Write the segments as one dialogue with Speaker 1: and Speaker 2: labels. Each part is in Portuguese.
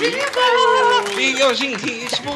Speaker 1: E hoje em ritmo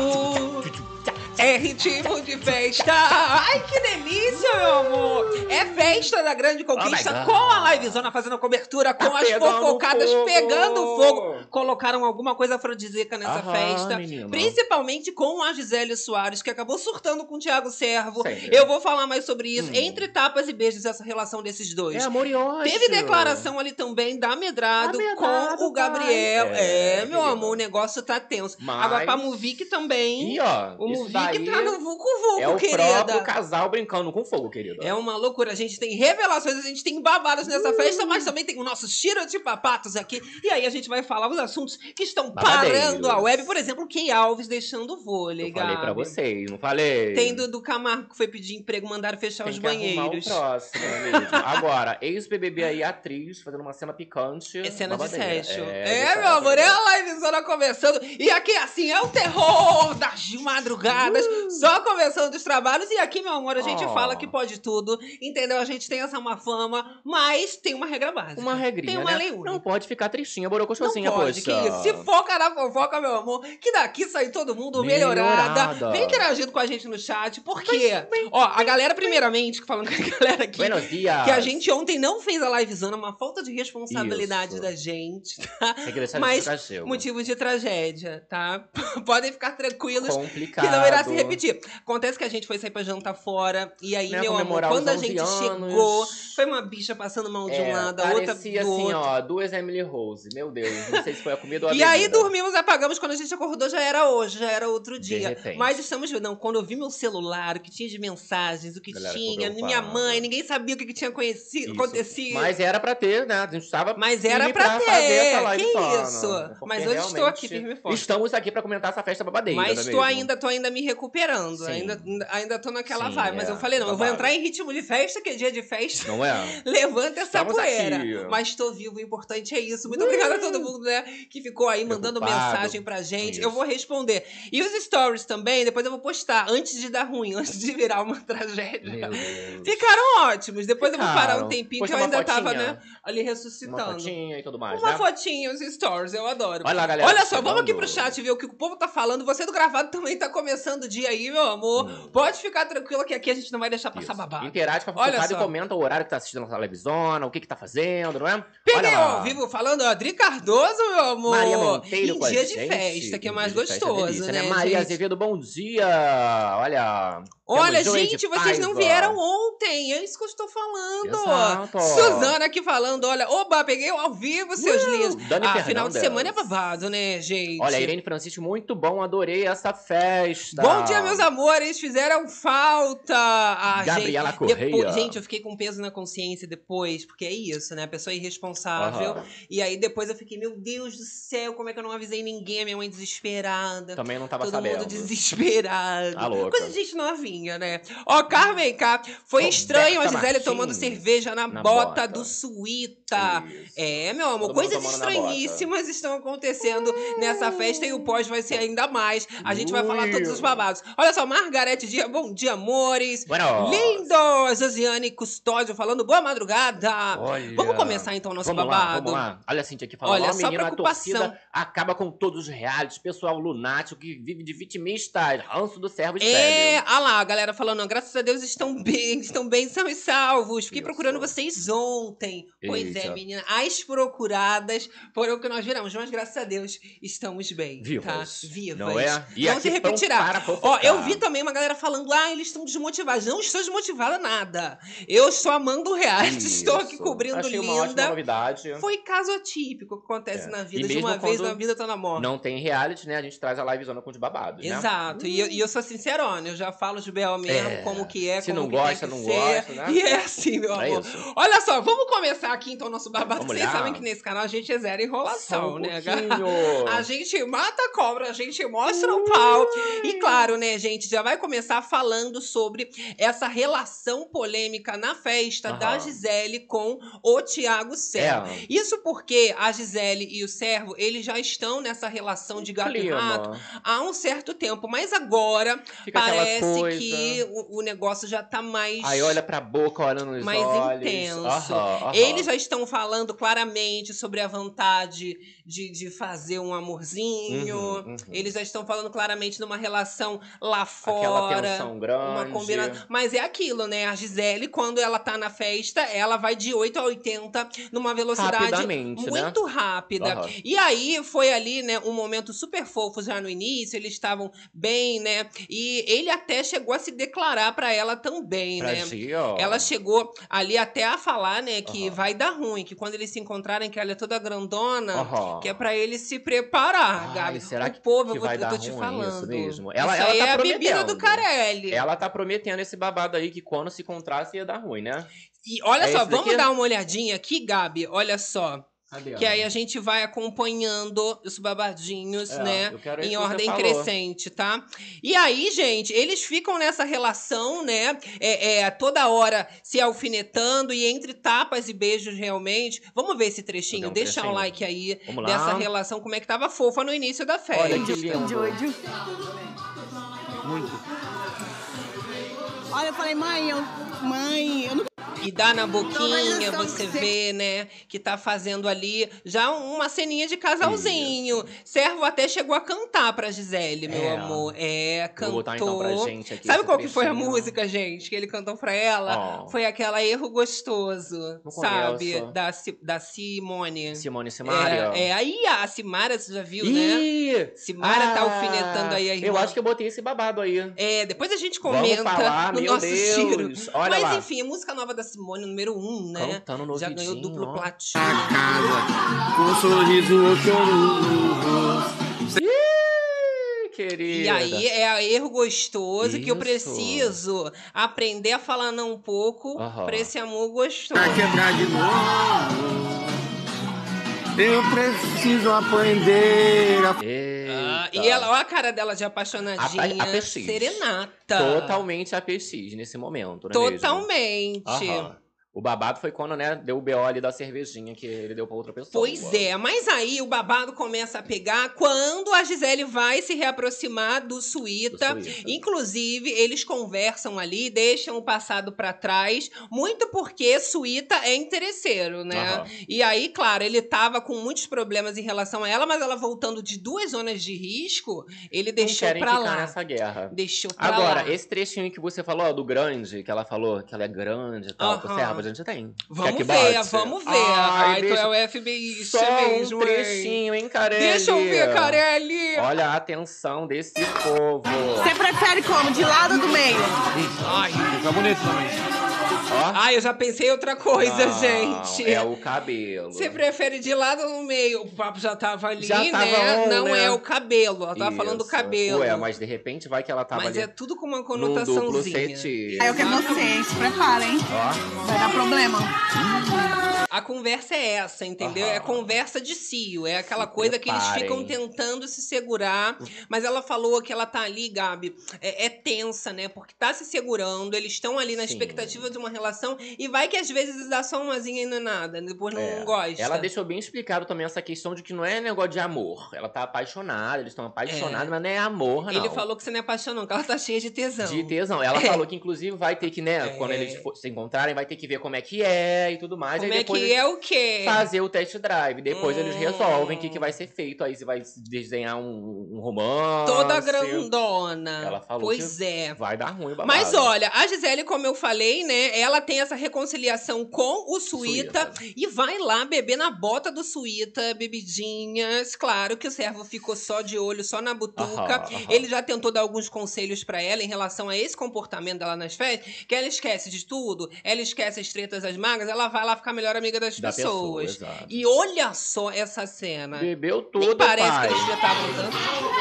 Speaker 1: é ritmo de festa. Ai, que delícia, meu amor. É festa da Grande Conquista com a Livezona fazendo cobertura, com as fofocadas pegando fogo. Colocaram alguma coisa afrodisíaca nessa festa.
Speaker 2: Menina.
Speaker 1: Principalmente com a Gisele Soares, que acabou surtando com o Thiago Servo.
Speaker 2: Sempre.
Speaker 1: Eu vou falar mais sobre isso. Entre tapas e beijos, essa relação desses dois.
Speaker 2: É amor e ódio.
Speaker 1: Teve declaração ali também da Medrado com o Gabriel. Meu amor, o negócio tá tenso.
Speaker 2: Mas...
Speaker 1: Agora, pra Muvic também.
Speaker 2: E ó,
Speaker 1: O
Speaker 2: isso
Speaker 1: Muvic
Speaker 2: daí
Speaker 1: tá no vucu-vucu,
Speaker 2: é o
Speaker 1: querida.
Speaker 2: próprio casal brincando com fogo, querida.
Speaker 1: É uma loucura. A gente tem revelações, a gente tem babados nessa festa, mas também tem o nosso tiro de papatos aqui. E aí a gente vai falar os assuntos que estão parando a web. Por exemplo, Key Alves deixando o vôlei,
Speaker 2: Eu falei
Speaker 1: Gabi.
Speaker 2: pra vocês, não falei?
Speaker 1: Tem Dudu Camargo que foi pedir emprego, mandaram fechar
Speaker 2: Tem
Speaker 1: os
Speaker 2: que arrumar
Speaker 1: banheiros.
Speaker 2: o próximo, não é mesmo? Agora, ex-BBB aí, atriz, fazendo uma cena picante.
Speaker 1: É cena de
Speaker 2: babadeira.
Speaker 1: sexo.
Speaker 2: É,
Speaker 1: Meu amor, é a livezona começando. E aqui, assim, é o terror das madrugadas. Só começando os trabalhos. E aqui, meu amor, a gente fala que pode tudo. Entendeu? A gente tem essa má fama, mas tem uma regra básica.
Speaker 2: Uma regrinha,
Speaker 1: tem uma
Speaker 2: né?
Speaker 1: lei única.
Speaker 2: Não pode ficar tristinha, borocochosinha,
Speaker 1: Não pode,
Speaker 2: poxa.
Speaker 1: que isso. Se foca na fofoca, meu amor, que daqui sai todo mundo melhorada. Vem interagindo com a gente no chat, porque... Ó, a galera, primeiramente, falando com a galera aqui...
Speaker 2: Buenos dias.
Speaker 1: Que a gente ontem não fez a livezona, uma falta de responsabilidade da gente, tá?
Speaker 2: Tem que deixar
Speaker 1: Mas
Speaker 2: de
Speaker 1: motivo de tragédia, tá? Podem ficar tranquilos
Speaker 2: complicado.
Speaker 1: que não irá se repetir. Acontece que a gente foi sair pra jantar fora, e aí, meu amor, quando a gente chegou, foi uma bicha passando mão de um lado, a outra do
Speaker 2: parecia assim,
Speaker 1: outro.
Speaker 2: ó, duas Emily Rose. Meu Deus, não sei se foi a comida ou a
Speaker 1: E
Speaker 2: bebida.
Speaker 1: aí dormimos, apagamos, quando a gente acordou já era hoje, já era outro dia.
Speaker 2: repente.
Speaker 1: Mas estamos vendo, não, quando eu vi meu celular, o que tinha de mensagens, o que
Speaker 2: Galera
Speaker 1: tinha,
Speaker 2: ficou
Speaker 1: minha
Speaker 2: preocupada.
Speaker 1: mãe, ninguém sabia o que tinha acontecido.
Speaker 2: Mas era pra ter, né? A gente tava
Speaker 1: Mas era
Speaker 2: firme
Speaker 1: pra ter,
Speaker 2: fazer essa live
Speaker 1: que
Speaker 2: zona.
Speaker 1: isso?
Speaker 2: Porque
Speaker 1: Mas hoje estou aqui firme e forte.
Speaker 2: Estamos aqui pra comentar essa festa babadeira,
Speaker 1: Mas
Speaker 2: não é mesmo?
Speaker 1: tô ainda me recuperando,
Speaker 2: Sim.
Speaker 1: ainda tô naquela
Speaker 2: Sim,
Speaker 1: vibe. Mas eu falei, não, eu vou
Speaker 2: babado.
Speaker 1: entrar em ritmo de festa, que é dia de festa.
Speaker 2: Não é?
Speaker 1: Levanta essa
Speaker 2: Estamos
Speaker 1: poeira.
Speaker 2: aqui.
Speaker 1: Mas tô vivo, o importante é isso. Muito obrigada a todo mundo, né, que ficou aí mandando
Speaker 2: Preocupado.
Speaker 1: mensagem pra gente.
Speaker 2: Isso.
Speaker 1: Eu vou responder. E os stories também, depois eu vou postar, antes de dar ruim, antes de virar uma tragédia.
Speaker 2: Meu Deus.
Speaker 1: Ficaram ótimos. Depois eu vou parar um
Speaker 2: Ficaram.
Speaker 1: tempinho, que
Speaker 2: Posta
Speaker 1: eu ainda
Speaker 2: uma
Speaker 1: tava,
Speaker 2: fotinha.
Speaker 1: né, ali ressuscitando.
Speaker 2: Uma fotinha e tudo mais,
Speaker 1: Uma
Speaker 2: né?
Speaker 1: fotinha, os stories, eu adoro.
Speaker 2: Olha lá, galera.
Speaker 1: Olha só, vamos aqui
Speaker 2: chegando.
Speaker 1: pro chat ver o que o povo tá falando. Você do gravado também tá começando o dia aí, meu amor. Pode ficar tranquilo que aqui a gente não vai deixar passar babado.
Speaker 2: Interage com a
Speaker 1: Olha
Speaker 2: fofocada e
Speaker 1: só.
Speaker 2: comenta o horário que tá assistindo a televisão, o que tá fazendo, não é?
Speaker 1: Peguei
Speaker 2: Olha lá.
Speaker 1: ao vivo falando, ó, Adri Cardoso, meu amor.
Speaker 2: Maria Monteiro
Speaker 1: em
Speaker 2: com a
Speaker 1: dia
Speaker 2: gente.
Speaker 1: de festa, que é
Speaker 2: Em
Speaker 1: mais
Speaker 2: dia de festa,
Speaker 1: gostoso,
Speaker 2: delícia,
Speaker 1: né,
Speaker 2: Maria
Speaker 1: gente?
Speaker 2: Azevedo, bom dia. Olha.
Speaker 1: Olha,
Speaker 2: temos Joey de
Speaker 1: gente, vocês não
Speaker 2: Paiva.
Speaker 1: vieram ontem. É isso que eu estou falando.
Speaker 2: Exato.
Speaker 1: Suzana aqui falando, olha, oba, peguei ao vivo, seus lindos.
Speaker 2: Dani
Speaker 1: Final de
Speaker 2: Fernandes.
Speaker 1: semana é babado, né, gente?
Speaker 2: Olha, Irene Francisco, muito bom, adorei essa festa.
Speaker 1: Bom dia, meus amores, fizeram falta.
Speaker 2: Gabriela
Speaker 1: gente,
Speaker 2: Correia.
Speaker 1: gente, eu fiquei com peso na consciência depois, porque é isso, né? A pessoa é irresponsável.
Speaker 2: Aham.
Speaker 1: E aí depois eu fiquei, meu Deus do céu, como é que eu não avisei ninguém? A minha mãe desesperada.
Speaker 2: Também não tava
Speaker 1: Todo
Speaker 2: sabendo.
Speaker 1: mundo desesperado.
Speaker 2: Tá louca.
Speaker 1: Coisa de gente novinha, né? Ó, Carmen K. Foi estranho a Gisele
Speaker 2: Martins.
Speaker 1: tomando cerveja na
Speaker 2: Na
Speaker 1: bota
Speaker 2: bota.
Speaker 1: do Suíta.
Speaker 2: Isso.
Speaker 1: É, meu amor,
Speaker 2: Todo mundo
Speaker 1: coisas
Speaker 2: tomando na
Speaker 1: estranhíssimas estão acontecendo nessa festa e o pós vai ser ainda mais. A gente vai falar todos os babados. Olha só, Margarete Dia, bom dia, amores.
Speaker 2: Buenos.
Speaker 1: Lindo! Josiane Custódio falando boa madrugada.
Speaker 2: Olha.
Speaker 1: Vamos começar então o nosso
Speaker 2: Vamos
Speaker 1: babado.
Speaker 2: lá. Olha a Cintia aqui falando.
Speaker 1: Olha,
Speaker 2: Ó,
Speaker 1: só
Speaker 2: menina, a
Speaker 1: preocupação.
Speaker 2: torcida acaba com todos os realities. Pessoal lunático que vive de vitimista. Ranço do servo de
Speaker 1: É, olha lá, a galera falando, graças a Deus estão bem, são e salvos. Fiquei
Speaker 2: Isso.
Speaker 1: procurando vocês ontem. Pois é,
Speaker 2: Eita.
Speaker 1: menina, as procuradas foram o que nós viramos, mas graças a Deus estamos bem,
Speaker 2: Vivas.
Speaker 1: tá? Vivas.
Speaker 2: Não é? E
Speaker 1: não
Speaker 2: aqui
Speaker 1: se repetirá.
Speaker 2: pronto para
Speaker 1: Ó,
Speaker 2: fofocar.
Speaker 1: eu vi também uma galera falando, eles estão desmotivados. Não estou desmotivada nada. Eu estou amando o reality, estou aqui
Speaker 2: Isso.
Speaker 1: cobrindo
Speaker 2: Achei uma ótima
Speaker 1: linda.
Speaker 2: novidade.
Speaker 1: Foi caso atípico que acontece
Speaker 2: É.
Speaker 1: na
Speaker 2: E
Speaker 1: vida. De
Speaker 2: mesmo
Speaker 1: uma vez
Speaker 2: quando
Speaker 1: na vida, tá na morte.
Speaker 2: Não tem reality, né? A gente traz a livezona com os babados, né?
Speaker 1: Exato, e eu sou sincerona, eu já falo de B.O. mesmo,
Speaker 2: É.
Speaker 1: como que é,
Speaker 2: Se
Speaker 1: como
Speaker 2: não
Speaker 1: que
Speaker 2: gosta,
Speaker 1: tem que
Speaker 2: não
Speaker 1: ser.
Speaker 2: gosta, né?
Speaker 1: E é assim, meu
Speaker 2: É
Speaker 1: amor.
Speaker 2: isso.
Speaker 1: Olha só, vamos começar aqui então o nosso babado.
Speaker 2: Vamos
Speaker 1: Vocês
Speaker 2: lá.
Speaker 1: sabem que nesse canal a gente é zero enrolação,
Speaker 2: Só um
Speaker 1: né?
Speaker 2: pouquinho.
Speaker 1: A gente mata a cobra, a gente mostra o pau. E claro, né, gente, já vai começar falando sobre essa relação polêmica na festa da
Speaker 2: Aham.
Speaker 1: Gisele com o Thiago Serra.
Speaker 2: É.
Speaker 1: Isso porque a Gisele e o Servo, eles já estão nessa relação de gato e rato há um certo tempo. Mas agora parece que o negócio já tá mais...
Speaker 2: Aí olha pra boca, olha nos
Speaker 1: mais
Speaker 2: olhos.
Speaker 1: intenso. Eles já estão falando claramente sobre a vontade de fazer um amorzinho. Eles já estão falando claramente numa relação lá fora.
Speaker 2: Aquela tensão grande.
Speaker 1: Uma combinação. Mas é aquilo, né? A Gisele, quando ela tá na festa, ela vai de 8 a 80 numa velocidade muito rápida. E aí, foi ali, né, um momento super fofo já no início. Eles estavam bem, né? E ele até chegou a se declarar pra ela também, né? Ela chegou ali até a falar, né, que vai dar ruim, que quando eles se encontrarem, que ela é toda grandona, que é pra ele se preparar, Gabi.
Speaker 2: Será
Speaker 1: o povo,
Speaker 2: que vai dar
Speaker 1: eu tô te
Speaker 2: ruim
Speaker 1: falando.
Speaker 2: Isso mesmo?
Speaker 1: Ela
Speaker 2: tá
Speaker 1: é a bebida do Carelli.
Speaker 2: Ela tá prometendo esse babado aí, que quando se encontrasse ia dar ruim, né?
Speaker 1: E olha só, vamos dar uma olhadinha aqui, Gabi, olha só.
Speaker 2: Cadê
Speaker 1: que aí a gente vai acompanhando os babadinhos, né? Em ordem crescente, tá? E aí, gente, eles ficam nessa relação, né? Toda hora se alfinetando e entre tapas e beijos, realmente. Vamos ver esse trechinho? Deixa um like aí dessa relação, como é que tava fofa no início da festa.
Speaker 2: Olha que lindo.
Speaker 3: Muito. Olha, eu falei, mãe, eu não...
Speaker 1: E dá na boquinha, você vê, né, que tá fazendo ali já uma ceninha de casalzinho. Servo até chegou a cantar pra Gisele, meu amor. Cantou.
Speaker 2: Vou botar então pra gente aqui.
Speaker 1: Sabe qual que foi a música, gente, que ele cantou pra ela? Foi aquela Erro Gostoso, sabe? Da Simone.
Speaker 2: Simaria.
Speaker 1: Aí a Simara, você já viu, né? Simara tá alfinetando aí a irmã.
Speaker 2: Eu acho que eu botei esse babado aí.
Speaker 1: Depois a gente comenta no nosso giro.
Speaker 2: Olha
Speaker 1: Mas
Speaker 2: lá.
Speaker 1: enfim, a música nova da Simone, número 1, né?
Speaker 2: Cantando no
Speaker 1: já ganhou duplo platino.
Speaker 3: A casa, com um sorriso eu choro no rosto.
Speaker 2: Querida.
Speaker 1: E aí é erro gostoso que eu preciso aprender a falar não um pouco pra esse amor gostoso.
Speaker 3: Pra quebrar de novo, eu preciso aprender a...
Speaker 1: E ela, olha a cara dela de apaixonadinha,
Speaker 2: a
Speaker 1: serenata.
Speaker 2: Totalmente a PX nesse momento, né?
Speaker 1: Totalmente.
Speaker 2: O babado foi quando, né, deu o BO ali da cervejinha que ele deu pra outra pessoa.
Speaker 1: Pois é, mas aí o babado começa a pegar quando a Gisele vai se reaproximar do Suíta. Inclusive, eles conversam ali, deixam o passado pra trás, muito porque Suíta é interesseiro, né? E aí, claro, ele tava com muitos problemas em relação a ela, mas ela voltando de 2 zonas de risco, ele deixou pra lá.
Speaker 2: Nessa guerra.
Speaker 1: Deixou pra lá.
Speaker 2: Agora, esse trechinho que você falou, ó, do grande, que ela falou que ela é grande e tal, a gente tem.
Speaker 1: Vamos ver, vamos ver. Ai, tu é o FBI,
Speaker 2: só
Speaker 1: mesmo,
Speaker 2: um trechinho, hein, Carelli?
Speaker 1: Deixa eu ver, Carelli.
Speaker 2: Olha a atenção desse povo.
Speaker 3: Você prefere como? De lado ou do meio?
Speaker 1: Ai,
Speaker 3: fica bonito também.
Speaker 1: Ai, eu já pensei em outra coisa, gente.
Speaker 2: É o cabelo.
Speaker 1: Você prefere de lado ou no meio? O papo já tava ali,
Speaker 2: já tava
Speaker 1: né? Não
Speaker 2: né?
Speaker 1: é o cabelo. Ela tava falando do cabelo.
Speaker 2: Ué, mas de repente vai que ela tava
Speaker 1: Mas
Speaker 2: ali
Speaker 1: é tudo com uma conotaçãozinha.
Speaker 3: Aí eu quero vocês, se preparem. Vai dar problema.
Speaker 1: A conversa é essa, entendeu? É conversa de cio. É aquela coisa que eles ficam tentando se segurar. Mas ela falou que ela tá ali, Gabi, é tensa, né? Porque tá se segurando, eles estão ali na expectativa de uma relação. E vai que às vezes dá só umazinha e não é nada. Depois não gosta.
Speaker 2: Ela deixou bem explicado também essa questão de que não é negócio de amor. Ela tá apaixonada, eles estão apaixonados, mas não é amor, não.
Speaker 1: Ele falou que você não é apaixonado, que ela tá cheia de tesão.
Speaker 2: De tesão. Ela falou que, inclusive, vai ter que, né, quando eles se encontrarem, vai ter que ver como é que é e tudo mais.
Speaker 1: Como
Speaker 2: aí
Speaker 1: depois é o quê?
Speaker 2: Fazer o test drive. Depois eles resolvem o que vai ser feito. Aí você vai desenhar um romance.
Speaker 1: Toda grandona.
Speaker 2: Ela falou
Speaker 1: pois é.
Speaker 2: Vai dar ruim, babado.
Speaker 1: Mas olha, a Gisele, como eu falei, né, ela tem essa reconciliação com o Suíta e vai lá beber na bota do Suíta, bebidinhas. Claro que o servo ficou só de olho, só na butuca. Ele já tentou dar alguns conselhos pra ela em relação a esse comportamento dela nas festas, que ela esquece de tudo, ela esquece as tretas, as magas, ela vai lá ficar melhor amiga das pessoas. E olha só essa cena.
Speaker 2: Bebeu tudo,
Speaker 1: nem parece que eles já estavam tanto.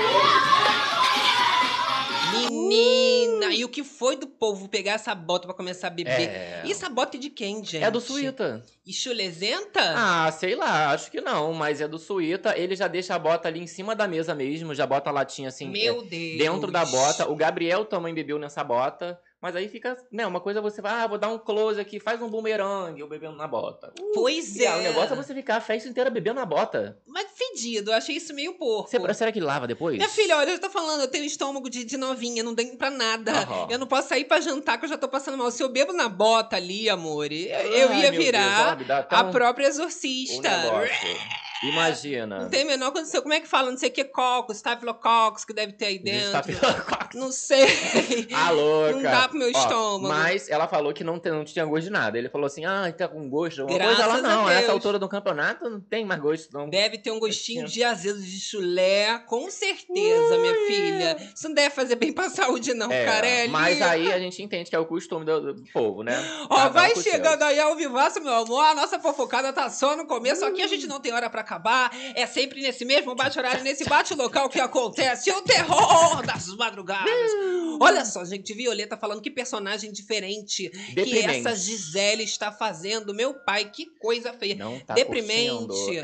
Speaker 1: Menina, e o que foi do povo pegar essa bota pra começar a beber? E essa bota é de quem, gente?
Speaker 2: É do Suíta.
Speaker 1: E chulezenta?
Speaker 2: Ah, sei lá, acho que não, mas é do Suíta. Ele já deixa a bota ali em cima da mesa mesmo, já bota a latinha assim.
Speaker 1: Meu Deus.
Speaker 2: Dentro da bota. O Gabriel também bebeu nessa bota. Mas aí fica, né, uma coisa você vai, vou dar um close aqui, faz um bumerangue, eu bebendo na bota.
Speaker 1: Pois
Speaker 2: E
Speaker 1: é.
Speaker 2: o negócio é você ficar a festa inteira bebendo na bota.
Speaker 1: Mas fedido, eu achei isso meio porco.
Speaker 2: Será que lava depois?
Speaker 1: Minha filha, olha, eu tô falando, eu tenho estômago de novinha, não dá pra nada. Eu não posso sair pra jantar que eu já tô passando mal. Se eu bebo na bota ali, amor, eu ia virar a própria exorcista.
Speaker 2: Imagina.
Speaker 1: Não tem a menor condição. Como é que fala? Não sei o que, cocos, estafilococcus que deve ter aí dentro. Não sei.
Speaker 2: Ah, louca.
Speaker 1: Não dá pro meu estômago.
Speaker 2: Mas ela falou que não tinha gosto de nada. Ele falou assim, tá com gosto. Uma
Speaker 1: Graças
Speaker 2: coisa ela não,
Speaker 1: a Deus.
Speaker 2: Essa altura do campeonato não tem mais gosto, não.
Speaker 1: Deve ter um gostinho de azedo de chulé, com certeza, minha filha. Isso não deve fazer bem pra saúde, não, Carelli.
Speaker 2: Mas aí a gente entende que é o costume do povo, né?
Speaker 1: Ó, vai chegando aí ao vivaço, meu amor. A nossa fofocada tá só no começo. Aqui a gente não tem hora pra acabar. É sempre nesse mesmo bate-horário, nesse bate-local que acontece o terror das madrugadas. Olha só, gente, Violeta falando que personagem diferente que essa Gisele está fazendo. Meu pai, que coisa feia.
Speaker 2: Não tá
Speaker 1: deprimente.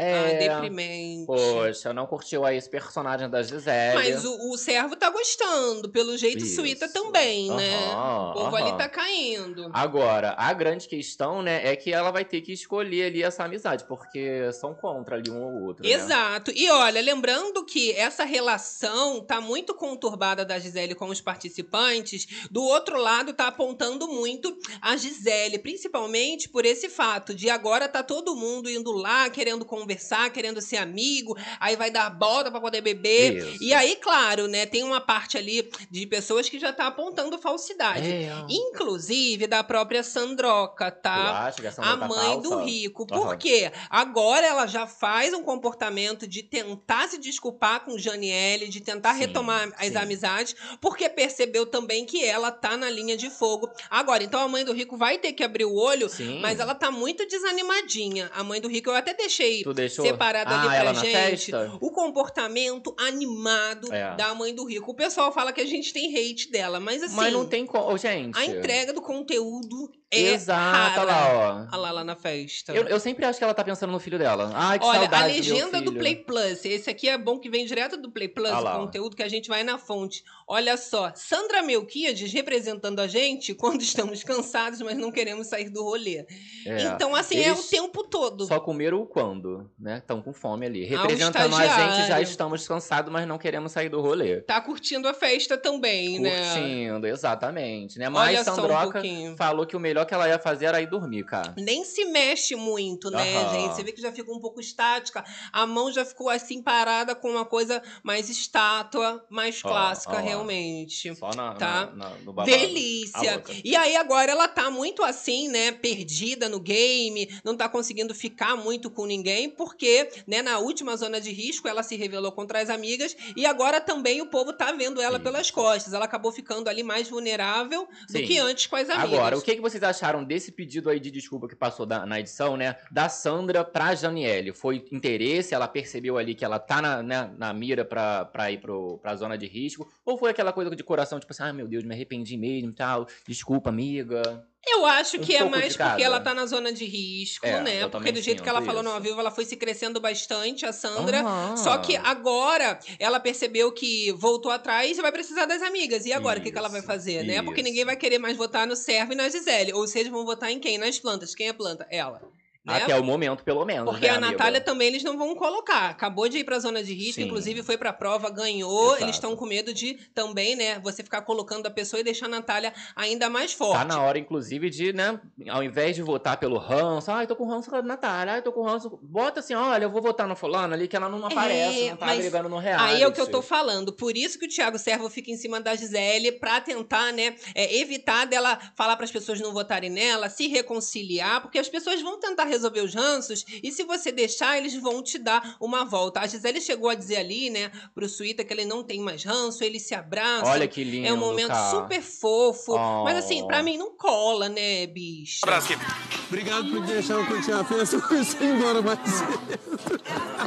Speaker 1: Deprimente.
Speaker 2: Poxa, não curtiu aí esse personagem da Gisele.
Speaker 1: Mas o servo tá gostando. Pelo jeito, Suíta também, né? O povo ali tá caindo.
Speaker 2: Agora, a grande questão, né, é que ela vai ter que escolher ali essa amizade, porque são contra ali um ou outro,
Speaker 1: Exato.
Speaker 2: Né?
Speaker 1: E olha, lembrando que essa relação tá muito conturbada da Gisele com os participantes, do outro lado tá apontando muito a Gisele, principalmente por esse fato de agora tá todo mundo indo lá, querendo conversar, querendo ser amigo, aí vai dar bota pra poder beber. Isso. E aí, claro, né, tem uma parte ali de pessoas que já tá apontando falsidade. Inclusive da própria Sandroca, tá? A mãe do Rico. Por quê? Agora ela já faz um comportamento de tentar se desculpar com Janiele, de tentar retomar as amizades, porque percebeu também que ela tá na linha de fogo. Agora, então a mãe do Rico vai ter que abrir o olho, mas ela tá muito desanimadinha. A mãe do Rico, eu até deixei separado ali pra gente o comportamento animado da mãe do Rico. O pessoal fala que a gente tem hate dela, mas assim...
Speaker 2: Mas não tem como, gente.
Speaker 1: A entrega do conteúdo é
Speaker 2: Exato,
Speaker 1: rara. Olha lá na festa.
Speaker 2: Eu sempre acho que ela tá pensando no filho dela. Ai, que
Speaker 1: olha,
Speaker 2: saudade
Speaker 1: a legenda do Play Plus. Esse aqui é bom que vem direto do Play Plus, o conteúdo que a gente vai na fonte. Olha só, Sandra Melquiades representando a gente quando estamos cansados, mas não queremos sair do rolê. Então, assim, é o tempo todo.
Speaker 2: Só comeram quando, né? Estão com fome ali. Representando a gente, já estamos cansados, mas não queremos sair do rolê.
Speaker 1: Tá curtindo a festa também, né?
Speaker 2: Curtindo, exatamente, né? Mas Sandroca falou que o melhor que ela ia fazer era ir dormir, cara.
Speaker 1: Nem se mexe muito, né, gente? Você vê que já fica um pouco estática. A mão já ficou assim parada com uma coisa mais estátua, mais clássica, realmente.
Speaker 2: Só no babado.
Speaker 1: Delícia. E aí agora ela tá muito assim, né, perdida no game, não tá conseguindo ficar muito com ninguém, porque, né, na última zona de risco ela se revelou contra as amigas e agora também o povo tá vendo ela pelas costas. Ela acabou ficando ali mais vulnerável do que antes com as amigas.
Speaker 2: Agora, o que vocês acharam desse pedido aí de desculpa que passou na edição, né, da Sandra pra Janiele? Foi interesse? Ela percebeu ali que ela tá na mira pra ir pra zona de risco? Ou foi aquela coisa de coração, tipo assim, ai meu Deus, me arrependi mesmo e tal, desculpa, amiga?
Speaker 1: Eu acho que é mais porque ela tá na zona de risco, né? Porque do jeito que ela falou no ao vivo, ela foi se crescendo bastante, a Sandra. Só que agora ela percebeu que voltou atrás e vai precisar das amigas. E agora, o que ela vai fazer, né? Porque ninguém vai querer mais votar no Servo e na Gisele. Ou seja, vão votar em quem? Nas plantas. Quem é planta? Ela. Né?
Speaker 2: Até o momento, pelo menos.
Speaker 1: Porque a Natália também eles não vão colocar. Acabou de ir pra zona de risco, inclusive foi pra prova, ganhou. Exato. Eles estão com medo de também, né, você ficar colocando a pessoa e deixar a Natália ainda mais forte.
Speaker 2: Tá na hora, inclusive, de, né, ao invés de votar pelo ranço, tô com ranço com a Natália, tô com ranço. Bota assim, olha, eu vou votar no fulano ali, que ela não aparece, não tá brigando no reality.
Speaker 1: Aí é o que eu tô falando. Por isso que o Thiago Servo fica em cima da Gisele, pra tentar, né, evitar dela falar pras pessoas não votarem nela, se reconciliar, porque as pessoas vão tentar resolver os ranços e se você deixar, eles vão te dar uma volta. A Gisele chegou a dizer ali, né, pro Suíta que ele não tem mais ranço, eles se abraçam.
Speaker 2: Olha que lindo,
Speaker 1: é um momento super fofo. Mas assim, pra mim não cola, né, bicho?
Speaker 3: Abraço. Obrigado por deixar eu continuar a festa, eu fui embora mais cedo.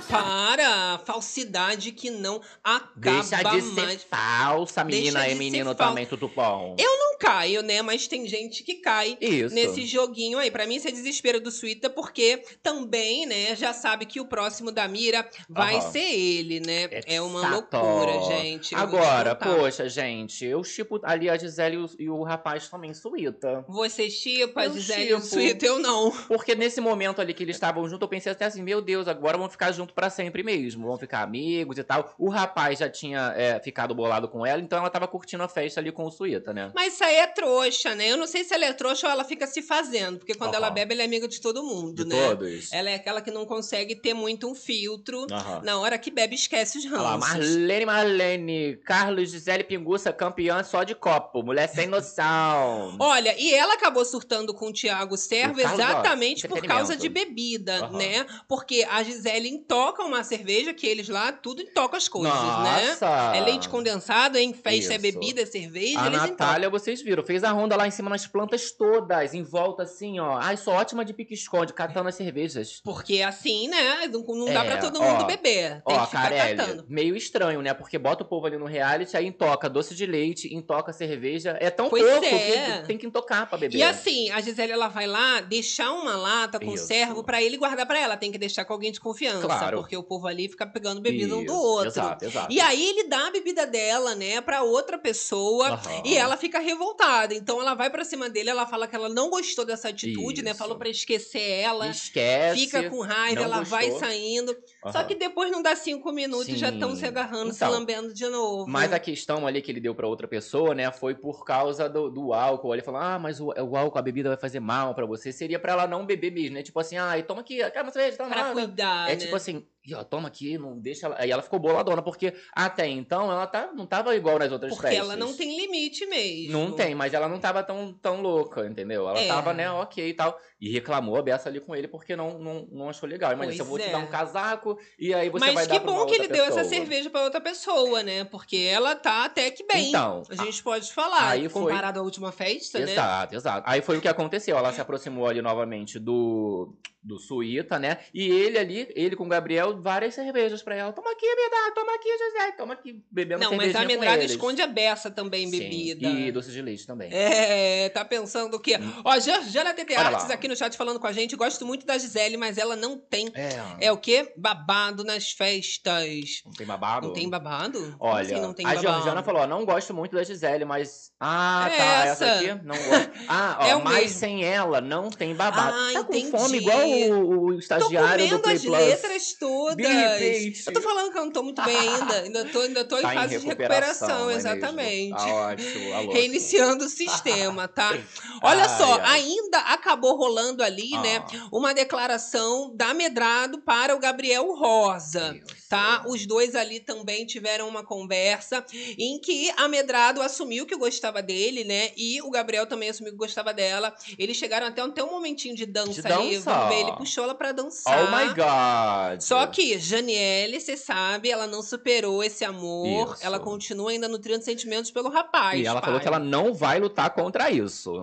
Speaker 1: Para! Falsidade que não acaba
Speaker 2: Deixa de ser
Speaker 1: mais.
Speaker 2: falsa, menina
Speaker 1: Deixa
Speaker 2: e
Speaker 1: de
Speaker 2: menino
Speaker 1: ser falsa.
Speaker 2: também, tudo bom.
Speaker 1: Eu não caio, né? Mas tem gente que cai
Speaker 2: Isso.
Speaker 1: nesse joguinho aí. Pra mim, isso é desespero do Suíta, porque também, né, já sabe que o próximo da mira vai ser ele, né? É uma
Speaker 2: Exato.
Speaker 1: loucura, gente. Eu vou te
Speaker 2: Agora,
Speaker 1: contar.
Speaker 2: poxa, gente, eu chipo ali a Gisele e o rapaz também, Suíta.
Speaker 1: Você chipa,
Speaker 2: Eu
Speaker 1: Gisele e o
Speaker 2: chipo.
Speaker 1: Suíta, eu não.
Speaker 2: Porque nesse momento ali que eles estavam juntos, eu pensei até assim, meu Deus, agora vão ficar juntos pra sempre mesmo. Vão ficar amigos e tal. O rapaz já tinha ficado bolado com ela, então ela tava curtindo a festa ali com o Suíta, né?
Speaker 1: Mas isso aí é trouxa, né? Eu não sei se ela é trouxa ou ela fica se fazendo. Porque quando ela bebe, ela é amiga de todo mundo,
Speaker 2: De
Speaker 1: né?
Speaker 2: todos.
Speaker 1: Ela é aquela que não consegue ter muito um filtro.
Speaker 2: Aham.
Speaker 1: Na hora que bebe, esquece os
Speaker 2: Olha lá,
Speaker 1: ranços.
Speaker 2: Marlene, Carlos, Gisele Pinguça, campeã só de copo. Mulher sem noção.
Speaker 1: Olha, e ela acabou surtando com o Thiago Servo
Speaker 2: O Carlos, ó,
Speaker 1: exatamente por causa de
Speaker 2: entretenimento.
Speaker 1: bebida,
Speaker 2: Aham.
Speaker 1: né? Porque a Gisele intoca uma cerveja, que eles lá tudo intoca as coisas, né?
Speaker 2: Nossa!
Speaker 1: É leite condensado, em festa é
Speaker 2: Isso.
Speaker 1: bebida, é cerveja,
Speaker 2: A
Speaker 1: eles
Speaker 2: Natália, vocês viram, fez a ronda lá em cima nas plantas todas, em volta assim, ó. Ai, sou ótima de pique-esconde, catando as cervejas.
Speaker 1: Porque assim, né? Não dá pra todo
Speaker 2: ó,
Speaker 1: mundo beber. Tem
Speaker 2: Ó,
Speaker 1: que ficar
Speaker 2: Carelli,
Speaker 1: catando.
Speaker 2: meio estranho, né? Porque bota o povo ali no reality, aí intoca doce de leite, intoca cerveja. É tão
Speaker 1: Pois
Speaker 2: pouco
Speaker 1: é.
Speaker 2: que tem que intocar pra beber.
Speaker 1: E assim, a Gisele, ela vai lá deixar uma lata com
Speaker 2: Isso.
Speaker 1: servo pra ele guardar pra ela. Tem que deixar com alguém de confiança.
Speaker 2: Claro.
Speaker 1: Porque o povo ali fica pegando bebida um do
Speaker 2: Isso,
Speaker 1: outro.
Speaker 2: exato, exato.
Speaker 1: E aí ele dá a bebida dela, né, pra outra pessoa.
Speaker 2: Aham.
Speaker 1: E ela fica revoltada. Então ela vai pra cima dele, ela fala que ela não gostou dessa atitude, né?
Speaker 2: Isso.
Speaker 1: Falou pra esquecer ela.
Speaker 2: Esquece.
Speaker 1: Fica com raiva,
Speaker 2: não
Speaker 1: ela vai
Speaker 2: gostou.
Speaker 1: saindo. Só
Speaker 2: Aham.
Speaker 1: que depois não dá 5 minutos e já estão
Speaker 2: Sim.
Speaker 1: se agarrando, se
Speaker 2: Então,
Speaker 1: lambendo de novo.
Speaker 2: Mas a questão ali que ele deu pra outra pessoa, né, foi por causa do álcool. Ele falou, mas o álcool, a bebida vai fazer mal pra você. Seria pra ela não beber mesmo, né? Tipo assim, toma aqui, quer uma cerveja, toma.
Speaker 1: Pra cuidar,
Speaker 2: É
Speaker 1: né?
Speaker 2: tipo assim, ó, toma aqui, não deixa ela... Aí ela ficou boladona, porque até então ela não tava igual nas outras
Speaker 1: Porque
Speaker 2: festas.
Speaker 1: ela não tem limite mesmo.
Speaker 2: Não tem, mas ela não tava tão louca, entendeu? Ela
Speaker 1: É.
Speaker 2: tava, né, ok e tal. E reclamou a beça ali com ele porque não achou legal. Imagina, se eu vou
Speaker 1: Pois
Speaker 2: te
Speaker 1: é.
Speaker 2: dar um casaco e aí você
Speaker 1: Mas
Speaker 2: vai
Speaker 1: que
Speaker 2: dar pra uma
Speaker 1: bom que ele
Speaker 2: outra
Speaker 1: deu essa
Speaker 2: pessoa.
Speaker 1: cerveja pra outra pessoa, né? Porque ela tá até que bem.
Speaker 2: Então,
Speaker 1: a gente pode falar.
Speaker 2: aí foi-
Speaker 1: Comparado à última festa, né?
Speaker 2: Exato, exato. Aí foi o que aconteceu. Ela se aproximou ali novamente do Suíta, né? E ele com o Gabriel, várias cervejas pra ela. Toma aqui, Medrado, toma aqui, José, toma aqui, bebendo
Speaker 1: Não, mas
Speaker 2: cervejinha
Speaker 1: a
Speaker 2: com
Speaker 1: Medrada
Speaker 2: eles.
Speaker 1: esconde a beça também,
Speaker 2: Sim,
Speaker 1: bebida.
Speaker 2: E doce de leite também.
Speaker 1: Tá pensando o quê? Ó, Jana TT
Speaker 2: Olha
Speaker 1: Artes
Speaker 2: lá.
Speaker 1: aqui no chat falando com a gente. Gosto muito da Gisele, mas ela não tem.
Speaker 2: É.
Speaker 1: É o quê? Babado nas festas.
Speaker 2: Não tem babado?
Speaker 1: Não tem babado? Como
Speaker 2: Olha,
Speaker 1: assim não tem
Speaker 2: a
Speaker 1: babado?
Speaker 2: Georgiana falou, ó, não gosto muito da Gisele, mas... Ah,
Speaker 1: É
Speaker 2: tá,
Speaker 1: essa.
Speaker 2: essa aqui, não gosto. Ó,
Speaker 1: É o
Speaker 2: mas
Speaker 1: mesmo.
Speaker 2: sem ela não tem babado.
Speaker 1: Ah,
Speaker 2: Tá com
Speaker 1: entendi.
Speaker 2: fome igual o
Speaker 1: Tô
Speaker 2: estagiário do
Speaker 1: comendo
Speaker 2: Play
Speaker 1: as
Speaker 2: Plus.
Speaker 1: letras todas.
Speaker 2: De repente.
Speaker 1: Eu tô falando que eu não tô muito bem ainda. Ainda tô em
Speaker 2: Tá
Speaker 1: fase de recuperação,
Speaker 2: não é
Speaker 1: exatamente.
Speaker 2: mesmo? Tá ótimo, alô.
Speaker 1: Reiniciando o sistema, tá? Olha
Speaker 2: Ai,
Speaker 1: só,
Speaker 2: ai.
Speaker 1: ainda acabou rolando ali, né, uma declaração da Medrado para o Gabriel Rosa,
Speaker 2: Isso.
Speaker 1: tá? Os dois ali também tiveram uma conversa em que a Medrado assumiu que gostava dele, né? E o Gabriel também assumiu que gostava dela. Eles chegaram até um momentinho de dança ali.
Speaker 2: dança?
Speaker 1: Vamos ver, ele puxou ela pra dançar.
Speaker 2: Oh my God.
Speaker 1: Só que Janiele, você sabe, ela não superou esse amor.
Speaker 2: Isso.
Speaker 1: Ela continua ainda nutrindo sentimentos pelo rapaz.
Speaker 2: E ela
Speaker 1: pai.
Speaker 2: falou que ela não vai lutar contra isso.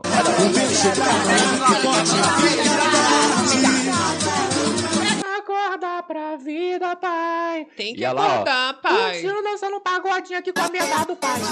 Speaker 2: Acorda pra vida, pai.
Speaker 1: Tem que
Speaker 2: E ela, ó,
Speaker 1: acordar, pai.
Speaker 2: curtindo, dançando um pagodinho aqui com a medada do pai.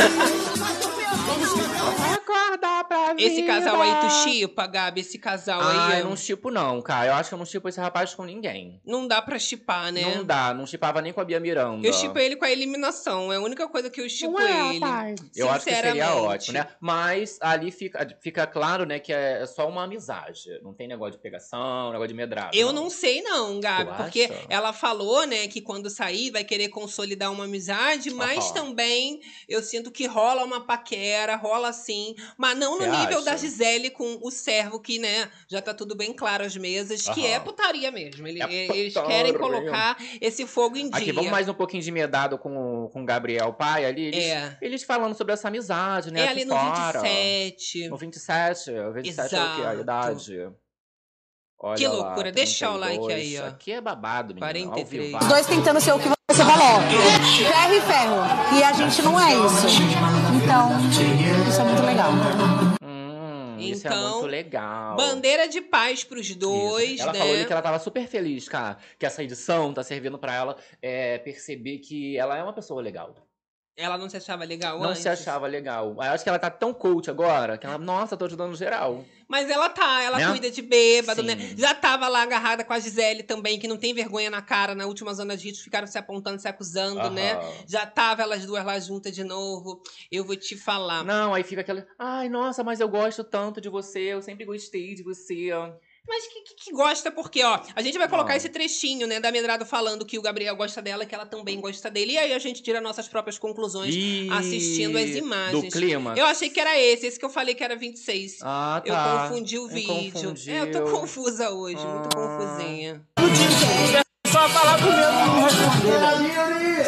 Speaker 2: Acorda pra vida.
Speaker 1: Esse casal aí, tu chipa, Gabi? Esse casal aí.
Speaker 2: Eu não chipo não, cara. Eu acho que eu não chipo esse rapaz com ninguém.
Speaker 1: Não dá pra chipar, né?
Speaker 2: Não dá, não chipava nem com a Bia Miranda.
Speaker 1: Eu chipo ele com a eliminação. É a única coisa que eu chipo
Speaker 2: Não é,
Speaker 1: ele.
Speaker 2: rapaz. Eu acho que seria
Speaker 1: Sinceramente.
Speaker 2: ótimo, né? Mas ali fica claro, né, que é só uma amizade. Não tem negócio de pegação, negócio de medrado.
Speaker 1: Eu não sei não, Gabi,
Speaker 2: Tu
Speaker 1: porque
Speaker 2: acha?
Speaker 1: ela falou, né, que quando sair vai querer consolidar uma amizade, mas
Speaker 2: Aham.
Speaker 1: também eu sinto que rola uma paquera, rola assim, mas não no
Speaker 2: Você
Speaker 1: nível
Speaker 2: acha?
Speaker 1: da Gisele com o servo, que, né, já tá tudo bem claro às mesas, que é
Speaker 2: Aham.
Speaker 1: putaria mesmo. Eles
Speaker 2: putaria.
Speaker 1: querem colocar esse fogo em
Speaker 2: Aqui,
Speaker 1: dia.
Speaker 2: vamos mais um pouquinho de medado com o Gabriel Pai ali. Eles falando sobre essa amizade, né?
Speaker 1: É
Speaker 2: aqui
Speaker 1: ali no
Speaker 2: fora.
Speaker 1: 27.
Speaker 2: No 27. O 27 é o quê? A
Speaker 1: Exato.
Speaker 2: idade. Olha
Speaker 1: Que
Speaker 2: lá,
Speaker 1: loucura. Deixa o
Speaker 2: 32.
Speaker 1: like aí, ó.
Speaker 2: Aqui é babado, menino.
Speaker 1: 43.
Speaker 4: Os dois tentando ser o que você falou. Ferro e ferro. E a gente não é isso. Então, isso é muito legal.
Speaker 2: isso é
Speaker 1: Então,
Speaker 2: muito legal.
Speaker 1: bandeira de paz pros dois,
Speaker 2: Isso. Ela
Speaker 1: né?
Speaker 2: falou ali que ela tava super feliz, cara, que essa edição tá servindo pra ela perceber que ela é uma pessoa legal.
Speaker 1: Ela não se achava legal
Speaker 2: Não
Speaker 1: antes?
Speaker 2: se achava legal. Eu acho que ela tá tão coach agora que ela, nossa, tô ajudando geral.
Speaker 1: Mas ela
Speaker 2: Né?
Speaker 1: cuida de bêbado,
Speaker 2: Sim.
Speaker 1: né? Já tava lá agarrada com a Gisele também, que não tem vergonha na cara. Na última zona de risco, ficaram se apontando, se acusando, né?
Speaker 2: Aham.
Speaker 1: Já tava elas duas lá juntas de novo. Eu vou te falar.
Speaker 2: Não, aí fica aquela, ai, nossa, mas eu gosto tanto de você, eu sempre gostei de você.
Speaker 1: Mas que gosta, porque, ó, a gente vai colocar
Speaker 2: Não.
Speaker 1: esse trechinho, né, da Medrado falando que o Gabriel gosta dela, que ela também gosta dele. E aí a gente tira nossas próprias conclusões assistindo as imagens.
Speaker 2: Do clima.
Speaker 1: Eu achei que era esse que eu falei que era 26.
Speaker 2: Ah, tá.
Speaker 1: Eu confundi o vídeo.
Speaker 2: Confundiu.
Speaker 1: Eu tô confusa hoje, muito confusinha.
Speaker 3: Só falar primeiro pra não responder.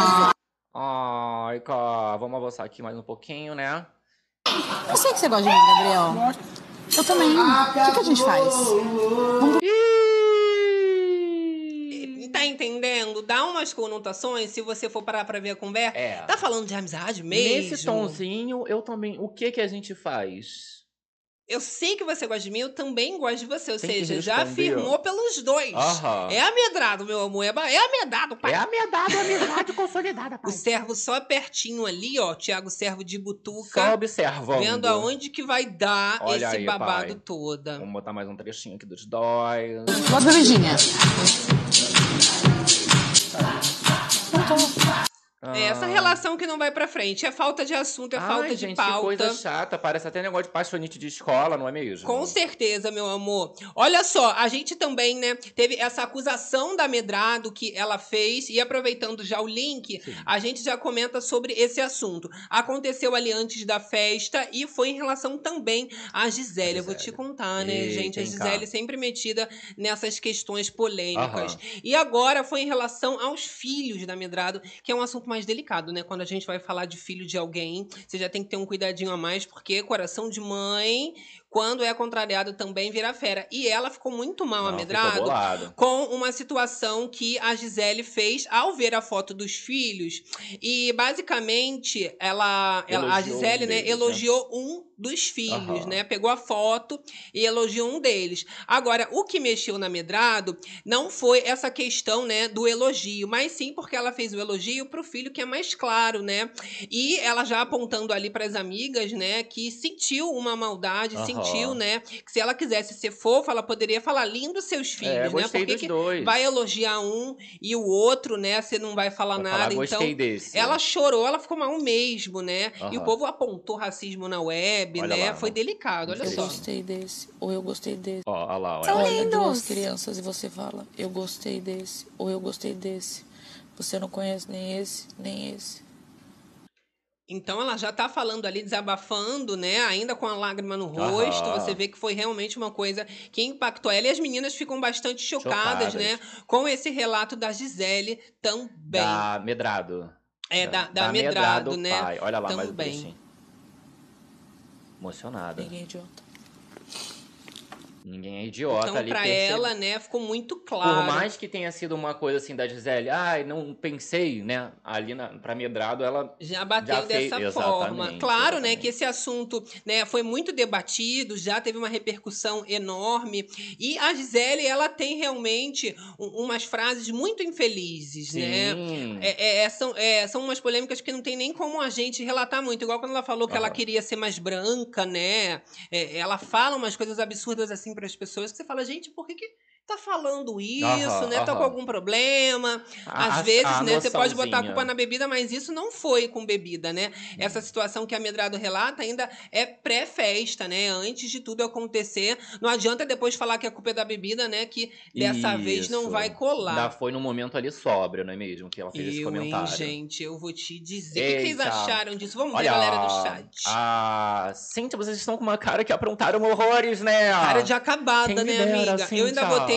Speaker 2: Ai, cara, vamos avançar aqui mais um pouquinho, né?
Speaker 4: Eu sei que você gosta de mim, Gabriel. Eu também. O que a gente faz?
Speaker 1: Tá entendendo? Dá umas conotações, se você for parar pra ver a conversa.
Speaker 2: É.
Speaker 1: Tá falando de amizade mesmo?
Speaker 2: Nesse tonzinho, eu também. O que a gente faz?
Speaker 1: Eu sei que você gosta de mim, eu também gosto de você. Ou
Speaker 2: Tem que
Speaker 1: seja, já
Speaker 2: responder.
Speaker 1: afirmou pelos dois.
Speaker 2: Aham.
Speaker 1: É amedrado, meu amor. É amedrado, pai.
Speaker 2: É a amizade consolidada, pai.
Speaker 1: O servo só pertinho ali, ó. Thiago Servo de Butuca.
Speaker 2: Só observando.
Speaker 1: Vendo aonde que vai dar
Speaker 2: Olha
Speaker 1: esse
Speaker 2: aí,
Speaker 1: babado
Speaker 2: pai.
Speaker 1: toda.
Speaker 2: Vamos botar mais um trechinho aqui dos dois.
Speaker 4: Gosto da Virgínia.
Speaker 1: Essa relação que não vai pra frente. É falta de assunto, é falta de
Speaker 2: gente,
Speaker 1: pauta.
Speaker 2: que coisa chata. Parece até negócio de paixonite de escola, não é mesmo?
Speaker 1: Com certeza, meu amor. Olha só, a gente também, né, teve essa acusação da Medrado que ela fez, e aproveitando já o link, a gente já comenta sobre esse assunto. Aconteceu ali antes da festa e foi em relação também à Gisele. Eu vou te contar, né,
Speaker 2: Eita,
Speaker 1: gente? A
Speaker 2: hein,
Speaker 1: Gisele
Speaker 2: cá.
Speaker 1: sempre metida nessas questões polêmicas.
Speaker 2: Aham.
Speaker 1: E agora foi em relação aos filhos da Medrado, que é um assunto mais delicado, né? Quando a gente vai falar de filho de alguém, você já tem que ter um cuidadinho a mais, porque coração de mãe, quando é contrariado, também vira fera. E ela ficou muito mal,
Speaker 2: Não,
Speaker 1: Amedrado,
Speaker 2: ficou bolado.
Speaker 1: com uma situação que a Gisele fez ao ver a foto dos filhos. E, basicamente, a
Speaker 2: Elogiou
Speaker 1: Gisele,
Speaker 2: um
Speaker 1: né,
Speaker 2: deles,
Speaker 1: elogiou um dos filhos,
Speaker 2: Aham.
Speaker 1: né? Pegou a foto e elogiou um deles. Agora, o que mexeu na Medrado não foi essa questão, né, do elogio, mas sim porque ela fez o elogio pro filho, que é mais claro, né? E ela já apontando ali pras amigas, né, que sentiu uma maldade,
Speaker 2: Aham.
Speaker 1: sentiu, né, que se ela quisesse ser fofa, ela poderia falar lindo seus filhos, né?
Speaker 2: Gostei
Speaker 1: Por
Speaker 2: dos
Speaker 1: que
Speaker 2: dois.
Speaker 1: vai elogiar um e o outro, né, você não vai falar
Speaker 2: Vai
Speaker 1: nada?
Speaker 2: falar, gostei
Speaker 1: Então,
Speaker 2: desse.
Speaker 1: ela chorou, ela ficou mal mesmo, né? E o
Speaker 2: Aham.
Speaker 1: povo apontou racismo na web,
Speaker 2: Olha
Speaker 1: né?
Speaker 2: lá,
Speaker 1: Foi
Speaker 2: não.
Speaker 1: delicado, olha
Speaker 2: Eu
Speaker 1: só.
Speaker 4: Gostei desse, ou eu gostei desse.
Speaker 2: Ó, olha lá,
Speaker 4: São
Speaker 2: olha.
Speaker 4: olha duas crianças e você fala, eu gostei desse, ou eu gostei desse. Você não conhece nem esse, nem esse.
Speaker 1: Então ela já tá falando ali, desabafando, né? Ainda com a lágrima no rosto.
Speaker 2: Aham.
Speaker 1: Você vê que foi realmente uma coisa que impactou ela. E as meninas ficam bastante chocadas,
Speaker 2: Chocadas.
Speaker 1: né? Com esse relato da Gisele também.
Speaker 2: Da Medrado.
Speaker 1: Da Medrado, né?
Speaker 2: Pai. Olha lá, mais um
Speaker 1: Também.
Speaker 2: trechinho. Emocionada.
Speaker 4: Ninguém é idiota.
Speaker 2: Ninguém é idiota
Speaker 1: Então,
Speaker 2: ali.
Speaker 1: pra
Speaker 2: percebe-
Speaker 1: ela, né, ficou muito claro.
Speaker 2: Por mais que tenha sido uma coisa assim da Gisele, ai, não pensei, né? Ali pra Medrado, ela
Speaker 1: Já bateu
Speaker 2: já fez-
Speaker 1: dessa
Speaker 2: exatamente,
Speaker 1: forma. Claro, né,
Speaker 2: exatamente.
Speaker 1: que esse assunto, né, foi muito debatido, já teve uma repercussão enorme. E a Gisele, ela tem realmente umas frases muito infelizes, né?
Speaker 2: Sim.
Speaker 1: São umas polêmicas que não tem nem como a gente relatar muito. Igual quando ela falou que ela
Speaker 2: Aham.
Speaker 1: queria ser mais branca, né? Ela fala umas coisas absurdas assim para as pessoas que você fala, gente, por que tá falando isso,
Speaker 2: Aham,
Speaker 1: né? Tá com
Speaker 2: aham.
Speaker 1: algum problema.
Speaker 2: A-
Speaker 1: Às vezes,
Speaker 2: a
Speaker 1: né, você pode botar a
Speaker 2: noçãozinha.
Speaker 1: culpa na bebida, mas isso não foi com bebida, né? Essa situação que a Medrado relata ainda é pré-festa, né? Antes de tudo acontecer. Não adianta depois falar que a culpa é da bebida, né? Que dessa vez não
Speaker 2: Isso.
Speaker 1: vai colar.
Speaker 2: Ainda foi no momento ali sóbrio, não é mesmo? Que ela fez esse
Speaker 1: Eu, hein,
Speaker 2: comentário.
Speaker 1: gente, eu vou te dizer. O que vocês
Speaker 2: Eita.
Speaker 1: acharam disso? Vamos ver,
Speaker 2: Olha,
Speaker 1: galera do chat.
Speaker 2: Cíntia, vocês estão com uma cara que aprontaram horrores, né?
Speaker 1: Cara de acabada,
Speaker 2: Quem me
Speaker 1: né,
Speaker 2: dera,
Speaker 1: amiga? Eu ainda
Speaker 2: Cíntia.
Speaker 1: botei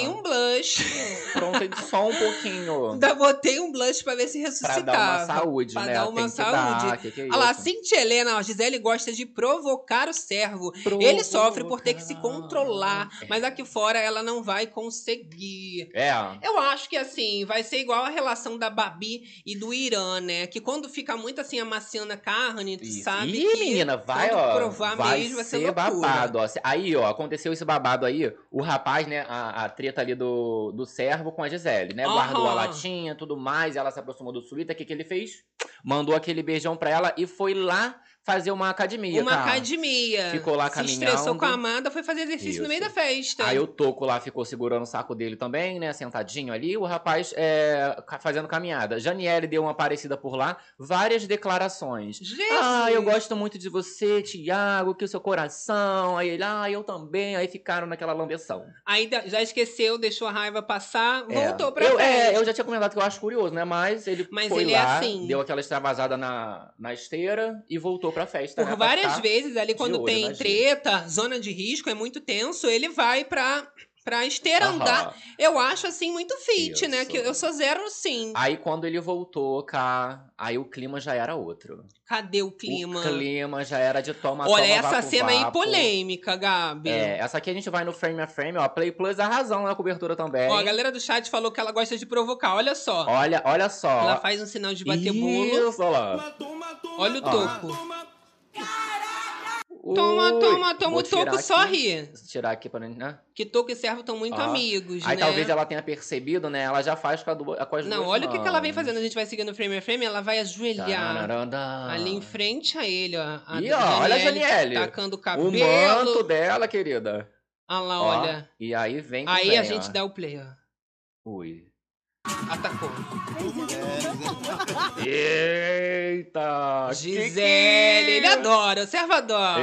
Speaker 1: botei um blush.
Speaker 2: Pronto, só um pouquinho.
Speaker 1: Ainda botei um blush pra ver se
Speaker 2: Pra
Speaker 1: ressuscitava.
Speaker 2: dar uma saúde,
Speaker 1: Pra
Speaker 2: né?
Speaker 1: dar uma
Speaker 2: Tem que
Speaker 1: saúde.
Speaker 2: dar. Que é
Speaker 1: Olha lá,
Speaker 2: isso?
Speaker 1: Cintia Helena, ó, Gisele gosta de provocar o servo. Ele sofre por ter que se controlar, mas aqui fora ela não vai conseguir.
Speaker 2: É.
Speaker 1: Eu acho que assim, vai ser igual a relação da Babi e do Irã, né? Que quando fica muito assim amaciando a carne, tu
Speaker 2: Isso.
Speaker 1: sabe
Speaker 2: Ih,
Speaker 1: que
Speaker 2: menina, vai,
Speaker 1: quando
Speaker 2: ó.
Speaker 1: provar mesmo vai ser loucura.
Speaker 2: babado, ó. Aí, ó, aconteceu esse babado aí. O rapaz, né, a treta ali do servo com a Gisele, né? Guardou a
Speaker 1: Aham.
Speaker 2: latinha, tudo mais. Ela se aproximou do Suíta. O que ele fez? Mandou aquele beijão pra ela e foi lá fazer uma academia,
Speaker 1: Uma
Speaker 2: cara.
Speaker 1: academia.
Speaker 2: Ficou lá
Speaker 1: Se
Speaker 2: caminhando.
Speaker 1: estressou com a Amanda, foi fazer exercício no meio da
Speaker 2: Isso.
Speaker 1: festa.
Speaker 2: Aí o Toco lá ficou segurando o saco dele também, né? Sentadinho ali. O rapaz fazendo caminhada. Janiele deu uma aparecida por lá. Várias declarações.
Speaker 1: Jesus!
Speaker 2: Ah, eu gosto muito de você, Thiago, que o seu coração. Aí ele, eu também. Aí ficaram naquela lambeção.
Speaker 1: Aí já esqueceu, deixou a raiva passar,
Speaker 2: É.
Speaker 1: voltou pra festa.
Speaker 2: Eu já tinha comentado que eu acho curioso, né? Mas ele foi
Speaker 1: ele
Speaker 2: lá,
Speaker 1: é assim.
Speaker 2: deu aquela extravasada na esteira e voltou pra festa.
Speaker 1: Por
Speaker 2: né? Pra
Speaker 1: várias
Speaker 2: ficar
Speaker 1: vezes, ali
Speaker 2: de
Speaker 1: quando
Speaker 2: olho
Speaker 1: tem
Speaker 2: na Gi.
Speaker 1: treta, zona de risco, é muito tenso, ele vai pra esteira
Speaker 2: Aham.
Speaker 1: andar. Eu acho, assim, muito fit, né?
Speaker 2: Isso.
Speaker 1: Que eu sou zero, sim.
Speaker 2: Aí quando ele voltou, cá, aí o clima já era outro.
Speaker 1: Cadê o clima?
Speaker 2: O clima já era de toma,
Speaker 1: Olha,
Speaker 2: toma,
Speaker 1: essa
Speaker 2: vapo,
Speaker 1: cena aí
Speaker 2: vapo.
Speaker 1: polêmica, Gabi.
Speaker 2: Essa aqui a gente vai no frame a frame, ó. Play Plus a razão na cobertura também.
Speaker 1: Ó, a galera do chat falou que ela gosta de provocar. Olha só.
Speaker 2: Olha só.
Speaker 1: Ela faz um sinal de bater bolo.
Speaker 2: Isso, olha lá.
Speaker 1: Olha o toco.
Speaker 2: Ui,
Speaker 1: Toma,
Speaker 2: vou
Speaker 1: o toco
Speaker 2: tirar
Speaker 1: só
Speaker 2: aqui.
Speaker 1: ri.
Speaker 2: Vou tirar aqui pra gente, né?
Speaker 1: Que toco e servo estão muito
Speaker 2: Ó.
Speaker 1: amigos,
Speaker 2: Aí
Speaker 1: né?
Speaker 2: talvez ela tenha percebido, né? Ela já faz com as duas
Speaker 1: Não, olha o que ela vem
Speaker 2: mãos.
Speaker 1: fazendo. A gente vai seguindo frame a frame, ela vai ajoelhar
Speaker 2: Tararanda.
Speaker 1: ali em frente a ele, ó.
Speaker 2: Ih, ó, olha a Janiele.
Speaker 1: Tacando o
Speaker 2: O
Speaker 1: cabelo.
Speaker 2: manto dela, querida.
Speaker 1: Olha lá,
Speaker 2: Ó,
Speaker 1: olha.
Speaker 2: E aí vem
Speaker 1: Aí
Speaker 2: também,
Speaker 1: a gente
Speaker 2: ó.
Speaker 1: dá o play, ó.
Speaker 2: Ui.
Speaker 1: Atacou.
Speaker 2: Eita!
Speaker 1: Gisele, ele adora, o servo adora.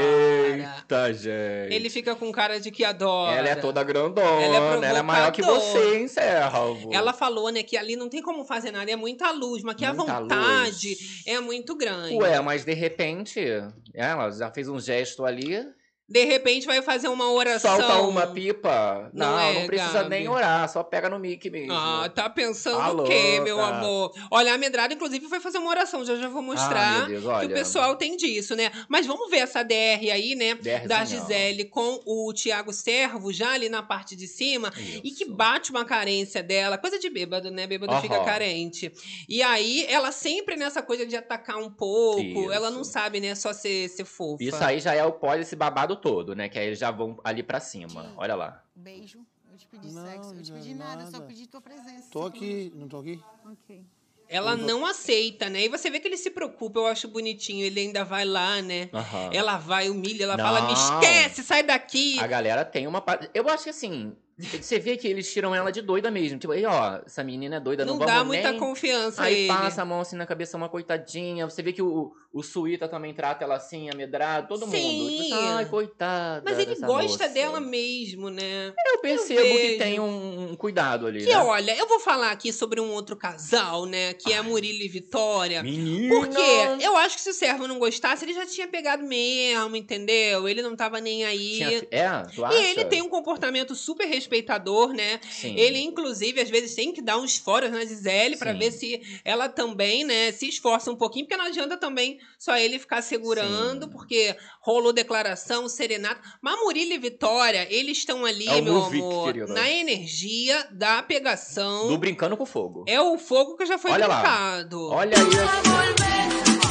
Speaker 2: Eita, gente.
Speaker 1: Ele fica com cara de que adora.
Speaker 2: Ela é toda grandona,
Speaker 1: Ela é
Speaker 2: ela é maior que
Speaker 1: provocadora.
Speaker 2: você, hein, servo?
Speaker 1: Ela falou, né, que ali não tem como fazer nada, é muita luz, mas que a
Speaker 2: Muita
Speaker 1: vontade
Speaker 2: luz.
Speaker 1: é muito grande.
Speaker 2: Ué, mas de repente, ela já fez um gesto ali,
Speaker 1: De repente vai fazer uma oração.
Speaker 2: solta uma pipa.
Speaker 1: Não
Speaker 2: Não precisa
Speaker 1: Gabi?
Speaker 2: nem orar, só pega no mic mesmo.
Speaker 1: Ah, tá pensando
Speaker 2: Tá
Speaker 1: o quê,
Speaker 2: louca.
Speaker 1: meu amor? Olha, a Medrada, inclusive, foi fazer uma oração. Já vou mostrar
Speaker 2: meu Deus,
Speaker 1: que
Speaker 2: olha.
Speaker 1: o pessoal tem disso, né? Mas vamos ver essa DR aí, né?
Speaker 2: DRzinha,
Speaker 1: Da
Speaker 2: ó.
Speaker 1: Gisele com o Thiago Servo, já ali na parte de cima. E que
Speaker 2: Isso.
Speaker 1: bate uma carência dela. Coisa de bêbado, né? Bêbado
Speaker 2: Aham.
Speaker 1: fica carente. E aí, ela sempre nessa coisa de atacar um pouco.
Speaker 2: Isso.
Speaker 1: Ela não sabe, né? Só ser fofa.
Speaker 2: Isso aí já é o pós desse babado todo, né? Que aí eles já vão ali pra cima. Olha lá.
Speaker 5: Beijo. Eu te pedi
Speaker 3: Não,
Speaker 5: sexo. Eu te pedi nada, eu só pedi tua presença.
Speaker 3: Tô aqui, não tô aqui?
Speaker 5: Ok.
Speaker 1: Ela não aceita, né? E você vê que ele se preocupa, eu acho bonitinho. Ele ainda vai lá, né?
Speaker 2: Aham.
Speaker 1: Ela vai, humilha, ela
Speaker 2: Não.
Speaker 1: fala, me esquece, sai daqui.
Speaker 2: A galera tem uma... Eu acho que assim... Você vê que eles tiram ela de doida mesmo. Tipo, aí, ó, essa menina é doida, não,
Speaker 1: Não
Speaker 2: vamos
Speaker 1: dá muita
Speaker 2: nem...
Speaker 1: confiança a
Speaker 2: Aí
Speaker 1: ele.
Speaker 2: passa a mão assim na cabeça, uma coitadinha. Você vê que o Suíta também trata ela assim, amedrado, todo mundo. Tipo assim, ai, coitada.
Speaker 1: Mas ele
Speaker 2: dessa
Speaker 1: gosta
Speaker 2: moça.
Speaker 1: dela mesmo, né?
Speaker 2: Eu percebo
Speaker 1: vejo.
Speaker 2: que tem um cuidado ali,
Speaker 1: Que
Speaker 2: né?
Speaker 1: olha, eu vou falar aqui sobre um outro casal, né? Que é a Murilo e Vitória.
Speaker 2: Menina!
Speaker 1: Porque eu acho que se o servo não gostasse, ele já tinha pegado mesmo, entendeu? Ele não tava nem aí.
Speaker 2: Tu acha?
Speaker 1: E ele tem um comportamento super respeitador, né?
Speaker 2: Sim.
Speaker 1: Ele, inclusive, às vezes tem que dar uns foras na Gisele pra
Speaker 2: Sim.
Speaker 1: ver se ela também, né, se esforça um pouquinho, porque não adianta também só ele ficar segurando,
Speaker 2: Sim.
Speaker 1: porque rolou declaração, serenata. Mas Murilo e Vitória, eles estão ali,
Speaker 2: É o
Speaker 1: meu
Speaker 2: Muvic,
Speaker 1: amor,
Speaker 2: querida.
Speaker 1: na energia da pegação.
Speaker 2: Do brincando com fogo.
Speaker 1: É o fogo que já foi
Speaker 2: Olha lá.
Speaker 1: brincado.
Speaker 2: Olha aí.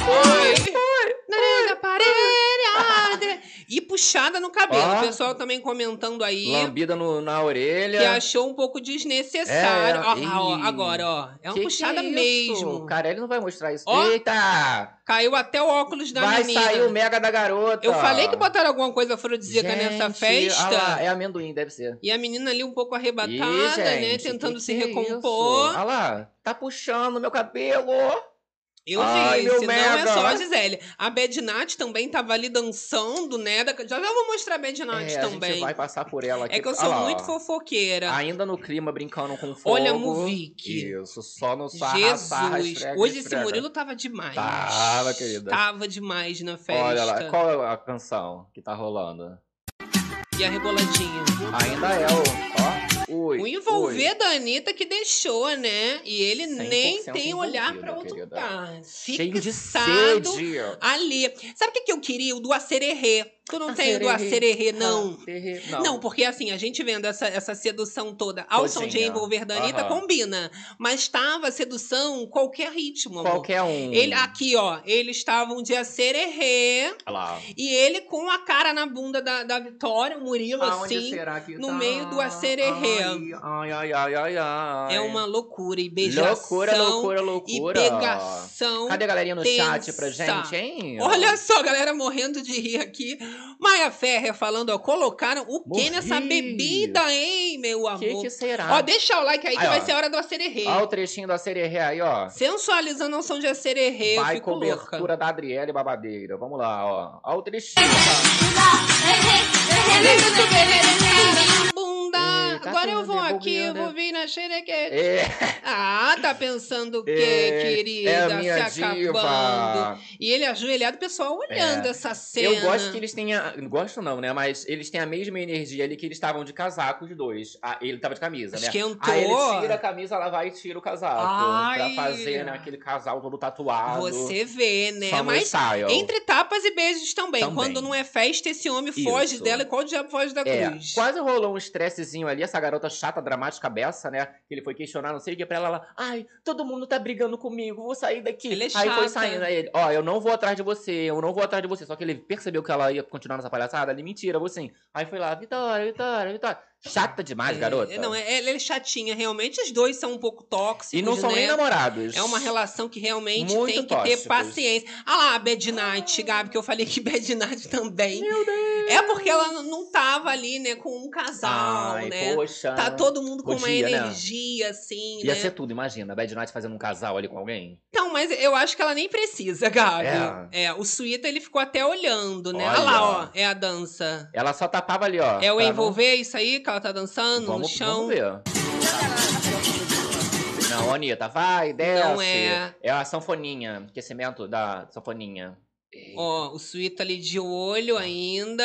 Speaker 1: Na parede. E puxada no cabelo.
Speaker 2: Ó.
Speaker 1: O pessoal também comentando aí.
Speaker 2: Lambida na orelha.
Speaker 1: Que achou um pouco desnecessário. Ó,
Speaker 2: Ih.
Speaker 1: ó, agora, ó. É uma
Speaker 2: Que
Speaker 1: puxada
Speaker 2: é isso?
Speaker 1: mesmo.
Speaker 2: Cara, ele não vai mostrar isso.
Speaker 1: Ó.
Speaker 2: Eita!
Speaker 1: Caiu até o óculos da
Speaker 2: Vai
Speaker 1: menina.
Speaker 2: sair o mega da garota.
Speaker 1: Eu falei que botaram alguma coisa afrodisíaca nessa
Speaker 2: Gente,
Speaker 1: festa.
Speaker 2: ah lá, é amendoim, deve ser.
Speaker 1: E a menina ali um pouco arrebatada,
Speaker 2: Ih,
Speaker 1: né?
Speaker 2: gente,
Speaker 1: Tentando se
Speaker 2: que é
Speaker 1: recompor.
Speaker 2: isso? Olha lá, tá puxando meu cabelo.
Speaker 1: Eu
Speaker 2: Ai,
Speaker 1: vi,
Speaker 2: meu
Speaker 1: senão
Speaker 2: mega.
Speaker 1: é só a Gisele. A Bednat também tava ali dançando, né? Já vou mostrar a Bednat
Speaker 2: A
Speaker 1: também.
Speaker 2: gente vai passar por ela aqui.
Speaker 1: É que eu
Speaker 2: Olha
Speaker 1: sou
Speaker 2: lá,
Speaker 1: muito
Speaker 2: ó.
Speaker 1: fofoqueira.
Speaker 2: Ainda no clima, brincando com fogo.
Speaker 1: Olha, Muvic.
Speaker 2: Isso, só no sarra,
Speaker 1: Jesus.
Speaker 2: sarra, esfrega,
Speaker 1: Hoje esse
Speaker 2: esfrega.
Speaker 1: Murilo tava demais.
Speaker 2: Tava, querida.
Speaker 1: Tava demais na festa.
Speaker 2: Olha lá, qual é a canção que tá rolando?
Speaker 1: E a reboladinha.
Speaker 2: Ainda é o... Ó.
Speaker 1: O envolver da Anitta que deixou, né? E ele nem tem olhar pra outro lugar.
Speaker 2: Cheio de sede.
Speaker 1: Ali. Sabe o que eu queria? O do acererê. Tu não tem o do acererê, não? Não, porque assim, a gente vendo essa sedução toda ao som de envolver da Anitta, combina. Mas tava sedução, qualquer ritmo, amor.
Speaker 2: Qualquer um.
Speaker 1: Ele, aqui, ó, eles estavam de acererê. E ele com a cara na bunda da Vitória, o Murilo, assim, no meio do acererê.
Speaker 2: Ai.
Speaker 1: É uma loucura. E beijação. Loucura. E pegação.
Speaker 2: Cadê a galerinha no chat pra gente, hein?
Speaker 1: Olha só, galera morrendo de rir aqui. Maia Ferrer falando, ó, colocaram o que nessa bebida, hein, meu amor?
Speaker 2: Que será?
Speaker 1: Ó, deixa o like aí que vai ser a hora do acererê.
Speaker 2: Ó o trechinho do acererê aí, ó.
Speaker 1: Sensualizando ao som de acererê, eu fico louca.
Speaker 2: Vai cobertura da Adriele Babadeira. Vamos lá, ó. Ó o trechinho.
Speaker 1: Agora eu vou aqui, eu vou vir na xerequete. Ah, tá pensando o quê, querida?
Speaker 2: É a minha
Speaker 1: se
Speaker 2: diva.
Speaker 1: acabando. E ele ajoelhado, o pessoal olhando essa cena.
Speaker 2: Eu gosto que eles tenham... Gosto não, né? Mas eles têm a mesma energia ali que eles estavam de casaco, os dois. Ele tava de camisa, né?
Speaker 1: Esquentou.
Speaker 2: Aí ele tira a camisa, ela vai e tira o casaco. Pra fazer, né, aquele casal todo tatuado.
Speaker 1: Você vê, né?
Speaker 2: Summer
Speaker 1: Mas
Speaker 2: style.
Speaker 1: entre tapas e beijos também. Quando não é festa, esse homem foge dela. E qual diabo foge da cruz?
Speaker 2: Quase rolou um estressezinho ali. Essa garota chata, dramática beça, né? Que ele foi questionar, não sei o que, pra ela. Ai, todo mundo tá brigando comigo, vou sair daqui.
Speaker 1: Ele é
Speaker 2: aí
Speaker 1: chata.
Speaker 2: foi saindo, aí ele, ó, eu não vou atrás de você, eu não vou atrás de você. Só que ele percebeu que ela ia continuar nessa palhaçada, ele, mentira, vou sim. Aí foi lá, Vitória. Chata demais, garota.
Speaker 1: Não, ela é chatinha, realmente. Os dois são um pouco tóxicos,
Speaker 2: e não são nem namorados.
Speaker 1: É uma relação que realmente
Speaker 2: muito
Speaker 1: tem que
Speaker 2: tóxicos.
Speaker 1: ter paciência. Ah lá, a Bad Night, Gabi, que eu falei que Bad Night também.
Speaker 2: Meu Deus.
Speaker 1: É porque ela não tava ali, né, com um casal, né?
Speaker 2: Poxa.
Speaker 1: Tá todo mundo com uma
Speaker 2: Podia,
Speaker 1: energia, assim,
Speaker 2: Ia
Speaker 1: né?
Speaker 2: ser tudo, imagina. A Bad Night fazendo um casal ali com alguém.
Speaker 1: Então, mas eu acho que ela nem precisa, Gabi. O Suíta, ele ficou até olhando, né? Olha lá, ó, é a dança.
Speaker 2: Ela só tapava ali, ó.
Speaker 1: É o envolver isso aí que ela tá dançando no chão.
Speaker 2: Vamos ver. Não, Anitta, vai, desce.
Speaker 1: Não é.
Speaker 2: É a sanfoninha, aquecimento da sanfoninha.
Speaker 1: Ó, o Suíta ali de olho ainda.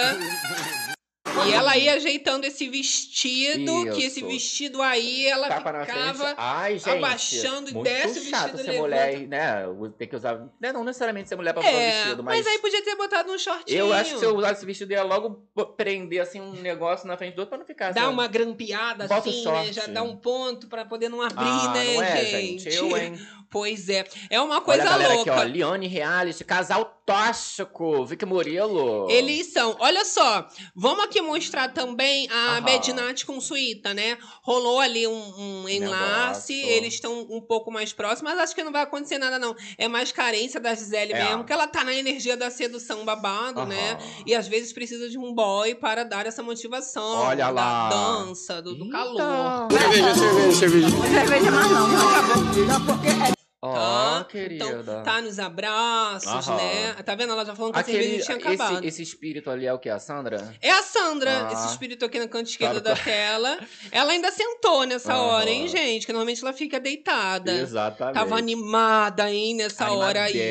Speaker 1: E ela ia ajeitando esse vestido, que esse vestido aí, ela ficava abaixando e desce o vestido,
Speaker 2: ser mulher, né? Tem que usar, né? Não necessariamente ser mulher pra usar o vestido, mas
Speaker 1: aí podia ter botado um shortinho.
Speaker 2: Eu acho que se eu usasse esse vestido, ia logo prender, assim, um negócio na frente do outro pra não ficar...
Speaker 1: Dá uma grampeada, assim, né? Já dá um ponto pra poder não abrir, né,
Speaker 2: não é,
Speaker 1: gente?
Speaker 2: Eu, hein?
Speaker 1: Pois é. É uma coisa
Speaker 2: Olha a galera
Speaker 1: louca.
Speaker 2: Aqui, ó, Liane Reality, casal tóxico, Vicky Murilo.
Speaker 1: Eles são. Olha só, vamos aqui mostrar também a Bad Night com Suíta, né? Rolou ali um enlace, eles estão um pouco mais próximos, mas acho que não vai acontecer nada, não. É mais carência da Gisele mesmo, que ela tá na energia da sedução babado, né? E às vezes precisa de um boy para dar essa motivação.
Speaker 2: Olha lá.
Speaker 1: Da dança, do calor.
Speaker 3: Cerveja.
Speaker 5: Cerveja mais não acabou.
Speaker 2: Querida.
Speaker 1: Então, tá nos abraços, né? Tá vendo? Ela já falando que a cerveja tinha acabado.
Speaker 2: Esse espírito ali é o que? A Sandra?
Speaker 1: É a Sandra, esse espírito aqui na canto esquerda da tela. Ela ainda sentou nessa hora, hein, gente? Que normalmente ela fica deitada.
Speaker 2: Exatamente.
Speaker 1: Tava animada, hein, nessa hora aí.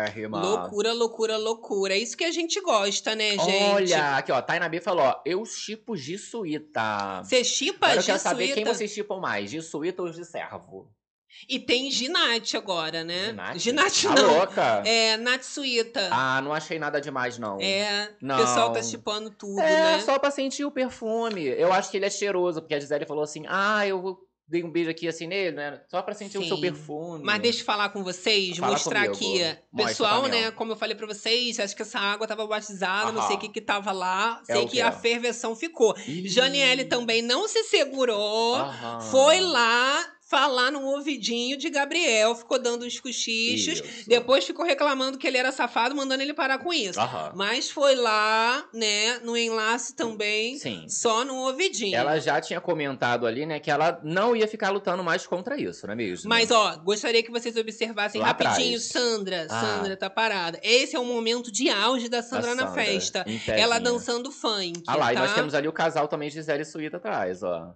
Speaker 2: Loucura.
Speaker 1: Loucura. É isso que a gente gosta, né, gente?
Speaker 2: Olha, aqui, ó. Taina B falou, ó. Eu chipo de Suíta.
Speaker 1: Você chipa
Speaker 2: de Suíta? Eu quero
Speaker 1: Suíta?
Speaker 2: saber quem vocês chipam mais, de Suíta ou de Servo?
Speaker 1: E tem Ginate agora, né?
Speaker 2: Ginate
Speaker 1: não.
Speaker 2: Louca.
Speaker 1: É, Nath Suíta.
Speaker 2: Não achei nada demais, não.
Speaker 1: O pessoal tá chipando tudo, né?
Speaker 2: Só pra sentir o perfume. Eu acho que ele é cheiroso, porque a Gisele falou assim, eu dei um beijo aqui assim nele, né? Só pra sentir o seu perfume.
Speaker 1: Mas deixa eu falar com vocês, mostrar aqui. Pessoal, né? Como eu falei pra vocês, acho que essa água tava batizada, não sei o que tava lá. Sei que a ferveção ficou. Janiele também não se segurou. Foi lá falar no ouvidinho de Gabriel, ficou dando uns cochichos, depois ficou reclamando que ele era safado, mandando ele parar com isso. Mas foi lá, né, no enlace também, só no ouvidinho.
Speaker 2: Ela já tinha comentado ali, né, que ela não ia ficar lutando mais contra isso, não é mesmo?
Speaker 1: Mas, ó, gostaria que vocês observassem lá rapidinho, atrás. Sandra tá parada. Esse é o momento de auge da Sandra na festa. Ela dançando funk,
Speaker 2: lá, e nós temos ali o casal também de Gisele e Suíta atrás, ó.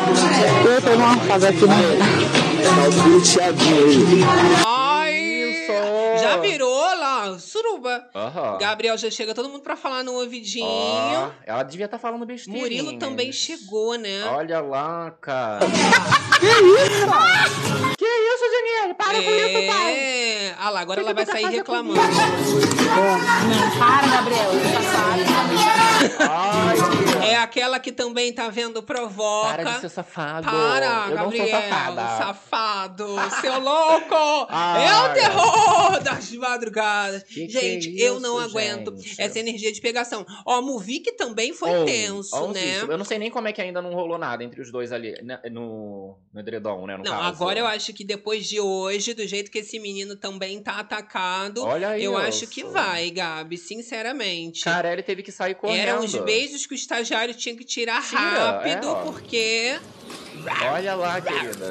Speaker 5: Eu tô numa fase aqui.
Speaker 1: Ai, Já virou lá, suruba.
Speaker 2: Aham.
Speaker 1: Gabriel já chega todo mundo pra falar no ouvidinho.
Speaker 2: Ó, ela devia estar falando besteira.
Speaker 1: Murilo também chegou, né?
Speaker 2: Olha lá, cara. Que isso, Daniele? Para com isso, pai.
Speaker 1: Ah lá, agora ela vai sair reclamando.
Speaker 5: Para, Gabriel.
Speaker 2: Ai,
Speaker 1: É aquela que também tá vendo provoca.
Speaker 2: para de ser safado.
Speaker 1: Para,
Speaker 2: eu
Speaker 1: Gabriel.
Speaker 2: não sou safada.
Speaker 1: Safado, seu louco.
Speaker 2: Ai.
Speaker 1: É o terror das madrugadas.
Speaker 2: Que
Speaker 1: gente,
Speaker 2: é
Speaker 1: eu não
Speaker 2: isso,
Speaker 1: aguento
Speaker 2: gente?
Speaker 1: essa energia de pegação. Ó, Movic também foi tenso, né?
Speaker 2: Eu não sei nem como é que ainda não rolou nada entre os dois ali, né, no edredom, né, no
Speaker 1: Não,
Speaker 2: caso.
Speaker 1: agora eu acho que depois de hoje, do jeito que esse menino também tá atacado,
Speaker 2: Olha aí,
Speaker 1: eu
Speaker 2: ó,
Speaker 1: acho que
Speaker 2: só.
Speaker 1: vai, Gabi, sinceramente.
Speaker 2: Carelli teve que sair correndo.
Speaker 1: Eram os beijos que o estagiário tinha que tirar
Speaker 2: Tira,
Speaker 1: rápido,
Speaker 2: ó.
Speaker 1: porque...
Speaker 2: Olha lá, querida.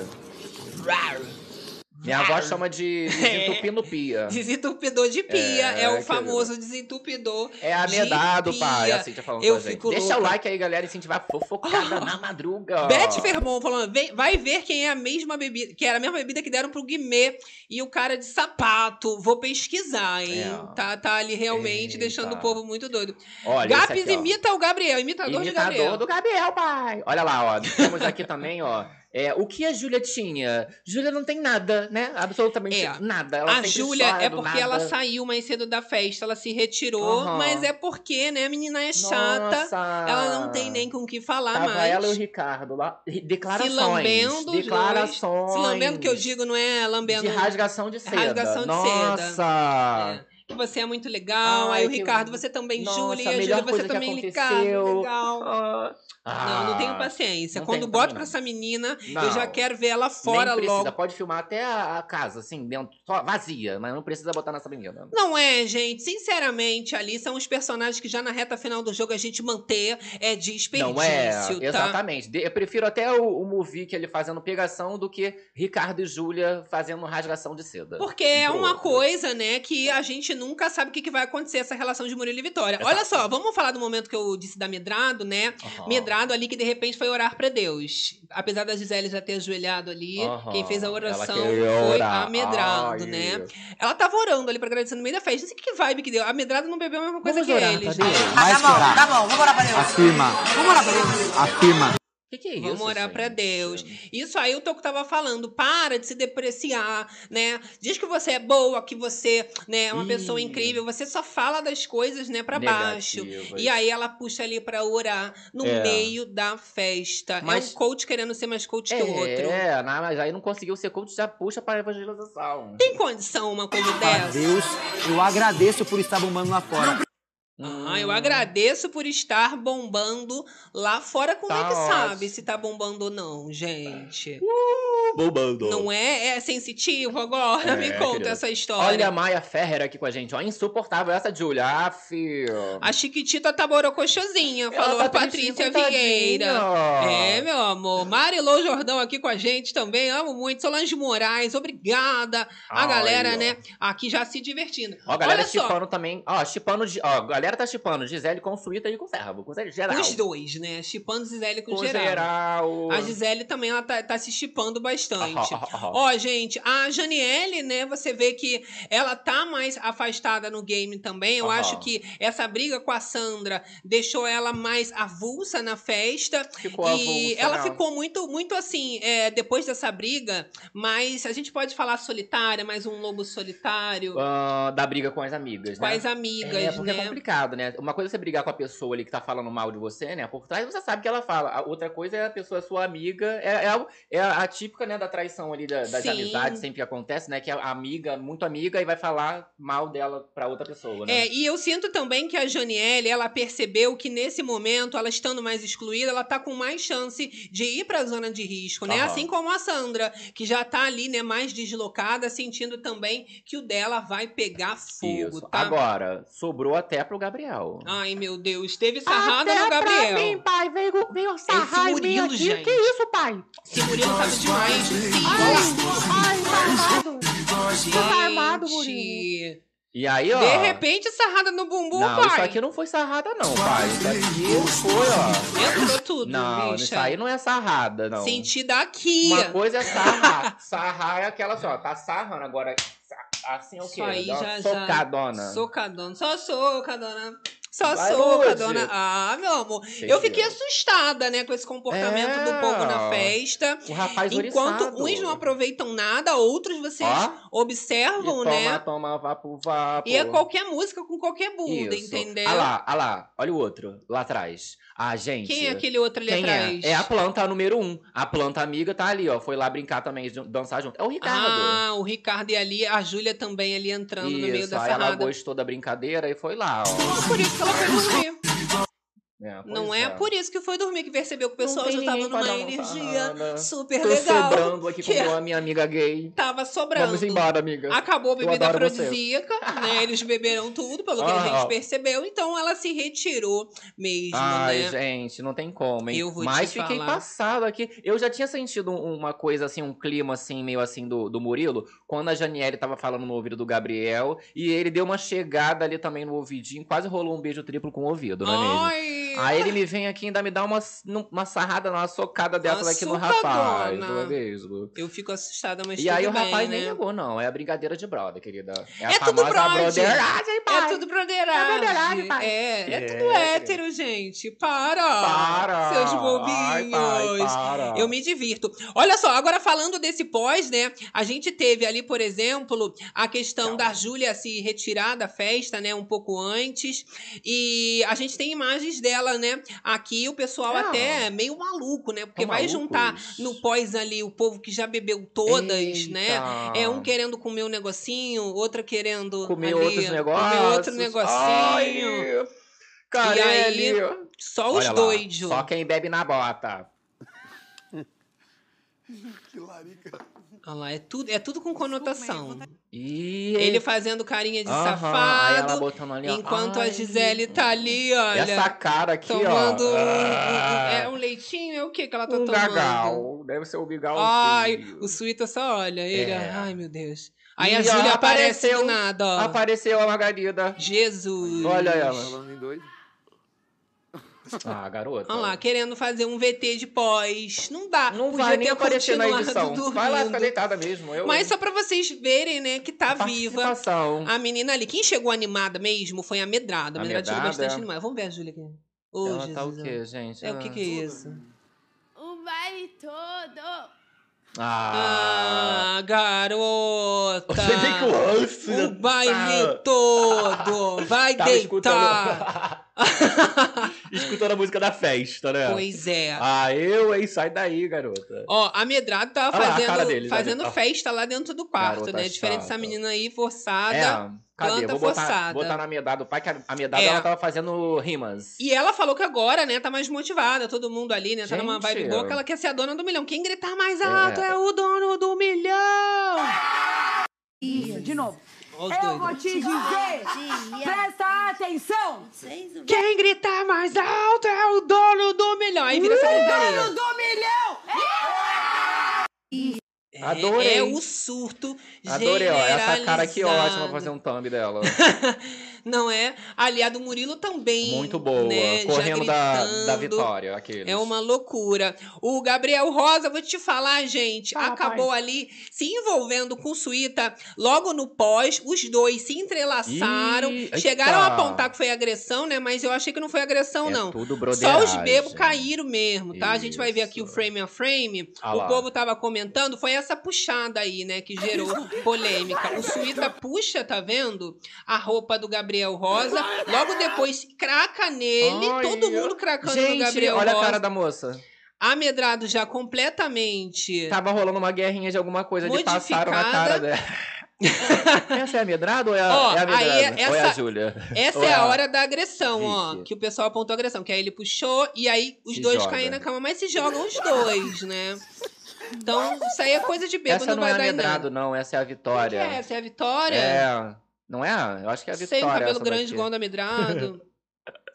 Speaker 2: Minha avó chama de desentupinupia.
Speaker 1: Desentupidor de pia, é o
Speaker 2: querida.
Speaker 1: famoso desentupidor
Speaker 2: É amedado,
Speaker 1: de
Speaker 2: pai.
Speaker 1: pia.
Speaker 2: Assim, tá falando
Speaker 1: Eu
Speaker 2: com a gente.
Speaker 1: fico
Speaker 2: Deixa
Speaker 1: louca.
Speaker 2: o like aí, galera, incentivar a fofocada na madruga.
Speaker 1: Beth Fermon falando, vai ver quem é a mesma bebida, que era a mesma bebida que deram pro Guimê e o cara de sapato. Vou pesquisar, hein?
Speaker 2: É.
Speaker 1: Tá ali realmente
Speaker 2: Eita.
Speaker 1: deixando o povo muito doido.
Speaker 2: Olha,
Speaker 1: Gapes
Speaker 2: esse aqui, ó.
Speaker 1: imita o Gabriel, imitador de Gabriel.
Speaker 2: Imitador do Gabriel, pai. Olha lá, ó. Temos aqui também, ó. O que a Júlia tinha? Júlia não tem nada, né? Absolutamente nada. Ela
Speaker 1: A
Speaker 2: sempre
Speaker 1: Júlia
Speaker 2: chora
Speaker 1: é
Speaker 2: do
Speaker 1: porque
Speaker 2: nada.
Speaker 1: ela saiu mais cedo da festa, ela se retirou,
Speaker 2: Aham.
Speaker 1: mas é porque, né, a menina é chata,
Speaker 2: Nossa.
Speaker 1: ela não tem nem com o que falar
Speaker 2: Tava
Speaker 1: mais.
Speaker 2: ela e o Ricardo lá. Declarações.
Speaker 1: Se lambendo os
Speaker 2: Declarações.
Speaker 1: dois. Se lambendo, que eu digo, não é lambendo...
Speaker 2: De rasgação de seda.
Speaker 1: Rasgação de
Speaker 2: Nossa.
Speaker 1: seda. Que você é muito legal.
Speaker 2: Ai,
Speaker 1: Aí o
Speaker 2: que-
Speaker 1: Ricardo, você também,
Speaker 2: Nossa,
Speaker 1: Júlia. E
Speaker 2: a
Speaker 1: a
Speaker 2: melhor
Speaker 1: Júlia, você
Speaker 2: coisa que
Speaker 1: também,
Speaker 2: aconteceu.
Speaker 1: Ricardo. Legal. Não tenho
Speaker 2: Ah,
Speaker 1: paciência.
Speaker 2: não
Speaker 1: Quando
Speaker 2: tenho
Speaker 1: boto
Speaker 2: também,
Speaker 1: pra
Speaker 2: não.
Speaker 1: essa menina,
Speaker 2: Não.
Speaker 1: eu já quero ver ela fora
Speaker 2: nem precisa.
Speaker 1: logo.
Speaker 2: Pode filmar até a casa, assim, dentro, só vazia, mas não precisa botar nessa menina.
Speaker 1: Não é, gente. Sinceramente, ali são os personagens que já na reta final do jogo a gente manter de desperdício,
Speaker 2: Não é,
Speaker 1: tá?
Speaker 2: exatamente. Eu prefiro até o Movic ele fazendo pegação do que Ricardo e Júlia fazendo rasgação de seda.
Speaker 1: Porque é uma
Speaker 2: Pronto.
Speaker 1: coisa, né, que a gente nunca sabe o que vai acontecer essa relação de Murilo e Vitória.
Speaker 2: Exato.
Speaker 1: Olha só, vamos falar do momento que eu disse da Medrado, né?
Speaker 2: Aham.
Speaker 1: Medrado ali que de repente foi orar pra Deus. Apesar da Gisele já ter ajoelhado ali,
Speaker 2: Aham.
Speaker 1: quem fez a
Speaker 2: Ela
Speaker 1: oração
Speaker 2: queria
Speaker 1: foi
Speaker 2: orar.
Speaker 1: a Medrado,
Speaker 2: Ai.
Speaker 1: né? Ela tava orando ali pra agradecer no meio da festa. Não sei que vibe que deu. A Medrado não bebeu a mesma coisa
Speaker 2: Vamos
Speaker 1: que
Speaker 2: orar
Speaker 1: eles.
Speaker 2: pra Deus?
Speaker 5: Tá bom, tá bom. Vamos orar pra Deus.
Speaker 3: Afirma.
Speaker 5: Vamos orar pra Deus.
Speaker 3: Afirma.
Speaker 2: Que é isso?
Speaker 1: Vamos orar
Speaker 2: gente?
Speaker 1: pra Deus. Isso aí o Toco tava falando. Para de se depreciar, né? Diz que você é boa, que você, né, é uma pessoa incrível. Você só fala das coisas, né, pra baixo.
Speaker 2: Negativas.
Speaker 1: E aí ela puxa ali pra orar no
Speaker 2: É.
Speaker 1: meio da festa.
Speaker 2: Mas-
Speaker 1: É um coach querendo ser mais coach que o outro.
Speaker 2: Mas aí não conseguiu ser coach, já puxa para a evangelização.
Speaker 1: Tem condição uma coisa
Speaker 3: A
Speaker 1: dessa?
Speaker 3: Deus, eu agradeço por estar bombando lá fora.
Speaker 1: Eu agradeço por estar bombando lá fora. Como é
Speaker 2: Tá
Speaker 1: que sabe
Speaker 2: ótimo.
Speaker 1: se tá bombando ou não, gente?
Speaker 2: Bombando.
Speaker 1: Não é? É sensitivo agora? Me conta
Speaker 2: querida.
Speaker 1: essa história.
Speaker 2: Olha a Maia Ferrer aqui com a gente, ó. Insuportável essa Julia. Ah, filho.
Speaker 1: A Chiquitita tá borocochosinha, falou
Speaker 2: tá
Speaker 1: a Patrícia
Speaker 2: tristinha,
Speaker 1: Vieira.
Speaker 2: coitadinha.
Speaker 1: Meu amor. Marilô Jordão aqui com a gente também. Amo muito. Solange Moraes, obrigada. A
Speaker 2: Ai,
Speaker 1: galera,
Speaker 2: ó.
Speaker 1: né, aqui já se divertindo.
Speaker 2: Ó, a galera
Speaker 1: Olha só,
Speaker 2: chipando também. Ó, chipando. Ó, a galera tá chipando Gisele com Suíta e com Servo. Com geral.
Speaker 1: os dois, né? Chipando Gisele com
Speaker 2: Com
Speaker 1: geral.
Speaker 2: geral.
Speaker 1: A Gisele também, ela tá se chipando bastante.
Speaker 2: Aham.
Speaker 1: Ó, gente, a Janiele, né, você vê que ela tá mais afastada no game também. Eu
Speaker 2: Aham.
Speaker 1: acho que essa briga com a Sandra deixou ela mais avulsa na festa.
Speaker 2: Ficou
Speaker 1: E
Speaker 2: avulsa,
Speaker 1: ela
Speaker 2: não.
Speaker 1: ficou muito assim, depois dessa briga, mas a gente pode falar solitária, mais um lobo solitário.
Speaker 2: Da briga com as amigas,
Speaker 1: Com
Speaker 2: né?
Speaker 1: as amigas,
Speaker 2: porque
Speaker 1: né?
Speaker 2: é complicado, né? Uma coisa é você brigar com a pessoa ali que tá falando mal de você, né? Por trás você sabe que ela fala. A outra coisa é a pessoa sua amiga. É a típica, né, da traição ali das
Speaker 1: Sim.
Speaker 2: amizades, sempre que acontece, né? Que a amiga, muito amiga, e vai falar mal dela pra outra pessoa, né?
Speaker 1: E eu sinto também que a Janiele, ela percebeu que nesse momento, ela estando mais excluída, ela tá com mais chance de ir pra zona de risco, né?
Speaker 2: Aham.
Speaker 1: Assim como a Sandra, que já tá ali, né, mais deslocada, sentindo também que o dela vai pegar fogo,
Speaker 2: Isso.
Speaker 1: tá?
Speaker 2: Agora, sobrou até pro Gabriel.
Speaker 1: Ai, meu Deus, teve sarrada no Gabriel.
Speaker 2: pai, veio sarrar
Speaker 1: Esse Murilo, gente.
Speaker 2: Que isso, pai?
Speaker 1: Esse Murilo tava demais. Sim,
Speaker 2: Tá armado,
Speaker 1: gente.
Speaker 2: E aí, ó.
Speaker 1: De repente, sarrada no bumbum,
Speaker 2: Não,
Speaker 1: pai.
Speaker 2: isso aqui não foi sarrada, não, pai. Isso aqui foi, ó.
Speaker 1: Entrou tudo,
Speaker 2: Não,
Speaker 1: bicha.
Speaker 2: isso aí não é sarrada, não.
Speaker 1: Senti daqui.
Speaker 2: Uma coisa é sarrar. Sarrar é aquela só, tá sarrando agora. Assim é o quê?
Speaker 1: Isso aí
Speaker 2: Dá uma
Speaker 1: já.
Speaker 2: socadona.
Speaker 1: Socadona. Só socadona. Só
Speaker 2: Vai,
Speaker 1: socadona.
Speaker 2: Lud.
Speaker 1: Ah, meu amor.
Speaker 2: Cheio
Speaker 1: Eu
Speaker 2: de
Speaker 1: fiquei
Speaker 2: erro.
Speaker 1: assustada, né, com esse comportamento do povo na festa.
Speaker 2: O rapaz
Speaker 1: Enquanto
Speaker 2: oriçado.
Speaker 1: uns não aproveitam nada, outros vocês
Speaker 2: Ó.
Speaker 1: observam,
Speaker 2: E
Speaker 1: né?
Speaker 2: toma, vapo, vapo.
Speaker 1: E é qualquer música com qualquer bunda,
Speaker 2: Isso.
Speaker 1: entendeu?
Speaker 2: Ah lá. Olha o outro, lá atrás. Ah, gente.
Speaker 1: Quem é aquele outro ali
Speaker 2: Quem
Speaker 1: atrás?
Speaker 2: é? É a planta número 1. A planta amiga tá ali, ó. Foi lá brincar também, dançar junto. É o Ricardo.
Speaker 1: Ah, o Ricardo e ali, a Júlia também ali entrando no meio da
Speaker 2: Aí ela
Speaker 1: sarrada.
Speaker 2: gostou da brincadeira e foi lá, ó.
Speaker 1: Por isso que ela foi dormir. Não
Speaker 2: Pois
Speaker 1: é por isso que foi dormir, que percebeu que o pessoal
Speaker 2: Não
Speaker 1: já
Speaker 2: tem
Speaker 1: tava
Speaker 2: ninguém pra
Speaker 1: numa
Speaker 2: dar uma
Speaker 1: energia
Speaker 2: sarrada.
Speaker 1: super
Speaker 2: Tô
Speaker 1: legal.
Speaker 2: sobrando aqui
Speaker 1: que
Speaker 2: com a minha amiga gay.
Speaker 1: Tava sobrando.
Speaker 2: Vamos embora, amiga.
Speaker 1: Acabou a
Speaker 2: Eu
Speaker 1: bebida
Speaker 2: adoro você.
Speaker 1: afrodisíaca, né? Eles beberam tudo, pelo que a gente percebeu. Então ela se retirou mesmo,
Speaker 2: Ai,
Speaker 1: né?
Speaker 2: gente, não tem como, hein?
Speaker 1: Eu vou
Speaker 2: Mas
Speaker 1: te
Speaker 2: fiquei
Speaker 1: falar.
Speaker 2: passado aqui. Eu já tinha sentido uma coisa assim, um clima assim, meio assim do Murilo, quando a Janiele tava falando no ouvido do Gabriel, e ele deu uma chegada ali também no ouvidinho, quase rolou um beijo triplo com o ouvido, não é mesmo?
Speaker 1: Ai,
Speaker 2: Aí ele me vem aqui e ainda me dá uma sarrada, uma socada dessa
Speaker 1: Uma
Speaker 2: daqui no rapaz,
Speaker 1: socadona.
Speaker 2: não é mesmo?
Speaker 1: eu fico assustada, mas
Speaker 2: E
Speaker 1: tudo
Speaker 2: aí o
Speaker 1: bem,
Speaker 2: rapaz
Speaker 1: né?
Speaker 2: nem negou, não. É a brincadeira de brother, querida. É a
Speaker 1: É tudo
Speaker 2: famosa
Speaker 1: brother.
Speaker 2: broderagem, pai.
Speaker 1: É tudo broderagem.
Speaker 2: É broderagem, pai.
Speaker 1: É tudo
Speaker 2: É,
Speaker 1: hétero, gente. Para!
Speaker 2: Para!
Speaker 1: Seus
Speaker 2: Ai,
Speaker 1: bobinhos.
Speaker 2: pai, para.
Speaker 1: Eu me divirto. Olha só, agora falando desse pós, né? A gente teve ali, por exemplo, a questão da Júlia se retirar da festa, né? Um pouco antes. E a gente tem imagens dela, né? Aqui o pessoal até meio maluco, né? Porque
Speaker 2: Tão
Speaker 1: vai
Speaker 2: malucos.
Speaker 1: juntar no pós ali o povo que já bebeu todas, né?
Speaker 2: Eita.
Speaker 1: É um querendo comer um negocinho, outra querendo
Speaker 2: Comer
Speaker 1: ali,
Speaker 2: outros negócios.
Speaker 1: comer outro negocinho.
Speaker 2: Ai, Carelli.
Speaker 1: E aí, só os
Speaker 2: Olha lá,
Speaker 1: doidos.
Speaker 2: Só quem bebe na bota.
Speaker 3: Que larica.
Speaker 1: Olha lá, é tudo com conotação.
Speaker 2: E
Speaker 1: Ele fazendo carinha de
Speaker 2: Aham, aí ela
Speaker 1: safado,
Speaker 2: botando ali, ó.
Speaker 1: enquanto a
Speaker 2: Ai.
Speaker 1: Gisele tá ali, olha,
Speaker 2: Essa cara aqui,
Speaker 1: tomando
Speaker 2: ó.
Speaker 1: é um leitinho, é o que ela tá
Speaker 2: Um
Speaker 1: tomando?
Speaker 2: gagal. Deve ser o bigal.
Speaker 1: Ai, o Suíta só olha, ele,
Speaker 2: É.
Speaker 1: ai meu Deus. Aí
Speaker 2: E,
Speaker 1: a
Speaker 2: ó,
Speaker 1: Júlia aparece
Speaker 2: apareceu-
Speaker 1: do nada, ó.
Speaker 2: Apareceu a Margarida.
Speaker 1: Jesus.
Speaker 2: Olha ela.
Speaker 3: Falando em doido.
Speaker 2: Ah, garota.
Speaker 1: Olha lá, querendo fazer um VT de pós. Não dá.
Speaker 2: Não
Speaker 1: Podia
Speaker 2: vai
Speaker 1: ter
Speaker 2: nem aparecer na
Speaker 1: continuado
Speaker 2: edição. Vai lá ficar
Speaker 1: dormindo.
Speaker 2: deitada mesmo.
Speaker 1: Mas só pra vocês verem, né, que tá viva
Speaker 2: Participação.
Speaker 1: a menina ali. Quem chegou animada mesmo foi a Medrada. A
Speaker 2: A
Speaker 1: Medrada chegou
Speaker 2: Medrada?
Speaker 1: bastante animada. Vamos ver a Júlia aqui. Ô,
Speaker 2: Ela
Speaker 1: Jesus.
Speaker 2: tá o quê, gente?
Speaker 1: É, o que é isso?
Speaker 6: O baile todo.
Speaker 1: Ah, garota.
Speaker 2: Você vê que o ranço já
Speaker 1: O baile
Speaker 2: tá-
Speaker 1: todo. Vai
Speaker 2: Tava
Speaker 1: deitar.
Speaker 2: escutando a música da festa, né?
Speaker 1: Pois é.
Speaker 2: Ah, hein? Sai daí, garota.
Speaker 1: Ó, a Medrada tava
Speaker 2: Olha lá a cara
Speaker 1: fazendo,
Speaker 2: dele,
Speaker 1: fazendo
Speaker 2: já.
Speaker 1: festa lá dentro do quarto,
Speaker 2: Garota
Speaker 1: né? Diferente
Speaker 2: chata.
Speaker 1: dessa menina aí, forçada.
Speaker 2: Cadê?
Speaker 1: planta
Speaker 2: Vou botar,
Speaker 1: forçada.
Speaker 2: botar na medada do pai, que a medada
Speaker 1: É.
Speaker 2: ela tava fazendo rimas.
Speaker 1: E ela falou que agora, né, tá mais motivada, todo mundo ali, né, tá numa
Speaker 2: Gente.
Speaker 1: vibe boa, que ela quer ser a dona do milhão. Quem gritar mais alto é o dono do milhão!
Speaker 5: Isso, de novo.
Speaker 1: Ó os
Speaker 5: Eu
Speaker 1: doidos.
Speaker 5: vou te dizer, presta atenção.
Speaker 1: Quem gritar mais alto é o dono do milhão. Aí vira essa gritaria.
Speaker 5: Dono do milhão!
Speaker 2: Adorei.
Speaker 1: É o surto
Speaker 2: Adorei, ó. Essa cara aqui
Speaker 1: generalizado.
Speaker 2: ótima pra fazer um thumb dela.
Speaker 1: Não é? Ali a do Murilo também.
Speaker 2: Muito boa.
Speaker 1: Né? Já
Speaker 2: Correndo da
Speaker 1: gritando.
Speaker 2: vitória, aqueles.
Speaker 1: É uma loucura. O Gabriel Rosa, vou te falar, gente, acabou ali se envolvendo com o Suíta logo no pós. Os dois se entrelaçaram.
Speaker 2: Ih,
Speaker 1: Chegaram a
Speaker 2: eita.
Speaker 1: apontar que foi agressão, né? Mas eu achei que não foi agressão,
Speaker 2: É
Speaker 1: não.
Speaker 2: tudo
Speaker 1: Só
Speaker 2: broderagem.
Speaker 1: os bebos caíram mesmo, tá? A gente vai ver aqui o
Speaker 2: Isso.
Speaker 1: frame a frame.
Speaker 2: Ah
Speaker 1: O
Speaker 2: lá.
Speaker 1: povo tava comentando, foi essa puxada aí, né, que gerou polêmica. O Suíta puxa, tá vendo? A roupa do Gabriel Rosa. Logo depois craca nele,
Speaker 2: Ai,
Speaker 1: todo mundo cracando
Speaker 2: gente,
Speaker 1: no Gabriel
Speaker 2: olha
Speaker 1: Rosa.
Speaker 2: a cara da moça.
Speaker 1: Amedrado já completamente.
Speaker 2: Tava rolando uma guerrinha de alguma coisa, de passaram na
Speaker 1: Modificada.
Speaker 2: cara dela. Essa é a Medrado ou é a,
Speaker 1: Ó,
Speaker 2: é a Medrado?
Speaker 1: aí
Speaker 2: Ou é a
Speaker 1: essa-
Speaker 2: Júlia?
Speaker 1: Essa
Speaker 2: Ou
Speaker 1: é a
Speaker 2: a
Speaker 1: hora da agressão, ó.
Speaker 2: Vicky?
Speaker 1: Que o pessoal apontou a agressão. Que aí ele puxou e aí os
Speaker 2: Se
Speaker 1: dois
Speaker 2: joga.
Speaker 1: caem na cama. Mas se jogam os dois, né? Então, isso aí é coisa de bêbado,
Speaker 2: Essa não
Speaker 1: vai
Speaker 2: é a
Speaker 1: dar em
Speaker 2: Medrado,
Speaker 1: nada.
Speaker 2: não. Essa é a
Speaker 1: Quem que
Speaker 2: Vitória.
Speaker 1: é? Essa é a Vitória?
Speaker 2: É. Não é? Eu acho que é a Vitória.
Speaker 1: Sem o cabelo
Speaker 2: essa
Speaker 1: grande
Speaker 2: daqui.
Speaker 1: igual da Medrado.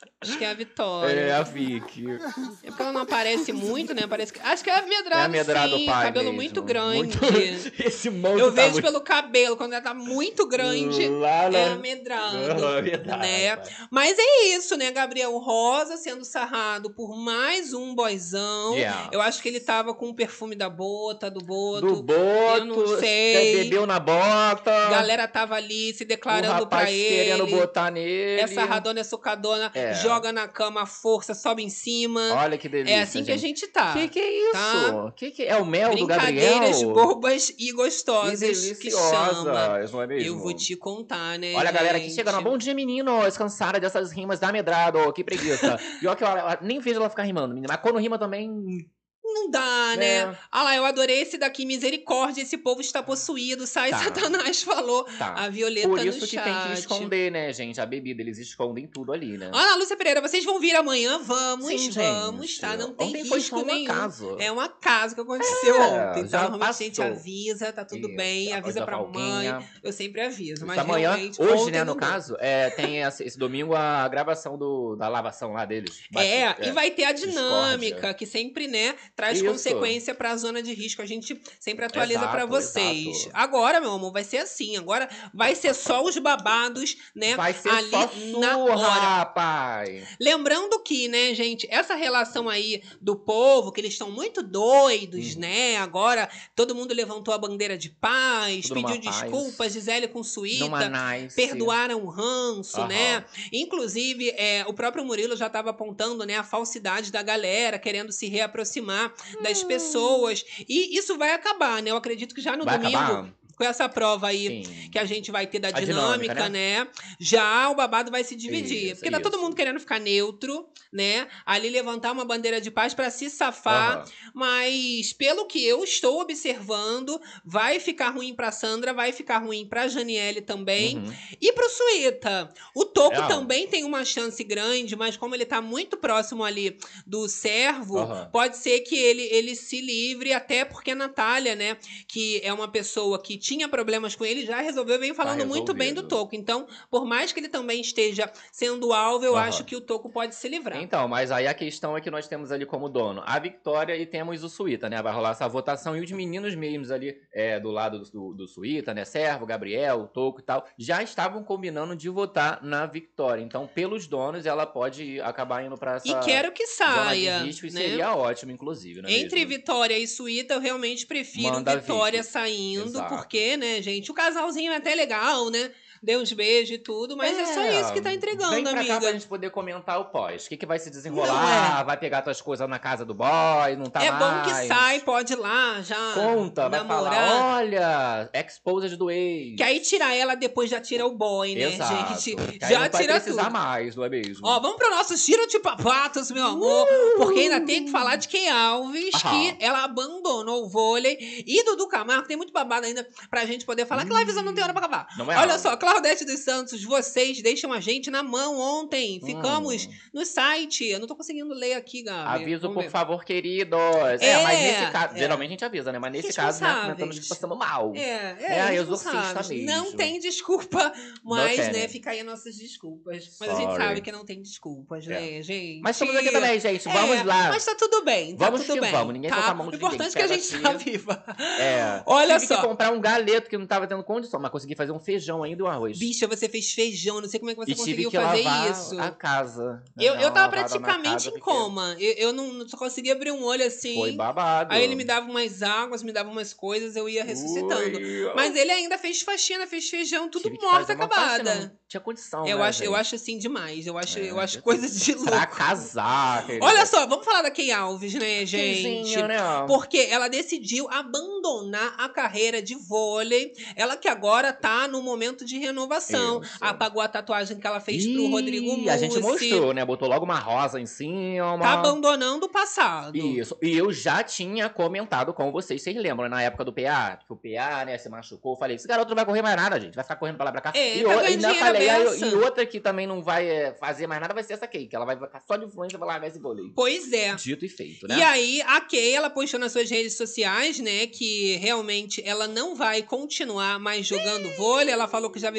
Speaker 1: Acho que é a Vitória.
Speaker 2: É, a Vicky.
Speaker 1: É porque ela não aparece muito, né? Parece que... Acho que é a Medrado,
Speaker 2: É a Medrado
Speaker 1: sim.
Speaker 2: pai
Speaker 1: Cabelo
Speaker 2: mesmo.
Speaker 1: muito grande.
Speaker 2: Esse monte
Speaker 1: Eu
Speaker 2: tá
Speaker 1: vejo
Speaker 2: muito...
Speaker 1: pelo cabelo, quando ela tá muito grande,
Speaker 2: Lá,
Speaker 1: é
Speaker 2: lá.
Speaker 1: a Medrado,
Speaker 2: Medrado,
Speaker 1: né?
Speaker 2: pai.
Speaker 1: Mas é isso, né? Gabriel Rosa sendo sarrado por mais um boyzão.
Speaker 2: Yeah.
Speaker 1: Eu acho que ele tava com o perfume da bota, do Boto.
Speaker 2: Do Boto,
Speaker 1: Eu não sei.
Speaker 2: bebeu na bota.
Speaker 1: Galera tava ali se
Speaker 2: O
Speaker 1: declarando
Speaker 2: rapaz
Speaker 1: pra
Speaker 2: querendo
Speaker 1: ele.
Speaker 2: botar nele.
Speaker 1: É sarradona, é socadona,
Speaker 2: É.
Speaker 1: joga na cama, a força, sobe em cima.
Speaker 2: Olha que delícia,
Speaker 1: É assim que a gente tá.
Speaker 2: Que é isso?
Speaker 1: Tá?
Speaker 2: Que é o mel do
Speaker 1: Brincadeiras
Speaker 2: Gabriel?
Speaker 1: bobas e
Speaker 2: Que
Speaker 1: gostosas que chama.
Speaker 2: deliciosas, não é mesmo?
Speaker 1: Eu vou te contar, né,
Speaker 2: Olha,
Speaker 1: gente?
Speaker 2: galera, aqui chegando. Bom dia, meninos. Cansada dessas rimas da Medrado. Que preguiça. Pior que eu nem vejo ela ficar rimando, menina. Mas quando rima também...
Speaker 1: Não dá, né? Ah lá, eu adorei esse daqui, misericórdia, esse povo está possuído, sai
Speaker 2: Tá.
Speaker 1: Satanás, falou
Speaker 2: Tá.
Speaker 1: a Violeta
Speaker 2: Por
Speaker 1: no
Speaker 2: isso que
Speaker 1: chat.
Speaker 2: tem que esconder, né, gente? A bebida, eles escondem tudo ali, né?
Speaker 1: Ana Lúcia Pereira, vocês vão vir amanhã? Vamos,
Speaker 2: Sim,
Speaker 1: vamos,
Speaker 2: gente.
Speaker 1: tá? Não tem
Speaker 2: Ontem foi
Speaker 1: risco
Speaker 2: só um
Speaker 1: nenhum.
Speaker 2: acaso.
Speaker 1: É um acaso que aconteceu ontem,
Speaker 2: já
Speaker 1: tá? Normalmente a gente
Speaker 2: passou.
Speaker 1: avisa, tá tudo
Speaker 2: Isso,
Speaker 1: bem,
Speaker 2: a
Speaker 1: avisa
Speaker 2: coisa
Speaker 1: pra
Speaker 2: folguinha.
Speaker 1: mãe. Eu sempre aviso, mas
Speaker 2: amanhã,
Speaker 1: realmente,
Speaker 2: hoje,
Speaker 1: ontem
Speaker 2: né,
Speaker 1: não
Speaker 2: no
Speaker 1: deu.
Speaker 2: caso, tem esse domingo a gravação da lavação lá deles.
Speaker 1: E vai ter a dinâmica,
Speaker 2: Discórdia.
Speaker 1: que sempre, né, traz
Speaker 2: Isso.
Speaker 1: consequência pra zona de risco. A gente sempre atualiza
Speaker 2: Exato,
Speaker 1: pra vocês.
Speaker 2: exato.
Speaker 1: Agora, meu amor, vai ser assim. Agora vai ser só os babados, né,
Speaker 2: Vai ser
Speaker 1: ali
Speaker 2: só
Speaker 1: na
Speaker 2: surra,
Speaker 1: hora.
Speaker 2: rapaz.
Speaker 1: Lembrando que, né, gente, essa relação aí do povo, que eles estão muito doidos, né? Agora todo mundo levantou a bandeira de paz,
Speaker 2: Tudo numa
Speaker 1: pediu
Speaker 2: paz.
Speaker 1: desculpas, Gisele com
Speaker 2: Numa
Speaker 1: Suíta,
Speaker 2: nice.
Speaker 1: perdoaram o ranço,
Speaker 2: Aham.
Speaker 1: né? Inclusive, o próprio Murilo já estava apontando, né, a falsidade da galera, querendo se reaproximar das pessoas. E isso vai acabar, né? Eu acredito que já no
Speaker 2: Vai
Speaker 1: domingo,
Speaker 2: acabar?
Speaker 1: com essa prova aí
Speaker 2: Sim.
Speaker 1: que a gente vai ter da
Speaker 2: A
Speaker 1: dinâmica,
Speaker 2: dinâmica,
Speaker 1: né? Já o babado vai se dividir.
Speaker 2: Isso,
Speaker 1: porque tá todo
Speaker 2: isso.
Speaker 1: mundo querendo ficar neutro, né? Ali levantar uma bandeira de paz pra se safar.
Speaker 2: Aham.
Speaker 1: Mas, pelo que eu estou observando, vai ficar ruim pra Sandra, vai ficar ruim pra Janiele também.
Speaker 2: Uhum.
Speaker 1: E pro Suíta. O Toco
Speaker 2: É.
Speaker 1: também tem uma chance grande, mas como ele tá muito próximo ali do servo,
Speaker 2: Aham.
Speaker 1: pode ser que ele se livre, até porque a Natália, né, que é uma pessoa que tinha problemas com ele, já resolveu, vem falando muito bem do
Speaker 2: resolvido.
Speaker 1: Toco. Então, por mais que ele também esteja sendo alvo, eu
Speaker 2: Aham.
Speaker 1: acho que o Toco pode se livrar.
Speaker 2: Então, mas aí a questão é que nós temos ali como dono a Victoria e temos o Suíta, né? Vai rolar essa votação e os meninos mesmos ali do lado do Suíta, né? Servo, Gabriel, Toco e tal, já estavam combinando de votar na Victoria. Então, pelos donos, ela pode acabar indo pra essa
Speaker 1: E quero que
Speaker 2: zona
Speaker 1: saia,
Speaker 2: de risco e
Speaker 1: né?
Speaker 2: seria ótimo, inclusive, né?
Speaker 1: Entre Vitória e Suíta, eu realmente prefiro
Speaker 2: Manda
Speaker 1: Vitória
Speaker 2: Vicky.
Speaker 1: saindo,
Speaker 2: Exato.
Speaker 1: porque, né, gente, o casalzinho é até legal, né? Deu uns beijos e tudo, mas é só isso que tá entregando,
Speaker 2: Vem pra
Speaker 1: amiga.
Speaker 2: cá pra gente poder comentar o pós. O que vai se
Speaker 1: Não
Speaker 2: desenrolar? Vai pegar tuas coisas na casa do boy? Não tá
Speaker 1: É
Speaker 2: mais?
Speaker 1: bom que sai, pode ir lá já
Speaker 2: Conta, vai
Speaker 1: namorar.
Speaker 2: falar, olha, exposed do ex.
Speaker 1: Que aí tirar ela, depois já tira o boy, né,
Speaker 2: Exato.
Speaker 1: gente?
Speaker 2: Que aí
Speaker 1: Já
Speaker 2: não vai
Speaker 1: tira
Speaker 2: precisar
Speaker 1: tudo.
Speaker 2: mais, não é mesmo?
Speaker 1: Ó, vamos pro nosso giro de papatos, meu amor. Porque ainda tem que falar de Key Alves,
Speaker 2: Aham.
Speaker 1: que ela abandonou o vôlei. E Dudu Camargo, tem muito babado ainda pra gente poder falar. Que livezão não tem hora pra acabar.
Speaker 2: Não é
Speaker 1: Olha
Speaker 2: algo.
Speaker 1: só, Claudete dos Santos, vocês deixam a gente na mão ontem. Ficamos no site. Eu não tô conseguindo ler aqui, Gabi.
Speaker 2: Aviso,
Speaker 1: Vamos
Speaker 2: por
Speaker 1: ver.
Speaker 2: favor, queridos. Mas nesse caso, geralmente a gente avisa, né? Mas nesse caso, né, comentamos que passamos mal.
Speaker 1: É,
Speaker 2: exorcista
Speaker 1: responsáveis. Não
Speaker 2: mesmo.
Speaker 1: tem desculpa, mas,
Speaker 2: tem,
Speaker 1: né,
Speaker 2: né?
Speaker 1: fica aí as nossas desculpas. Mas a gente
Speaker 2: Sorry.
Speaker 1: sabe que não tem desculpas, né, gente?
Speaker 2: Mas estamos aqui também, gente. Vamos lá.
Speaker 1: Mas tá tudo bem, tá
Speaker 2: Vamos
Speaker 1: tudo
Speaker 2: que
Speaker 1: bem.
Speaker 2: vamos, ninguém solta a mão de
Speaker 1: O importante
Speaker 2: ninguém.
Speaker 1: é que a gente
Speaker 2: Pega
Speaker 1: tá
Speaker 2: aqui.
Speaker 1: viva.
Speaker 2: É.
Speaker 1: Olha
Speaker 2: Tive
Speaker 1: só.
Speaker 2: que comprar um galeto que não tava tendo condição, mas consegui fazer um feijão ainda e um arroz.
Speaker 1: Bicha, você fez feijão, não sei como é que você
Speaker 2: e tive
Speaker 1: conseguiu
Speaker 2: que
Speaker 1: fazer
Speaker 2: lavar
Speaker 1: isso.
Speaker 2: a casa. né?
Speaker 1: Eu
Speaker 2: Dar uma
Speaker 1: tava
Speaker 2: lavada na
Speaker 1: praticamente
Speaker 2: casa,
Speaker 1: em
Speaker 2: porque
Speaker 1: coma. Eu não só conseguia abrir um olho assim.
Speaker 2: Foi babado.
Speaker 1: Aí ele me dava umas águas, me dava umas coisas, eu ia ressuscitando.
Speaker 2: Ui.
Speaker 1: Mas ele ainda fez faxina, fez feijão, tudo
Speaker 2: Tive que
Speaker 1: morta,
Speaker 2: fazer uma
Speaker 1: acabada.
Speaker 2: faxina, não tinha condição,
Speaker 1: Eu
Speaker 2: né,
Speaker 1: acho,
Speaker 2: gente?
Speaker 1: assim demais. Eu acho
Speaker 2: eu
Speaker 1: coisa de louco.
Speaker 2: Pra casar, querida.
Speaker 1: Olha só, vamos falar da Key Alves, né, gente?
Speaker 2: Keyzinho, né?
Speaker 1: Porque ela decidiu abandonar a carreira de vôlei. Ela que agora tá no momento de renovação.
Speaker 2: Isso.
Speaker 1: Apagou a tatuagem que ela fez pro Rodrigo Mussi.
Speaker 2: A gente mostrou, né? Botou logo uma rosa em cima.
Speaker 1: Tá abandonando o passado.
Speaker 2: Isso. E eu já tinha comentado com vocês lembram, na época do PA? Que o PA, né, se machucou. Eu falei, esse garoto não vai correr mais nada, gente. Vai ficar correndo pra lá, pra cá.
Speaker 1: É,
Speaker 2: e
Speaker 1: tá
Speaker 2: outra,
Speaker 1: ganhando
Speaker 2: ainda falei,
Speaker 1: dinheiro
Speaker 2: aí,
Speaker 1: dessa.
Speaker 2: e outra que também não vai fazer mais nada vai ser essa Kay, que ela vai ficar só de influência e vai largar esse vôlei.
Speaker 1: Pois é.
Speaker 2: Dito e feito, né?
Speaker 1: E aí, a Kay, ela postou nas suas redes sociais, né, que realmente ela não vai continuar mais jogando vôlei. Ela falou que já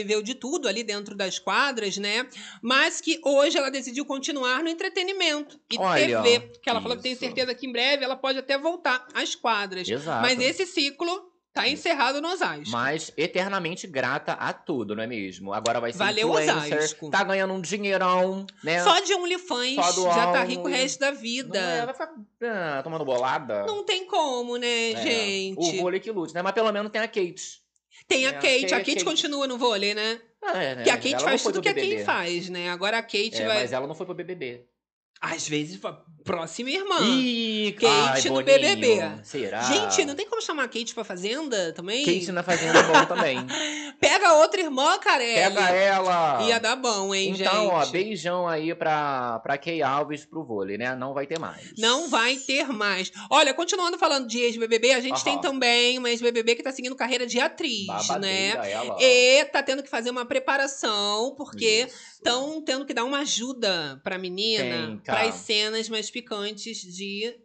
Speaker 1: viveu de tudo ali dentro das quadras, né? Mas que hoje ela decidiu continuar no entretenimento e
Speaker 2: Olha,
Speaker 1: TV. Que ela falou que tem
Speaker 2: isso.
Speaker 1: certeza que em breve ela pode até voltar às quadras.
Speaker 2: Exato.
Speaker 1: Mas esse ciclo tá encerrado no Osasco.
Speaker 2: Mas eternamente grata a tudo, não é mesmo? Agora vai ser
Speaker 1: Valeu,
Speaker 2: influencer,
Speaker 1: Osasco.
Speaker 2: tá ganhando um dinheirão, né?
Speaker 1: Só de OnlyFans
Speaker 2: Só do
Speaker 1: já tá
Speaker 2: Only.
Speaker 1: rico o resto da vida.
Speaker 2: Não é, vai ficar tomando bolada?
Speaker 1: Não tem como, né,
Speaker 2: É,
Speaker 1: gente?
Speaker 2: O vôlei que lute, né? Mas pelo menos tem a Kate.
Speaker 1: Tem a
Speaker 2: É,
Speaker 1: Kate. A
Speaker 2: Kate.
Speaker 1: Kate continua no vôlei, né?
Speaker 2: É, né?
Speaker 1: Porque a Kate
Speaker 2: Ela
Speaker 1: faz
Speaker 2: não foi
Speaker 1: tudo
Speaker 2: pro
Speaker 1: que a
Speaker 2: BBB.
Speaker 1: quem faz, né? Agora a Kate vai...
Speaker 2: Mas ela não foi pro BBB.
Speaker 1: Às vezes, próxima irmã.
Speaker 2: Ih,
Speaker 1: Kate no
Speaker 2: Boninho.
Speaker 1: BBB.
Speaker 2: Será?
Speaker 1: Gente, não tem como chamar a Kate pra Fazenda também?
Speaker 2: Kate na Fazenda é bom também.
Speaker 1: Pega outra irmã, Carelli.
Speaker 2: Pega ela.
Speaker 1: Ia dar bom, hein, gente?
Speaker 2: Então, ó, beijão aí pra Kay Alves pro vôlei, né? Não vai ter mais.
Speaker 1: Não vai ter mais. Olha, continuando falando de ex-BBB, a gente tem também uma ex-BBB que tá seguindo carreira de atriz,
Speaker 2: Babadeira
Speaker 1: né?
Speaker 2: ela.
Speaker 1: E tá tendo que fazer uma preparação, porque
Speaker 2: Isso.
Speaker 1: estão tendo que dar uma ajuda pra menina,
Speaker 2: Quem,
Speaker 1: para
Speaker 2: cara?
Speaker 1: as cenas mais picantes de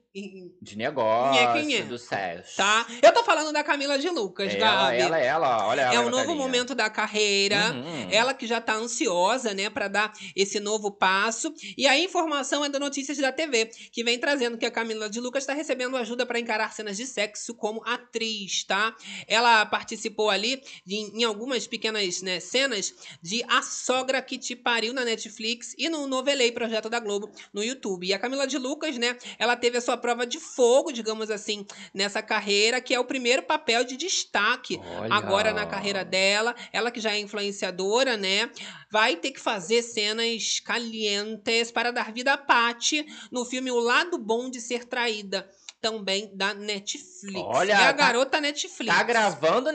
Speaker 2: negócio,
Speaker 1: Nheque,
Speaker 2: do sexo.
Speaker 1: tá? Eu tô falando da Camila de Lucas, Gabi.
Speaker 2: Olha ela.
Speaker 1: É um
Speaker 2: na
Speaker 1: novo
Speaker 2: telinha.
Speaker 1: momento da carreira.
Speaker 2: Uhum.
Speaker 1: Ela que já tá ansiosa, né, pra dar esse novo passo. E a informação é do Notícias da TV, que vem trazendo que a Camila de Lucas está recebendo ajuda para encarar cenas de sexo como atriz, tá? Ela participou ali em algumas pequenas, né, cenas de A Sogra que Te Pariu na Netflix e no Novelei, projeto da Globo, no YouTube. E a Camila de Lucas, né, ela teve a sua prova de fogo, digamos assim, nessa carreira, que é o primeiro papel de destaque
Speaker 2: Olha.
Speaker 1: agora na carreira dela. Ela que já é influenciadora, né, vai ter que fazer cenas calientes para dar vida a Paty no filme O Lado Bom de Ser Traída, também da Netflix.
Speaker 2: Olha,
Speaker 1: é a garota Netflix.
Speaker 2: Tá gravando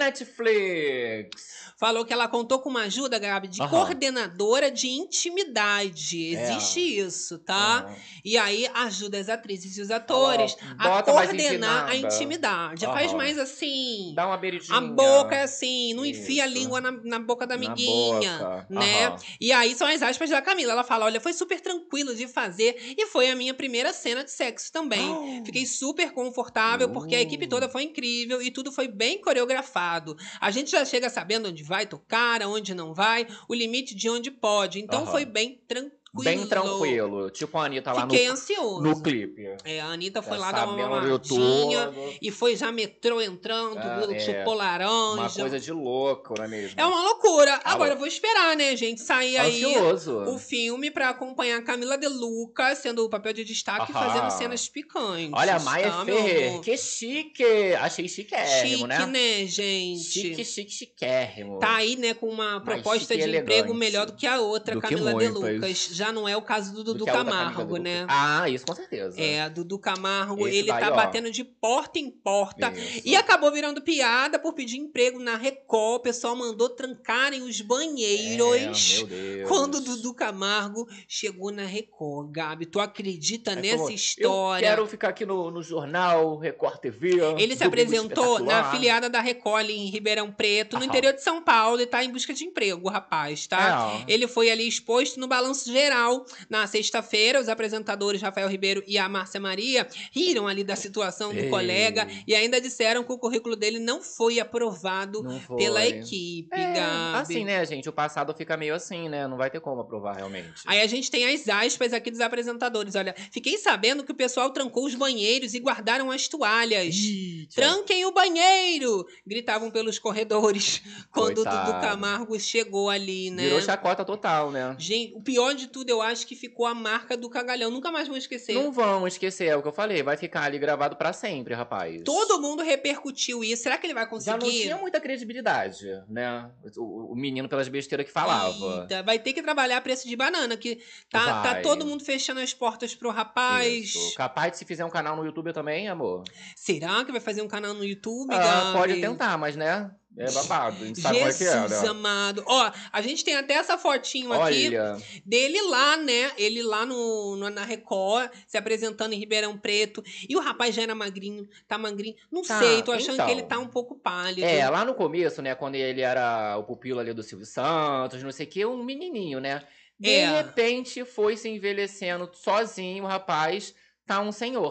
Speaker 2: Netflix.
Speaker 1: Falou que ela contou com uma ajuda, Gabi, de coordenadora de intimidade. Existe isso, tá? E aí ajuda as atrizes e os atores a coordenar a intimidade. Faz mais assim.
Speaker 2: Dá uma beijinha.
Speaker 1: A boca é assim, não enfia a
Speaker 2: Isso.
Speaker 1: língua na boca da
Speaker 2: Na
Speaker 1: amiguinha,
Speaker 2: boca.
Speaker 1: né? E aí são as aspas da Camila. Ela fala, olha, foi super tranquilo de fazer e foi a minha primeira cena de sexo também. Fiquei super confortável porque a equipe toda foi incrível e tudo foi bem coreografado. A gente já chega sabendo onde vai tocar, aonde não vai, o limite de onde pode. Então foi bem tranquilo.
Speaker 2: Bem tranquilo. Tipo a Anitta lá
Speaker 1: Fiquei ansioso.
Speaker 2: no clipe.
Speaker 1: É, a Anitta foi
Speaker 2: Já
Speaker 1: lá dar uma
Speaker 2: sabendo
Speaker 1: mamadinha
Speaker 2: tudo.
Speaker 1: e foi já metrô entrando, chupou laranja.
Speaker 2: Uma coisa de louco, não é mesmo?
Speaker 1: É uma loucura. Agora eu vou esperar, né, gente, sair
Speaker 2: Ansioso.
Speaker 1: aí o filme pra acompanhar a Camila de Lucas sendo o papel de destaque e fazendo cenas picantes.
Speaker 2: Olha, a Maia
Speaker 1: tá,
Speaker 2: Ferrer, que chique. Achei chiquérrimo,
Speaker 1: chique, né, gente?
Speaker 2: Chiquérrimo.
Speaker 1: Tá aí, né, com uma proposta de emprego melhor do que a outra, Camila de Lucas. Já não é o caso do Dudu Camargo, né?
Speaker 2: Ah, isso com certeza.
Speaker 1: É, Dudu Camargo,
Speaker 2: Esse
Speaker 1: ele
Speaker 2: daí,
Speaker 1: tá
Speaker 2: ó.
Speaker 1: batendo de porta em porta
Speaker 2: Isso.
Speaker 1: e acabou virando piada por pedir emprego na Record. O pessoal mandou trancarem os banheiros
Speaker 2: meu Deus.
Speaker 1: quando o Dudu Camargo chegou na Record. Gabi, tu acredita
Speaker 2: Aí
Speaker 1: nessa
Speaker 2: falou,
Speaker 1: história?
Speaker 2: Eu quero ficar aqui no jornal, Record TV.
Speaker 1: Ele se apresentou na afiliada da Record ali em Ribeirão Preto, no interior de São Paulo, e tá em busca de emprego, rapaz, tá? Ele foi ali exposto no Balanço Geral na sexta-feira. Os apresentadores Rafael Ribeiro e a Márcia Maria riram ali da situação do colega e ainda disseram que o currículo dele não foi aprovado pela equipe, Gabi.
Speaker 2: Assim, né, gente? O passado fica meio assim, né? Não vai ter como aprovar realmente.
Speaker 1: Aí a gente tem as aspas aqui dos apresentadores. Olha, fiquei sabendo que o pessoal trancou os banheiros e guardaram as toalhas. Tranquem o banheiro! Gritavam pelos corredores quando o Dudu Camargo chegou ali, né?
Speaker 2: Virou chacota total, né?
Speaker 1: Gente, o pior de tudo, eu acho que ficou a marca do cagalhão. Nunca mais vão esquecer.
Speaker 2: Não vão esquecer, é o que eu falei. Vai ficar ali gravado pra sempre, rapaz.
Speaker 1: Todo mundo repercutiu isso. Será que ele vai conseguir?
Speaker 2: Já não tinha muita credibilidade, né? O menino pelas besteiras que falava.
Speaker 1: Eita, vai ter que trabalhar a preço de banana, que tá todo mundo fechando as portas pro rapaz.
Speaker 2: Isso. Capaz de se fizer um canal no YouTube também, amor.
Speaker 1: Será que vai fazer um canal no YouTube, Gabi?
Speaker 2: Pode tentar, mas né? É babado. A gente sabe
Speaker 1: Jesus
Speaker 2: como é que é, né?
Speaker 1: amado. Ó, a gente tem até essa fotinho aqui dele lá, né? Ele lá na Record, se apresentando em Ribeirão Preto. E o rapaz já era magrinho, tá magrinho. Não sei, tô achando que ele tá um pouco pálido.
Speaker 2: É, lá no começo, né? Quando ele era o pupilo ali do Silvio Santos, não sei o que, um menininho, né? De repente foi se envelhecendo sozinho, o rapaz tá um senhor.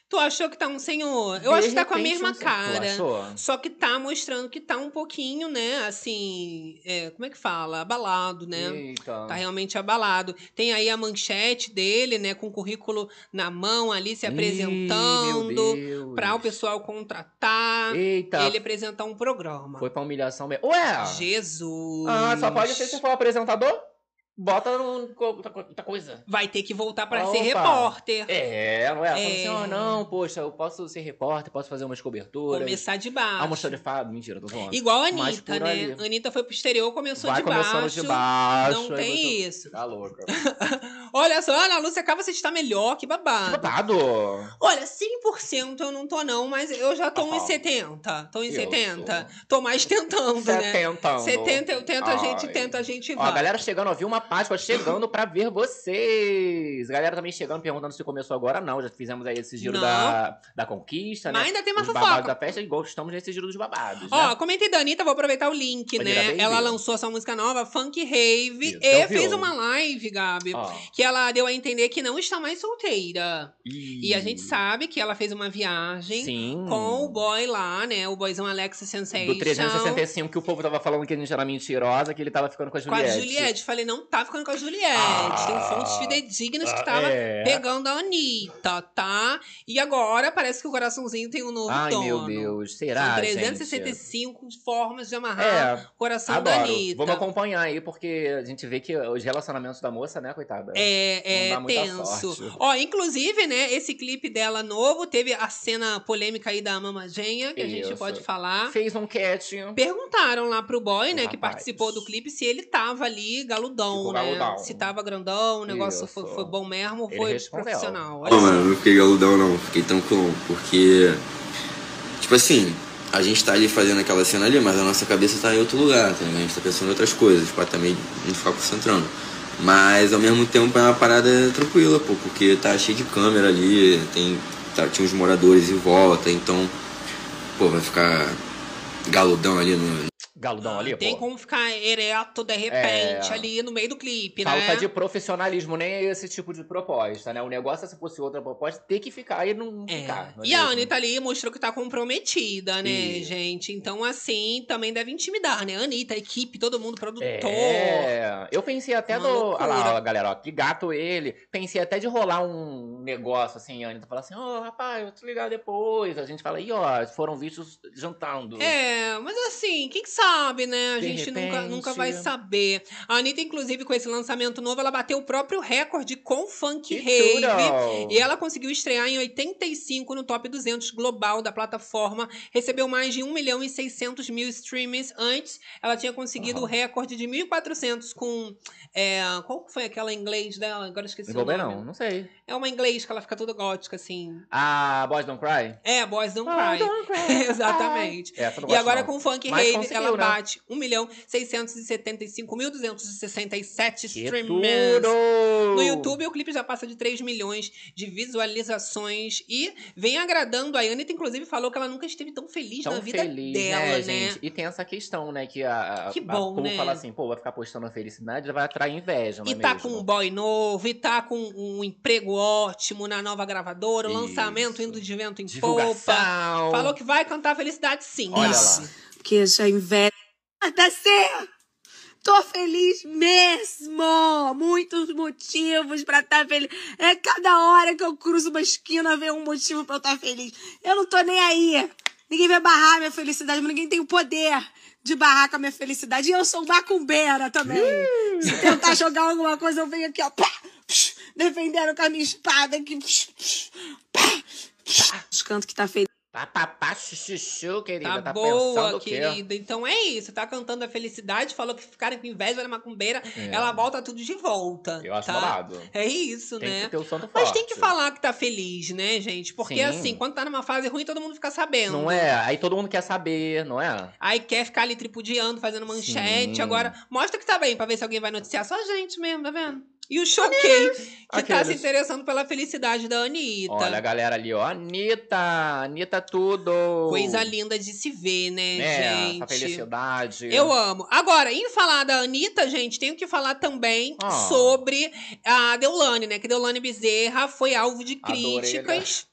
Speaker 1: Tu achou que tá um senhor? Eu acho que tá com a
Speaker 2: repente,
Speaker 1: mesma
Speaker 2: não sei. Tu
Speaker 1: cara.
Speaker 2: achou?
Speaker 1: Só que tá mostrando que tá um pouquinho, né, assim, como é que fala? Abalado, né?
Speaker 2: Eita.
Speaker 1: Tá realmente abalado. Tem aí a manchete dele, né, com o currículo na mão ali, se
Speaker 2: Ih, meu
Speaker 1: apresentando,
Speaker 2: Deus.
Speaker 1: pra o pessoal contratar.
Speaker 2: Eita.
Speaker 1: Ele apresentar um programa.
Speaker 2: Foi pra humilhação mesmo. Ué!
Speaker 1: Jesus!
Speaker 2: Ah, só pode ser se for apresentador? Bota outra coisa.
Speaker 1: Vai ter que voltar pra ser
Speaker 2: Opa.
Speaker 1: repórter.
Speaker 2: Não é? Fala assim,
Speaker 1: É.
Speaker 2: não, poxa, eu posso ser repórter, posso fazer umas coberturas.
Speaker 1: Começar de baixo.
Speaker 2: Almoxarifado, mentira, tô zoando.
Speaker 1: Igual a
Speaker 2: Mas
Speaker 1: Anitta,
Speaker 2: por
Speaker 1: né?
Speaker 2: ali.
Speaker 1: A Anitta foi pro exterior, começou
Speaker 2: Vai
Speaker 1: de baixo.
Speaker 2: começando de baixo.
Speaker 1: Não
Speaker 2: aí
Speaker 1: tem
Speaker 2: você-
Speaker 1: isso.
Speaker 2: Tá louca.
Speaker 1: Olha só, Ana Lúcia Calva, você está melhor, que babado.
Speaker 2: Que babado!
Speaker 1: Olha, 100% eu não tô não, mas eu já tô
Speaker 2: Ah.
Speaker 1: em 70. Tô em
Speaker 2: Eu
Speaker 1: 70. Tô mais tentando, né?
Speaker 2: 70.
Speaker 1: 70 eu tento, a gente
Speaker 2: Ai.
Speaker 1: tenta, a gente
Speaker 2: Ó,
Speaker 1: vai.
Speaker 2: a galera chegando, ó, viu uma Páscoa chegando pra ver vocês. Galera também chegando, perguntando se começou agora. Não, já fizemos aí esse giro
Speaker 1: Não.
Speaker 2: da conquista,
Speaker 1: Mas
Speaker 2: né?
Speaker 1: ainda tem uma
Speaker 2: Os
Speaker 1: fofoca.
Speaker 2: babados da festa e gostamos nesse giro dos babados,
Speaker 1: Ó,
Speaker 2: né?
Speaker 1: comentei da Anitta, vou aproveitar o link,
Speaker 2: Vanilla
Speaker 1: né?
Speaker 2: Baby.
Speaker 1: Ela lançou essa música nova, Funk Rave,
Speaker 2: Isso,
Speaker 1: e
Speaker 2: já ouviu?
Speaker 1: fez uma live, Gabi,
Speaker 2: Ó.
Speaker 1: que ela deu a entender que não está mais solteira. E a gente
Speaker 2: Ih.
Speaker 1: sabe que ela fez uma viagem
Speaker 2: Sim.
Speaker 1: com o boy lá, né? O boyzão Alex Sensation.
Speaker 2: Do 365 que o povo tava falando que a gente era mentirosa, que ele tava ficando com a
Speaker 1: Com a
Speaker 2: Juliette.
Speaker 1: Juliette. Falei, não tá ficando com a Juliette. Tem fontes fidedignas que tava pegando a Anitta, tá? E agora parece que o coraçãozinho tem um novo
Speaker 2: Ai,
Speaker 1: dono.
Speaker 2: meu Deus. Será,
Speaker 1: São
Speaker 2: gente?
Speaker 1: 365 formas de amarrar o coração da
Speaker 2: Adoro.
Speaker 1: Anitta.
Speaker 2: Vamos acompanhar aí, porque a gente vê que os relacionamentos da moça, né, coitada?
Speaker 1: É
Speaker 2: Não dá muita
Speaker 1: tenso.
Speaker 2: sorte.
Speaker 1: Ó, inclusive, né, esse clipe dela novo teve a cena polêmica aí da Mamagenha, que a gente
Speaker 2: Isso.
Speaker 1: pode falar.
Speaker 2: Fez um cat.
Speaker 1: Perguntaram lá pro boy, né, que
Speaker 2: Rapaz.
Speaker 1: participou do clipe, se ele tava ali galudão,
Speaker 2: Ficou
Speaker 1: né?
Speaker 2: galudão.
Speaker 1: Se tava grandão, o negócio
Speaker 2: Isso.
Speaker 1: foi bom mesmo ou
Speaker 2: Ele
Speaker 1: foi
Speaker 2: respondeu.
Speaker 1: profissional?
Speaker 3: Não, mano, não fiquei galudão não, fiquei tranquilo, porque, tipo assim, a gente tá ali fazendo aquela cena ali, mas a nossa cabeça tá em outro lugar, tá ligado? A gente tá pensando em outras coisas, pra também não ficar concentrando. Mas ao mesmo tempo é uma parada tranquila, pô, porque tá cheio de câmera ali, tinha uns moradores em volta, então, pô, vai ficar galudão ali no...
Speaker 2: Galudão ali,
Speaker 1: Tem
Speaker 2: pô.
Speaker 1: como ficar ereto de repente ali no meio do clipe,
Speaker 2: Falta
Speaker 1: né?
Speaker 2: de profissionalismo, nem é esse tipo de proposta, né? O negócio é se fosse outra proposta, ter que ficar e não ficar. não é
Speaker 1: E a
Speaker 2: mesmo?
Speaker 1: Anitta ali mostrou que tá comprometida, né,
Speaker 2: E-
Speaker 1: gente? Então, assim, também deve intimidar, né? Anitta, equipe, todo mundo, produtor.
Speaker 2: Eu pensei até
Speaker 1: Uma
Speaker 2: do...
Speaker 1: loucura.
Speaker 2: Olha lá, ó, galera, ó, que gato ele. Pensei até de rolar um negócio assim, a Anitta falar assim, rapaz, eu vou te ligar depois. A gente fala, foram vistos jantando.
Speaker 1: Mas assim, quem sabe, né? A
Speaker 2: De
Speaker 1: gente
Speaker 2: repente.
Speaker 1: nunca vai saber. A Anitta, inclusive, com esse lançamento novo, ela bateu o próprio recorde com Funk
Speaker 2: Que
Speaker 1: Rave.
Speaker 2: tudo!
Speaker 1: E ela conseguiu estrear em 85 no Top 200 global da plataforma. Recebeu mais de 1.600.000 streams. Antes, ela tinha conseguido o recorde de 1.400 com... qual foi aquela em inglês dela? Agora eu esqueci
Speaker 2: Não vou
Speaker 1: o
Speaker 2: ver,
Speaker 1: nome.
Speaker 2: não sei.
Speaker 1: É uma em inglês que ela fica toda gótica, assim.
Speaker 2: Ah, Boys Don't Cry?
Speaker 1: Boys Don't Cry. Exatamente.
Speaker 2: Essa eu não
Speaker 1: E
Speaker 2: gosto,
Speaker 1: agora
Speaker 2: não.
Speaker 1: com o Funk
Speaker 2: Mas
Speaker 1: Rave,
Speaker 2: conseguiu,
Speaker 1: ela
Speaker 2: né?
Speaker 1: bate 1.675.267
Speaker 2: Que
Speaker 1: streamers.
Speaker 2: tudo!
Speaker 1: No YouTube, o clipe já passa de 3 milhões de visualizações e vem agradando. A Anitta, inclusive, falou que ela nunca esteve tão feliz
Speaker 2: Tão
Speaker 1: na vida
Speaker 2: feliz,
Speaker 1: dela,
Speaker 2: né,
Speaker 1: né?
Speaker 2: gente? E tem essa questão, né, que
Speaker 1: Que
Speaker 2: a
Speaker 1: bom,
Speaker 2: povo
Speaker 1: né?
Speaker 2: fala assim, vai ficar postando a felicidade, vai atrair inveja, não
Speaker 1: E
Speaker 2: é
Speaker 1: tá
Speaker 2: mesmo?
Speaker 1: com um boy novo, e tá com um emprego ótimo na nova gravadora, o lançamento
Speaker 2: Isso.
Speaker 1: indo de vento em
Speaker 2: Divulgação.
Speaker 1: popa. Falou que vai cantar felicidade sim.
Speaker 2: Olha
Speaker 1: Isso.
Speaker 2: lá.
Speaker 5: Porque já inveja. Tá certo! Tô feliz mesmo! Muitos motivos pra estar feliz. É cada hora que eu cruzo uma esquina ver um motivo pra eu estar feliz. Eu não tô nem aí. Ninguém vai barrar a minha felicidade, mas ninguém tem o poder de barrar com a minha felicidade. E eu sou macumbeira também. Se tentar jogar alguma coisa, eu venho aqui, ó. Pá, psh, defendendo com a minha espada aqui. Pá, os cantos que tá feliz.
Speaker 2: Papapá, chuchu, querida.
Speaker 1: Tá
Speaker 2: pensando
Speaker 1: boa,
Speaker 2: o quê?
Speaker 1: querida. Então é isso. Tá cantando a felicidade, falou que ficaram com inveja da macumbeira. Ela volta tudo de volta.
Speaker 2: Eu acho
Speaker 1: tá?
Speaker 2: babado.
Speaker 1: É isso,
Speaker 2: Tem
Speaker 1: né?
Speaker 2: que ter o santo
Speaker 1: Mas
Speaker 2: forte.
Speaker 1: tem que falar que tá feliz, né, gente? Porque
Speaker 2: Sim.
Speaker 1: assim, quando tá numa fase ruim, todo mundo fica sabendo.
Speaker 2: Não é? Aí todo mundo quer saber, não é?
Speaker 1: Aí quer ficar ali tripudiando, fazendo manchete.
Speaker 2: Sim.
Speaker 1: Agora, mostra que tá bem, pra ver se alguém vai noticiar. Só a gente mesmo, tá vendo? E o Choquei, que tá se
Speaker 2: Aqueles.
Speaker 1: interessando pela felicidade da Anitta.
Speaker 2: Olha a galera ali, ó. Anitta tudo.
Speaker 1: Coisa linda de se ver, né, gente?
Speaker 2: Essa felicidade.
Speaker 1: Eu amo. Agora, em falar da Anitta, gente, tenho que falar também
Speaker 2: Ah.
Speaker 1: sobre a Deolane, né? Que Deolane Bezerra foi alvo de
Speaker 2: Adorei,
Speaker 1: críticas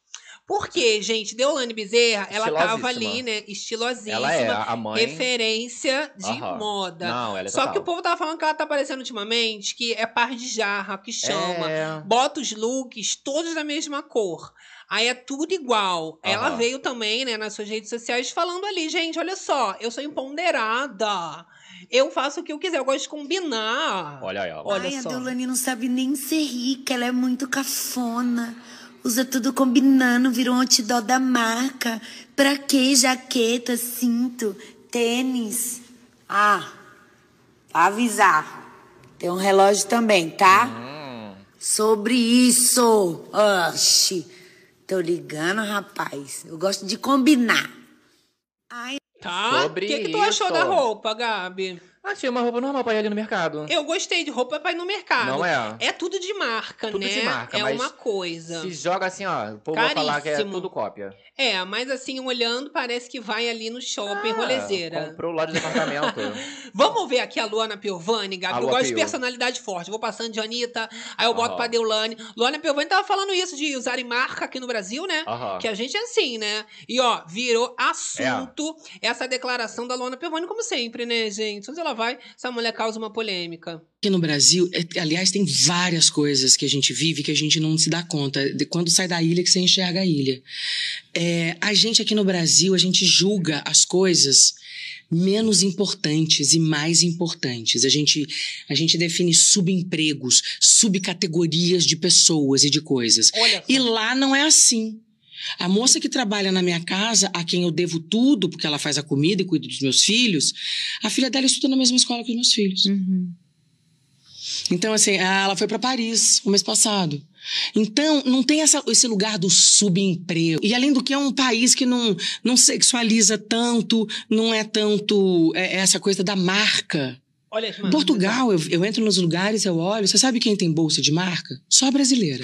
Speaker 1: Porque, gente, Deolane Bezerra, ela tava
Speaker 2: Estilosíssima.
Speaker 1: ali, né? Estilosíssima.
Speaker 2: Ela é a mãe.
Speaker 1: Referência de
Speaker 2: Aham.
Speaker 1: moda.
Speaker 2: Não, ela é
Speaker 1: Só que
Speaker 2: total.
Speaker 1: o povo tava falando que ela tá aparecendo ultimamente, que é par de jarra, que chama.
Speaker 2: É.
Speaker 1: Bota os looks todos da mesma cor. Aí é tudo igual. Ela
Speaker 2: Aham.
Speaker 1: veio também, né, nas suas redes sociais, falando ali, gente, olha só, eu sou empoderada. Eu faço o que eu quiser, eu gosto de combinar.
Speaker 2: Olha ela.
Speaker 1: Olha
Speaker 5: Ai,
Speaker 1: só.
Speaker 5: a Deolane não sabe nem ser rica, ela é muito cafona. Usa tudo combinando, virou um outdoor da marca. Pra quê? Jaqueta, cinto, tênis. Ah, pra avisar. Tem um relógio também, tá? Sobre isso. Oxi. Tô ligando, rapaz. Eu gosto de combinar. Ai,
Speaker 1: Tá?
Speaker 2: Sobre
Speaker 1: O que tu achou
Speaker 2: isso.
Speaker 1: da roupa, Gabi?
Speaker 2: Achei uma roupa normal pra ir ali no mercado.
Speaker 1: Eu gostei de roupa pra ir no mercado.
Speaker 2: Não é?
Speaker 1: É tudo de marca,
Speaker 2: Tudo
Speaker 1: né?
Speaker 2: de marca,
Speaker 1: é
Speaker 2: mas
Speaker 1: uma coisa.
Speaker 2: Se joga assim, ó. O povo vai falar que é
Speaker 1: Caríssimo.
Speaker 2: tudo cópia.
Speaker 1: É, mas assim, olhando, parece que vai ali no shopping, rolezeira.
Speaker 2: Comprou lá do departamento.
Speaker 1: Vamos ver aqui a Luana Piovani, Gabi.
Speaker 2: A
Speaker 1: Eu
Speaker 2: Lua
Speaker 1: gosto de
Speaker 2: Pio.
Speaker 1: personalidade forte. Vou passando de Anitta, aí eu boto
Speaker 2: Aham.
Speaker 1: pra Deolane. Luana Piovani tava falando isso de usarem marca aqui no Brasil, né?
Speaker 2: Aham.
Speaker 1: Que a gente é assim, né? E ó, virou assunto essa declaração da Luana Piovani, como sempre, né, gente? Onde ela vai, essa mulher causa uma polêmica.
Speaker 7: Aqui no Brasil, aliás, tem várias coisas que a gente vive que a gente não se dá conta. Quando sai da ilha que você enxerga a ilha. A gente aqui no Brasil, a gente julga as coisas menos importantes e mais importantes. A gente define subempregos, subcategorias de pessoas e de coisas.
Speaker 1: Olha só.
Speaker 7: E lá não é assim. A moça que trabalha na minha casa, a quem eu devo tudo, porque ela faz a comida e cuida dos meus filhos, a filha dela estuda na mesma escola que os meus filhos. Então, assim, ela foi para Paris o mês passado. Então, não tem esse lugar do subemprego. E, além do que, é um país que não sexualiza tanto, não é tanto essa coisa da marca.
Speaker 1: Olha as marcas.
Speaker 7: Portugal, eu entro nos lugares, eu olho, você sabe quem tem bolsa de marca? Só brasileira.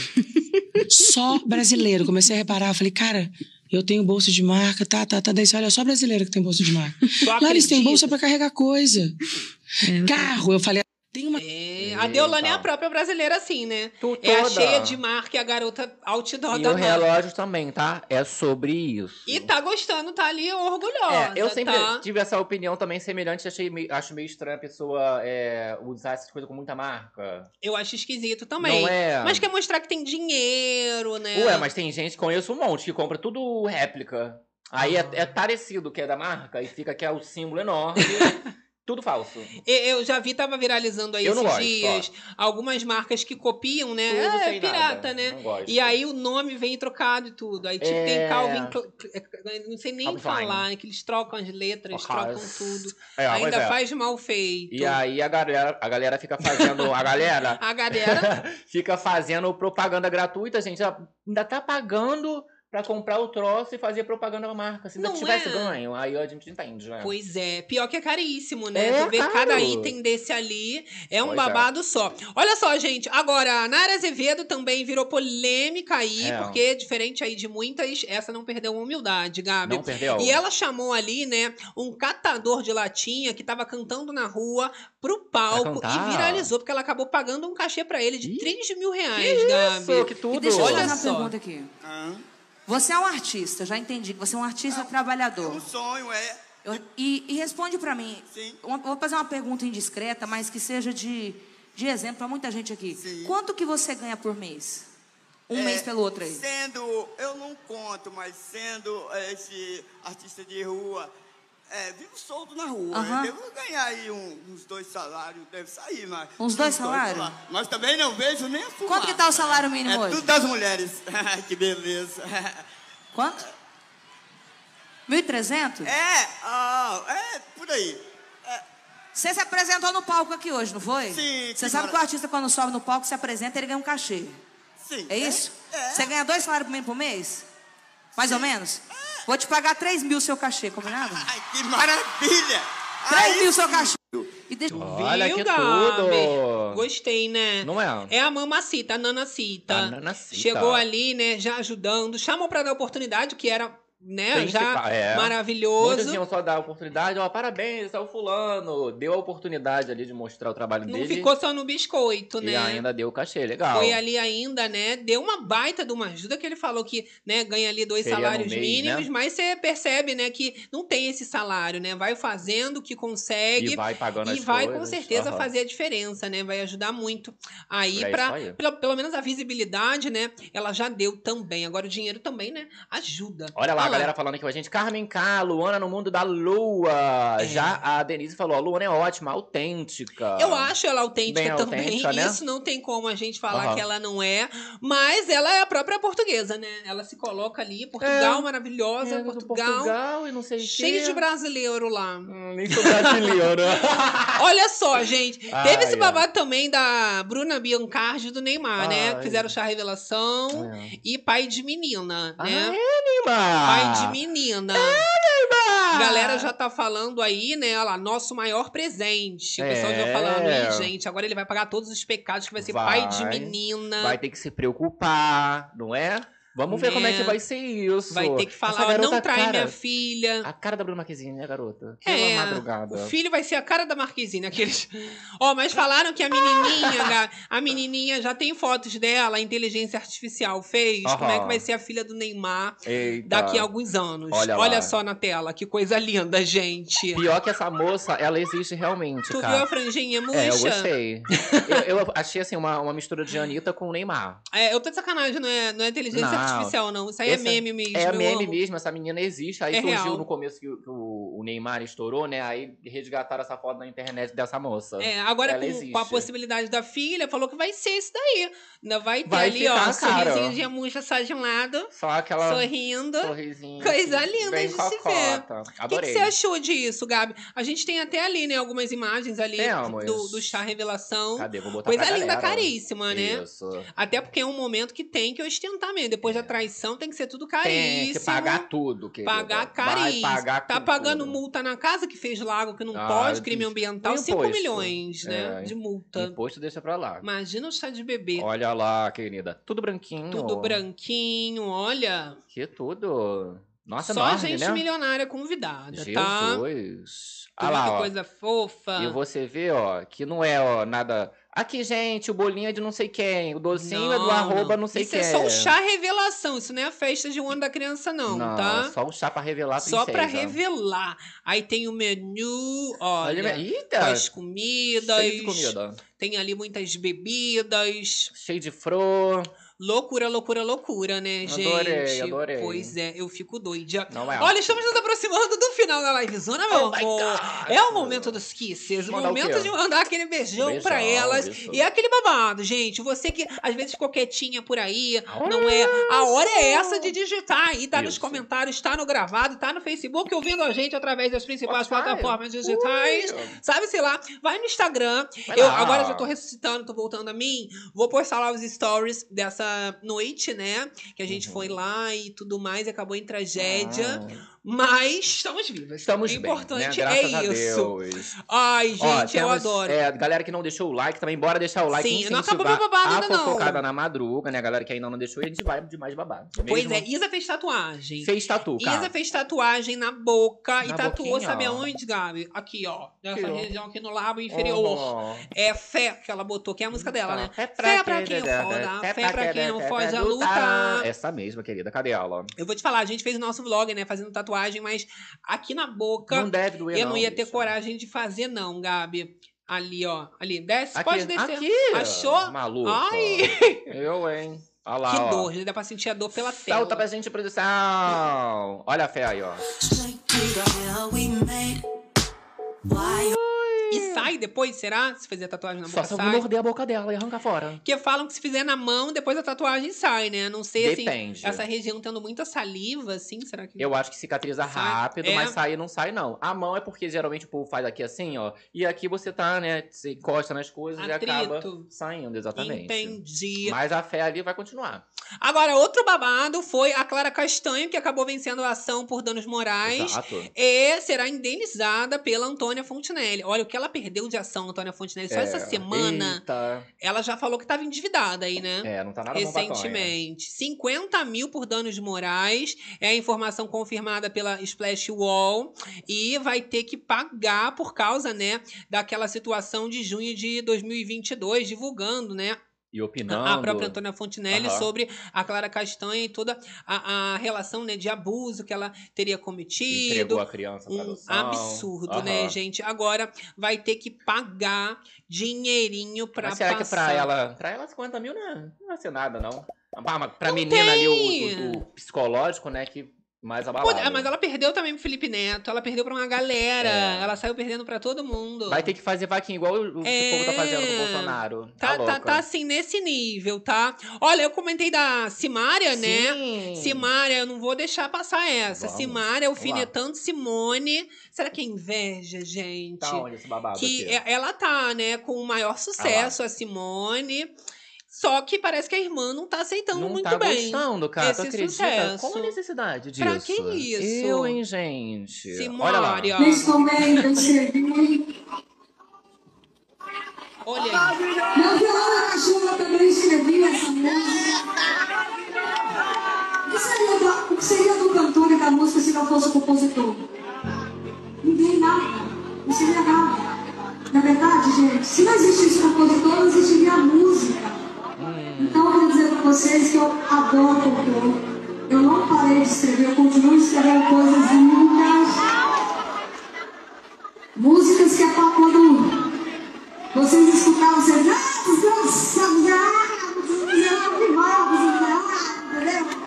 Speaker 7: Só brasileiro. Comecei a reparar, eu falei, cara, eu tenho bolsa de marca, tá. Daí você olha, só brasileira que tem bolsa de marca. Lá eles têm bolsa pra carregar coisa. Carro, eu falei, tem uma...
Speaker 1: A Deolane é a própria brasileira, assim, né?
Speaker 2: Toda.
Speaker 1: É a cheia de marca e a garota outdoor
Speaker 2: E
Speaker 1: da
Speaker 2: o
Speaker 1: marca.
Speaker 2: relógio também, tá? É sobre isso.
Speaker 1: E tá gostando, tá ali orgulhosa.
Speaker 2: Eu sempre
Speaker 1: tá?
Speaker 2: tive essa opinião também semelhante. Acho meio estranho a pessoa usar essas coisas com muita marca.
Speaker 1: Eu acho esquisito também.
Speaker 2: Não é?
Speaker 1: Mas quer mostrar que tem dinheiro, né?
Speaker 2: Ué, mas tem gente, conheço um monte, que compra tudo réplica. Aí é parecido que é da marca, e fica que é o símbolo enorme. Tudo falso.
Speaker 1: Eu já vi, tava viralizando aí
Speaker 2: Eu não
Speaker 1: esses
Speaker 2: gosto,
Speaker 1: dias, algumas marcas que copiam, né?
Speaker 2: Tudo
Speaker 1: É
Speaker 2: sem
Speaker 1: pirata,
Speaker 2: nada.
Speaker 1: né?
Speaker 2: Não gosto.
Speaker 1: E aí o nome vem trocado e tudo. Aí tipo tem Calvin... Não sei nem
Speaker 2: Calvin Klein.
Speaker 1: falar, né? Que eles trocam as letras, trocam tudo.
Speaker 2: Pois
Speaker 1: Ainda
Speaker 2: é.
Speaker 1: faz mal feito.
Speaker 2: E aí a galera fica fazendo... A galera
Speaker 1: A galera...
Speaker 2: fica fazendo propaganda gratuita, gente. Ainda tá pagando pra comprar o troço e fazer propaganda da marca. Se não tivesse ganho, aí a gente entende, né?
Speaker 1: Pois é. Pior que é caríssimo, né?
Speaker 2: É
Speaker 1: Tu vê
Speaker 2: caro.
Speaker 1: cada item desse ali, é um
Speaker 2: Pois
Speaker 1: babado só. Olha só, gente. Agora, a Nayara Azevedo também virou polêmica aí, porque diferente aí de muitas, essa não perdeu a humildade, Gabi.
Speaker 2: Não perdeu.
Speaker 1: E ela chamou ali, né, um catador de latinha que tava cantando na rua pro palco e viralizou, porque ela acabou pagando um cachê pra ele de 3 mil reais, Gabi.
Speaker 2: Isso, que tudo.
Speaker 8: E deixa eu
Speaker 1: Olha
Speaker 8: fazer uma
Speaker 1: só.
Speaker 8: pergunta aqui. Você é um artista, já entendi que você é um artista trabalhador.
Speaker 9: É um sonho,
Speaker 8: E responde pra mim.
Speaker 9: Sim.
Speaker 8: Vou fazer uma pergunta indiscreta, mas que seja de exemplo pra muita gente aqui.
Speaker 9: Sim.
Speaker 8: Quanto que você ganha por mês? Um mês pelo outro aí.
Speaker 9: Eu não conto, mas sendo esse artista de rua, vivo solto na rua.
Speaker 8: Aham.
Speaker 9: Eu devo ganhar aí uns 2 salários, deve sair, mas...
Speaker 8: Uns 2 salários?
Speaker 9: Mas também não vejo nem a fumaça.
Speaker 8: Quanto que tá o salário mínimo hoje?
Speaker 9: Tudo das mulheres. Que beleza.
Speaker 8: Quanto? 1.300?
Speaker 9: Por aí.
Speaker 8: Você se apresentou no palco aqui hoje, não foi?
Speaker 9: Sim.
Speaker 8: Você sabe que o artista, quando sobe no palco, se apresenta, ele ganha um cachê.
Speaker 9: Sim.
Speaker 8: É isso? Você ganha 2 salários mínimos por mês? Mais ou menos? Vou te pagar 3 mil o seu cachê, combinado?
Speaker 9: Ai, que maravilha!
Speaker 8: 3 mil o seu cachê. E deixa...
Speaker 2: Olha
Speaker 1: Viu,
Speaker 2: que
Speaker 1: Gabi?
Speaker 2: tudo.
Speaker 1: Gostei, né?
Speaker 2: Não é?
Speaker 1: É a Mamacita, a Nanacita.
Speaker 2: A Nanacita.
Speaker 1: Chegou ali, né, já ajudando. Chamou pra dar oportunidade, que era né, já maravilhoso.
Speaker 2: Muitos iam só dar a oportunidade, ó, parabéns, é o fulano. Deu a oportunidade ali de mostrar o trabalho dele.
Speaker 1: Não ficou só no biscoito, né?
Speaker 2: E ainda deu o cachê, legal.
Speaker 1: Foi ali ainda, né, deu uma baita de uma ajuda que ele falou que, né, ganha ali 2
Speaker 2: Seria
Speaker 1: salários
Speaker 2: no mês,
Speaker 1: mínimos,
Speaker 2: né?
Speaker 1: mas você percebe, né, que não tem esse salário, né? Vai fazendo o que consegue
Speaker 2: E vai pagando
Speaker 1: e
Speaker 2: as
Speaker 1: vai
Speaker 2: coisas.
Speaker 1: com certeza fazer a diferença, né? Vai ajudar muito aí pra, pelo menos a visibilidade, né? Ela já deu também. Agora o dinheiro também, né? Ajuda.
Speaker 2: Olha lá, a galera falando aqui com a gente. Carmen K, Luana no mundo da lua. Já a Denise falou, a Luana é ótima, autêntica.
Speaker 1: Eu acho ela autêntica
Speaker 2: Bem
Speaker 1: também.
Speaker 2: autêntica, né?
Speaker 1: Isso não tem como a gente falar que ela não é. Mas ela é a própria portuguesa, né? Ela se coloca ali, Portugal maravilhosa, Portugal
Speaker 2: e não sei
Speaker 1: cheio de brasileiro lá.
Speaker 2: Nem sou brasileiro.
Speaker 1: Olha só, gente. Teve esse babado também da Bruna Biancardi e do Neymar, né? Fizeram chá revelação e pai de menina, né?
Speaker 2: Neymar!
Speaker 1: Pai de menina. A galera já tá falando aí, né? Olha lá, nosso maior presente. O pessoal já falando, ih, gente, agora ele vai pagar todos os pecados, que vai ser pai de menina.
Speaker 2: Vai ter que se preocupar, não é? Vamos ver como é que vai ser isso.
Speaker 1: Vai ter que falar, ó, não trai minha filha.
Speaker 2: A cara da Bruna Marquezine, né, garota? Pela madrugada.
Speaker 1: O filho vai ser a cara da Marquezine, aqueles... mas falaram que a menininha já tem fotos dela, a inteligência artificial fez. Como é que vai ser a filha do Neymar daqui a alguns anos. Olha só na tela, que coisa linda, gente.
Speaker 2: Pior que essa moça, ela existe realmente,
Speaker 1: Tu
Speaker 2: cara.
Speaker 1: viu a franjinha murcha?
Speaker 2: Eu gostei. eu achei, assim, uma mistura de Anitta com o Neymar.
Speaker 1: Eu tô de sacanagem, não é inteligência artificial, não. Isso aí é meme mesmo.
Speaker 2: É meme mesmo, essa menina existe. Aí surgiu
Speaker 1: real.
Speaker 2: No começo que o Neymar estourou, né? Aí resgataram essa foto na internet dessa moça.
Speaker 1: Agora com a possibilidade da filha, falou que vai ser isso daí. Ainda vai ter ali, ó, sorrisinho de murcha só de um lado.
Speaker 2: Só aquela...
Speaker 1: Sorrindo.
Speaker 2: Sorrisinho.
Speaker 1: Coisa linda de se ver.
Speaker 2: Adorei.
Speaker 1: O que você achou disso, Gabi? A gente tem até ali, né, algumas imagens ali do chá revelação.
Speaker 2: Cadê? Vou botar
Speaker 1: coisa
Speaker 2: pra
Speaker 1: linda,
Speaker 2: galera.
Speaker 1: Caríssima, né?
Speaker 2: Isso.
Speaker 1: Até porque é um momento que tem que ostentar mesmo. Depois da traição tem que ser tudo caríssimo.
Speaker 2: Tem que pagar tudo, querida.
Speaker 1: Pagar caríssimo.
Speaker 2: Vai pagar
Speaker 1: tá pagando multa na casa que fez lago que não pode, crime ambiental, 5 milhões, né? De multa.
Speaker 2: Imposto deixa pra lá.
Speaker 1: Imagina o chá de bebê.
Speaker 2: Olha lá, querida. Tudo branquinho.
Speaker 1: Tudo branquinho, olha.
Speaker 2: Que tudo. Nossa,
Speaker 1: só
Speaker 2: enorme,
Speaker 1: gente
Speaker 2: né?
Speaker 1: milionária convidada,
Speaker 2: Jesus.
Speaker 1: tá?
Speaker 2: Olha lá,
Speaker 1: que
Speaker 2: ó.
Speaker 1: coisa fofa.
Speaker 2: E você vê, ó, que não é, ó, nada... Aqui, gente, o bolinho é de não sei quem, o docinho é do arroba não sei
Speaker 1: isso
Speaker 2: quem.
Speaker 1: Isso é só o chá revelação, isso não é a festa de 1 ano da criança não, tá?
Speaker 2: Só o chá pra revelar a princesa.
Speaker 1: Só pra revelar. Aí tem o menu, olha,
Speaker 2: eita,
Speaker 1: com as comidas.
Speaker 2: Cheio de comida.
Speaker 1: Tem ali muitas bebidas.
Speaker 2: Cheio de flor.
Speaker 1: Loucura, loucura, loucura, né, gente?
Speaker 2: Adorei.
Speaker 1: Pois é, eu fico doida.
Speaker 2: Não é.
Speaker 1: Olha, estamos nos aproximando do final da livezona, meu amor. É o momento dos kisses. O momento de mandar aquele beijão pra elas.
Speaker 2: Isso.
Speaker 1: E é aquele babado, gente. Você que às vezes ficou quietinha por aí, não é? A hora é essa de digitar aí. Tá nos comentários, tá no gravado, tá no Facebook, ouvindo a gente através das principais plataformas digitais. Sabe, sei lá. Vai no Instagram. Agora já tô ressuscitando, tô voltando a mim. Vou postar lá os stories dessa noite, né? Que a gente foi lá e tudo mais, e acabou em tragédia. Mas estamos vivas.
Speaker 2: Estamos
Speaker 1: bem. O importante
Speaker 2: né?
Speaker 1: é isso. Ai, gente, eu adoro.
Speaker 2: Galera que não deixou o like também, bora deixar o like.
Speaker 1: Sim, não acabou meu babado ainda não.
Speaker 2: A fofocada na madruga, né? A galera que ainda não deixou, e a gente vai de mais babado.
Speaker 1: Pois é, Isa fez tatuagem.
Speaker 2: Fez tatu, cara.
Speaker 1: Isa fez tatuagem na boca e tatuou,
Speaker 2: boquinha,
Speaker 1: sabe aonde, Gabi? Aqui, ó. Nessa região aqui no lábio inferior. É fé que ela botou, que é a música dela, né? Fé pra quem foda, fé pra quem não foge a luta.
Speaker 2: Essa mesma, querida. Cadê ela?
Speaker 1: Eu vou te falar, a gente fez o nosso vlog, né? Fazendo tatuagem, mas aqui na boca...
Speaker 2: Não deve doer,
Speaker 1: eu não ia ter coragem de fazer, não, Gabi. Ali, ó. Ali, desce.
Speaker 2: Aqui,
Speaker 1: pode descer.
Speaker 2: Aqui.
Speaker 1: Achou?
Speaker 2: Maluco.
Speaker 1: Ai.
Speaker 2: Eu, hein? Olha lá,
Speaker 1: que
Speaker 2: ó.
Speaker 1: dor, já dá pra sentir a dor pela tela.
Speaker 2: Solta pra gente, produção. Olha a fé aí, ó.
Speaker 1: E sai depois, será? Se fazer a tatuagem na boca,
Speaker 2: Só se eu morder a boca dela e arrancar fora.
Speaker 1: Porque falam que se fizer na mão, depois a tatuagem sai, né? Não sei,
Speaker 2: depende.
Speaker 1: Assim, essa região tendo muita saliva, assim, será que...
Speaker 2: Eu acho que cicatriza rápido, mas sair não sai, não. A mão é porque geralmente o povo faz aqui assim, ó. E aqui você tá, né, você encosta nas coisas e acaba saindo, exatamente.
Speaker 1: Entendi.
Speaker 2: Mas a fé ali vai continuar.
Speaker 1: Agora, outro babado foi a Clara Castanho, que acabou vencendo a ação por danos morais.
Speaker 2: Exato.
Speaker 1: E será indenizada pela Antônia Fontinelli. Olha, o que ela perdeu de ação, Antônia Fontinelli, só essa semana,
Speaker 2: Eita.
Speaker 1: ela já falou que estava endividada aí, né?
Speaker 2: Não tá nada bom pra Tonha.
Speaker 1: Recentemente. 50 mil por danos morais. É a informação confirmada pela Splash Wall. E vai ter que pagar por causa, né, daquela situação de junho de 2022, divulgando, né,
Speaker 2: E opinando.
Speaker 1: a própria Antônia Fontinelli sobre a Clara Castanha e toda a relação, né, de abuso que ela teria cometido.
Speaker 2: Entregou a criança pra adoção.
Speaker 1: Absurdo, né, gente? Agora vai ter que pagar dinheirinho pra
Speaker 2: Mas será
Speaker 1: passar.
Speaker 2: que pra ela 50 mil não vai ser nada, não? Pra
Speaker 1: Não
Speaker 2: menina
Speaker 1: tem.
Speaker 2: ali, o psicológico, né, que mais abalado.
Speaker 1: Mas ela perdeu também pro Felipe Neto, ela perdeu pra uma galera, ela saiu perdendo pra todo mundo.
Speaker 2: Vai ter que fazer vaquinha igual o povo tá fazendo com o Bolsonaro.
Speaker 1: Tá assim, nesse nível, tá? Olha, eu comentei da Simária, né? Simária, eu não vou deixar passar essa. Simária alfinetando Simone. Será que é inveja, gente?
Speaker 2: Tá onde esse babado
Speaker 1: que
Speaker 2: aqui?
Speaker 1: Ela tá, né, com o maior sucesso, a Simone. Só que parece que a irmã não tá aceitando muito bem.
Speaker 2: Não tá gostando, cara. Tu acredita?
Speaker 1: Sucesso.
Speaker 2: Qual a necessidade disso?
Speaker 1: Pra que isso?
Speaker 2: Eu, hein, gente?
Speaker 1: Simária.
Speaker 2: Olha lá.
Speaker 10: Nesse momento, eu servi.
Speaker 1: Olha aí.
Speaker 10: Na Violão da Cachorra também escrevi essa música. O que seria do cantor e da música se não fosse o compositor? Ninguém, nada. Não seria nada. Na verdade, gente, se não existisse o compositor, não existiria a música. Então, eu quero dizer pra vocês que eu adoro compor. Eu não parei de escrever, eu continuo escrevendo coisas lindas. Músicas que é pra quando vocês escutavam, vocês... Entendeu?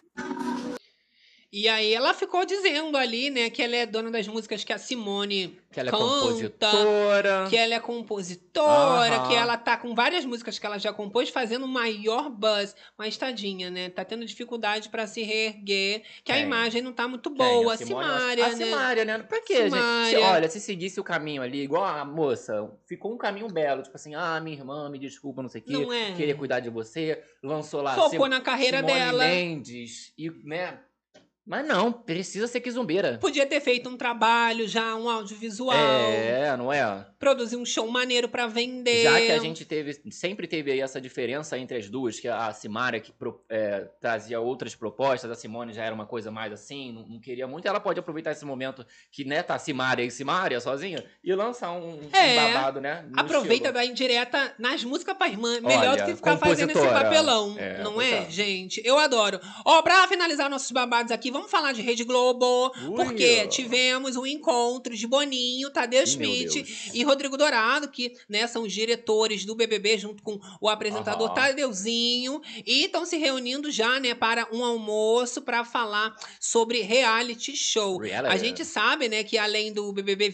Speaker 1: E aí ela ficou dizendo ali, né, que ela é dona das músicas que a Simone
Speaker 2: que ela
Speaker 1: canta,
Speaker 2: é compositora.
Speaker 1: que ela é compositora, que ela tá com várias músicas que ela já compôs, fazendo maior buzz. Mas tadinha, né? Tá tendo dificuldade pra se reerguer, que a imagem não tá muito boa. A Simária, né?
Speaker 2: A Simária, né? Pra quê, gente? Olha, se seguisse o caminho ali, igual a moça, ficou um caminho belo. Tipo assim, minha irmã, me desculpa, não sei o quê.
Speaker 1: Não é?
Speaker 2: Queria cuidar de você. Lançou lá...
Speaker 1: Focou na carreira
Speaker 2: Simone
Speaker 1: dela.
Speaker 2: Mendes. E, né... Mas não, precisa ser quizumbeira.
Speaker 1: Podia ter feito um trabalho já, um audiovisual.
Speaker 2: Não é?
Speaker 1: Produzir um show maneiro pra vender.
Speaker 2: Já que a gente sempre teve aí essa diferença entre as duas, que a Simária que trazia outras propostas, a Simone já era uma coisa mais assim, não queria muito, ela pode aproveitar esse momento que, né, tá Simária e Simária sozinha e lançar um babado, né?
Speaker 1: Aproveita da indireta nas músicas pra irmã. Melhor
Speaker 2: Olha,
Speaker 1: do que ficar fazendo esse papelão. Não é, gente? Eu adoro. Ó, pra finalizar nossos babados aqui, vamos falar de Rede Globo, porque tivemos um encontro de Boninho, Tadeu Schmidt e Rodrigo Dourado, que, né, são os diretores do BBB, junto com o apresentador Tadeuzinho, e estão se reunindo já, né, para um almoço para falar sobre reality show. A gente sabe, né, que além do BBB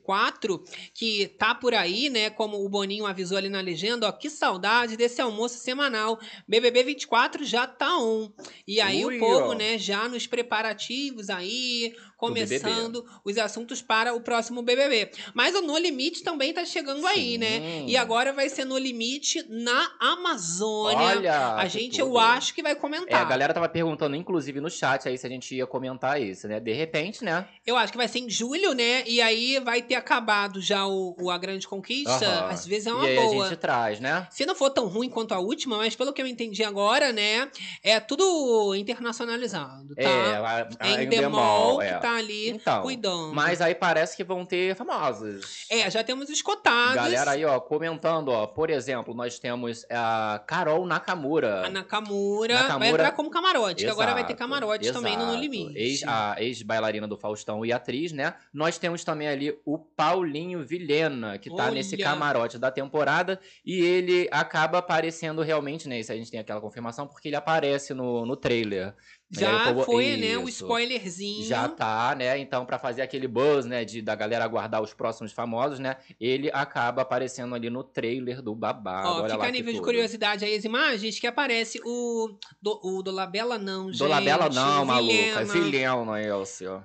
Speaker 1: 24, que tá por aí, né, como o Boninho avisou ali na legenda, ó, que saudade desse almoço semanal. BBB 24 já tá on. E aí o povo, né, já nos preparativos aí, começando os assuntos para o próximo BBB. Mas o No Limite também tá chegando aí, né? E agora vai ser No Limite na Amazônia.
Speaker 2: Olha,
Speaker 1: a gente, eu acho que vai comentar.
Speaker 2: A galera tava perguntando, inclusive, no chat aí, se a gente ia comentar isso, né? De repente, né?
Speaker 1: Eu acho que vai ser em julho, né? E aí vai ter acabado já a Grande Conquista. Às vezes é uma
Speaker 2: e
Speaker 1: boa.
Speaker 2: Aí a gente traz, né?
Speaker 1: Se não for tão ruim quanto a última, mas pelo que eu entendi agora, né? É tudo internacionalizado, tá? Em Endemol, que tá ali cuidando.
Speaker 2: Mas aí parece que vão ter famosos.
Speaker 1: Já temos os cotados.
Speaker 2: Galera aí, ó, comentando, ó. Por exemplo, nós temos a Carol Nakamura.
Speaker 1: A Nakamura vai entrar como camarote, que agora vai ter camarote também no Limite.
Speaker 2: A ex-bailarina do Faustão e atriz, né? Nós temos também ali o Paulinho Vilhena, que tá nesse camarote da temporada. E ele acaba aparecendo realmente, né? Isso a gente tem aquela confirmação, porque ele aparece no trailer.
Speaker 1: Já foi, né, o spoilerzinho.
Speaker 2: Já tá, né, então pra fazer aquele buzz, né, da galera aguardar os próximos famosos, né, ele acaba aparecendo ali no trailer do babado.
Speaker 1: Ó, fica a nível de curiosidade aí as imagens que aparece o Dolabella não, gente.
Speaker 2: Dolabella não, maluca, é Vilhena, Elcio.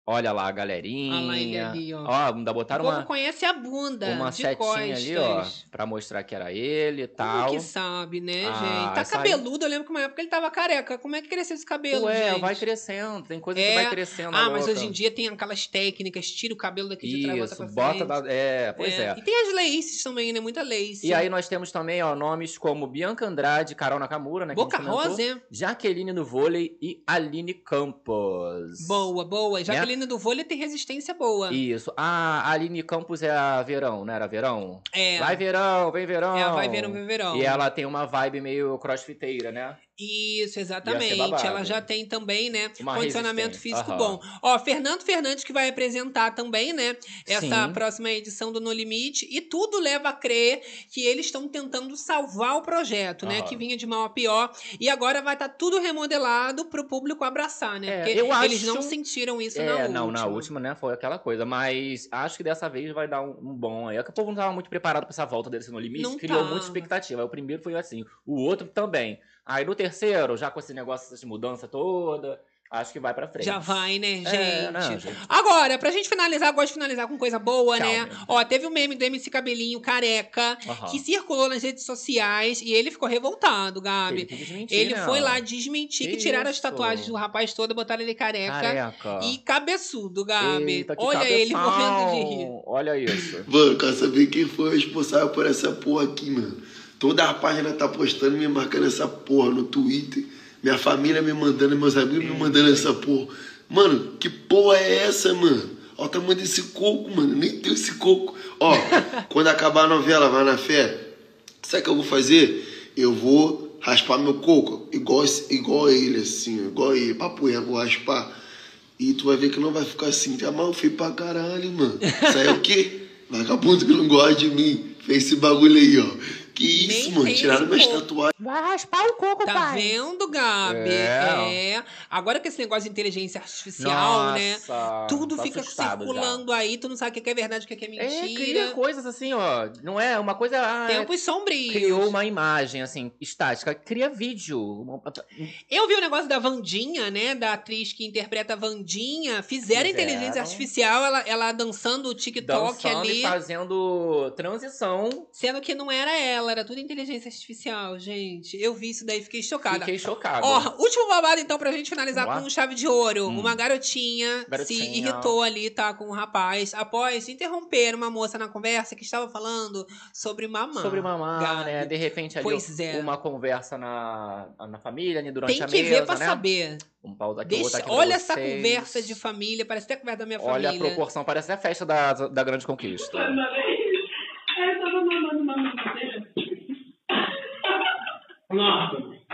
Speaker 2: Olha lá a
Speaker 1: Olha lá ele
Speaker 2: galerinha.
Speaker 1: ali, ó.
Speaker 2: Ó, ainda botaram
Speaker 1: O povo
Speaker 2: uma,
Speaker 1: conhece a bunda
Speaker 2: uma
Speaker 1: de
Speaker 2: setinha
Speaker 1: costas.
Speaker 2: ali, ó, pra mostrar que era ele e tal.
Speaker 1: Como que sabe, né,
Speaker 2: Ah,
Speaker 1: gente? Tá
Speaker 2: essa aí-
Speaker 1: cabeludo, eu lembro que uma época ele tava careca. Como é que cresceu esse cabelo,
Speaker 2: Ué,
Speaker 1: gente?
Speaker 2: vai crescendo, tem coisa que vai crescendo.
Speaker 1: Ah, mas
Speaker 2: louca.
Speaker 1: hoje em dia tem aquelas técnicas, tira o cabelo daqui de trás, bota
Speaker 2: Isso,
Speaker 1: pra
Speaker 2: bota
Speaker 1: frente.
Speaker 2: da... pois é.
Speaker 1: E tem as laces também, né? Muita lace.
Speaker 2: E aí nós temos também, ó, nomes como Bianca Andrade, Carol Nakamura, né? que a gente
Speaker 1: Boca
Speaker 2: comentou,
Speaker 1: Rosa, hein?
Speaker 2: Jaqueline no vôlei e Aline Campos.
Speaker 1: Boa, boa.
Speaker 2: Né?
Speaker 1: Jaqueline do vôlei tem resistência boa.
Speaker 2: Isso. A Aline Campos é a Verão, não era a Verão?
Speaker 1: É.
Speaker 2: Vai Verão, vem Verão.
Speaker 1: É a Vai Verão, vem Verão.
Speaker 2: E ela tem uma vibe meio crossfiteira, né?
Speaker 1: Isso,
Speaker 2: Ia ser
Speaker 1: exatamente.
Speaker 2: babado.
Speaker 1: Ela já tem também, né,
Speaker 2: Uma
Speaker 1: condicionamento
Speaker 2: resistência.
Speaker 1: físico
Speaker 2: Aham.
Speaker 1: bom. Ó, Fernando Fernandes que vai apresentar também, né, essa
Speaker 2: Sim.
Speaker 1: próxima edição do No Limite. E tudo leva a crer que eles estão tentando salvar o projeto, né,
Speaker 2: Aham.
Speaker 1: que vinha de mal a pior. E agora vai estar tudo remodelado pro público abraçar, né?
Speaker 2: É,
Speaker 1: Porque
Speaker 2: eu
Speaker 1: eles
Speaker 2: acho-
Speaker 1: não sentiram isso na última.
Speaker 2: Não, na última, né, foi aquela coisa. Mas acho que dessa vez vai dar um bom aí. É que o povo não tava muito preparado pra essa volta desse No Limite.
Speaker 1: Não
Speaker 2: Criou
Speaker 1: tava.
Speaker 2: muita expectativa. Aí o primeiro foi assim, o outro também. Aí no terceiro, já com esse negócio de mudança toda, acho que vai pra frente.
Speaker 1: Já vai, né, gente?
Speaker 2: É, não, gente.
Speaker 1: Agora, pra gente finalizar, gosto de finalizar com coisa boa, né?
Speaker 2: Calma.
Speaker 1: Ó, teve o meme do MC Cabelinho careca,
Speaker 2: Aham.
Speaker 1: que circulou nas redes sociais e ele ficou revoltado, Gabi.
Speaker 2: Teve que desmentir,
Speaker 1: Ele
Speaker 2: né?
Speaker 1: foi lá desmentir que
Speaker 2: Que
Speaker 1: tiraram as
Speaker 2: isso?
Speaker 1: tatuagens do rapaz todo, botaram ele careca.
Speaker 2: Careca.
Speaker 1: E cabeçudo, Gabi.
Speaker 2: Eita, que
Speaker 1: Olha ele
Speaker 2: cabeção.
Speaker 1: morrendo de rir.
Speaker 2: Olha isso.
Speaker 11: Mano, quero saber quem foi o responsável por essa porra aqui, mano. Toda a página tá postando, me marcando essa porra no Twitter. Minha família me mandando, meus amigos me mandando essa porra. Mano, que porra é essa, mano? Olha o tamanho desse coco, mano. Nem tenho esse coco. Ó, quando acabar a novela, vai na fé. Sabe o que eu vou fazer? Eu vou raspar meu coco. Igual ele, assim. Igual ele. Papo reto, vou raspar. E tu vai ver que não vai ficar assim. Tá mal feio pra caralho, mano. Isso aí é o quê? Vagabundo que não gosta de mim. Fez esse bagulho aí, ó. Que isso,
Speaker 1: Nem
Speaker 11: mano?
Speaker 1: tem
Speaker 11: Tiraram
Speaker 1: esse
Speaker 11: minhas
Speaker 1: coco.
Speaker 11: tatuagens.
Speaker 12: Vai raspar o coco,
Speaker 1: Tá
Speaker 12: pai.
Speaker 1: vendo, Gabi?
Speaker 2: É.
Speaker 1: Agora com esse negócio de inteligência artificial, né?
Speaker 2: Nossa,
Speaker 1: Tudo
Speaker 2: tô
Speaker 1: fica
Speaker 2: assustado
Speaker 1: circulando aí, tu não sabe o que é verdade, o que é
Speaker 2: É, cria
Speaker 1: mentira.
Speaker 2: coisas assim, ó. Não é uma coisa.
Speaker 1: Tempos sombrios.
Speaker 2: Criou uma imagem, assim, estática. Cria vídeo.
Speaker 1: Eu vi o negócio da Wandinha, né? Da atriz que interpreta a Wandinha. Fizeram inteligência artificial, ela dançando o TikTok
Speaker 2: Dançando
Speaker 1: ali.
Speaker 2: e fazendo transição.
Speaker 1: Sendo que não era ela, era tudo inteligência artificial, gente. Eu vi isso daí, fiquei chocada.
Speaker 2: Fiquei chocado.
Speaker 1: Ó, último babado, então, pra gente finalizar
Speaker 2: Vamos lá?
Speaker 1: com chave de ouro. Uma garotinha se
Speaker 2: Garotinha.
Speaker 1: irritou ali, tá, com um rapaz, após interromper uma moça na conversa que estava falando sobre mamar.
Speaker 2: Sobre mamar,
Speaker 1: Gabi.
Speaker 2: né? De repente ali
Speaker 1: Pois é.
Speaker 2: uma conversa na família, né? Durante
Speaker 1: Tem
Speaker 2: a
Speaker 1: que
Speaker 2: mesa,
Speaker 1: ver pra
Speaker 2: né?
Speaker 1: saber.
Speaker 2: Um pausa aqui, outro
Speaker 1: Deixa,
Speaker 2: aqui pra
Speaker 1: olha essa
Speaker 2: vocês.
Speaker 1: conversa de família, parece até a conversa da minha
Speaker 2: Olha
Speaker 1: família.
Speaker 2: a proporção, parece a festa da Grande Conquista.
Speaker 13: Nossa!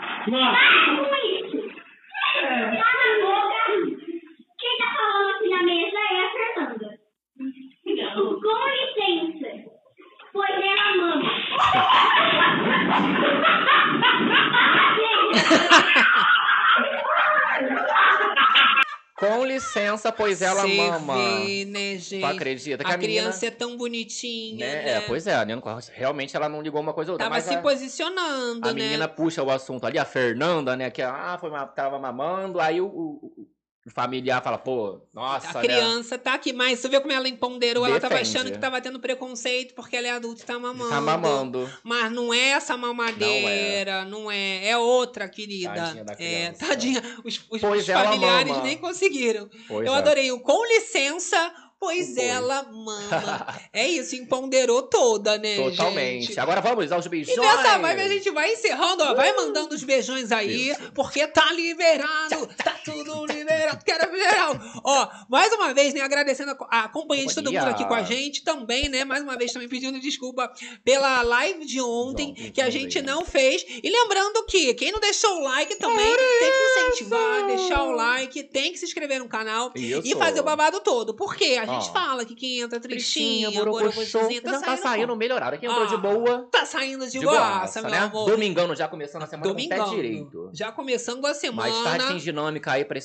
Speaker 10: Quem tá falando aqui na mesa é a Fernanda. Com licença, pois ela mama.
Speaker 2: Com licença, pois ela
Speaker 1: Cê
Speaker 2: mama.
Speaker 1: vê, né, gente?
Speaker 2: Tu acredita que
Speaker 1: a
Speaker 2: a menina...
Speaker 1: criança é tão bonitinha,
Speaker 2: Né?
Speaker 1: né?
Speaker 2: É, pois é, a Nina Corrêa, realmente ela não ligou uma coisa ou outra.
Speaker 1: Tava
Speaker 2: mas
Speaker 1: se posicionando,
Speaker 2: a
Speaker 1: né?
Speaker 2: menina puxa o assunto ali, a Fernanda, né? Que tava mamando, aí o familiar fala, pô, nossa,
Speaker 1: A criança tá aqui, mas você viu como ela empoderou? Ela tava
Speaker 2: Defende.
Speaker 1: achando que tava tendo preconceito porque ela é adulta e tá mamando.
Speaker 2: Tá mamando.
Speaker 1: Mas não é essa mamadeira, não é. É outra, querida.
Speaker 2: Tadinha da criança.
Speaker 1: Tadinha. Os
Speaker 2: Pois ela
Speaker 1: familiares
Speaker 2: mama.
Speaker 1: nem conseguiram.
Speaker 2: Pois
Speaker 1: Eu
Speaker 2: é.
Speaker 1: adorei o com licença, pois ela mama. É isso, empoderou toda, né,
Speaker 2: Totalmente.
Speaker 1: gente?
Speaker 2: Agora vamos aos beijões.
Speaker 1: E nessa vibe a gente vai encerrando, ó. Vai mandando os beijões aí, porque tá liberado. Tá tudo liberado. Quero geral. Ó, mais uma vez, né, agradecendo a companhia de todo mundo aqui com a gente também, né? Mais uma vez também pedindo desculpa pela live de ontem, que a gente não fez. E lembrando que quem não deixou o like também tem que incentivar, deixar o like, tem que se inscrever no canal
Speaker 2: Isso.
Speaker 1: e fazer o babado todo. Por quê? A gente
Speaker 2: Ó.
Speaker 1: fala que quem entra tristinha,
Speaker 2: borocochô,
Speaker 1: borocochosinha,
Speaker 2: já tá saindo melhorado. Quem entrou de boa...
Speaker 1: Tá saindo de
Speaker 2: boaça,
Speaker 1: boaça, meu
Speaker 2: né?
Speaker 1: amor.
Speaker 2: Domingão já começando a semana com o pé
Speaker 1: Domingão.
Speaker 2: direito.
Speaker 1: Já começando a semana.
Speaker 2: Mais tarde tem dinâmica aí pra esse povo botar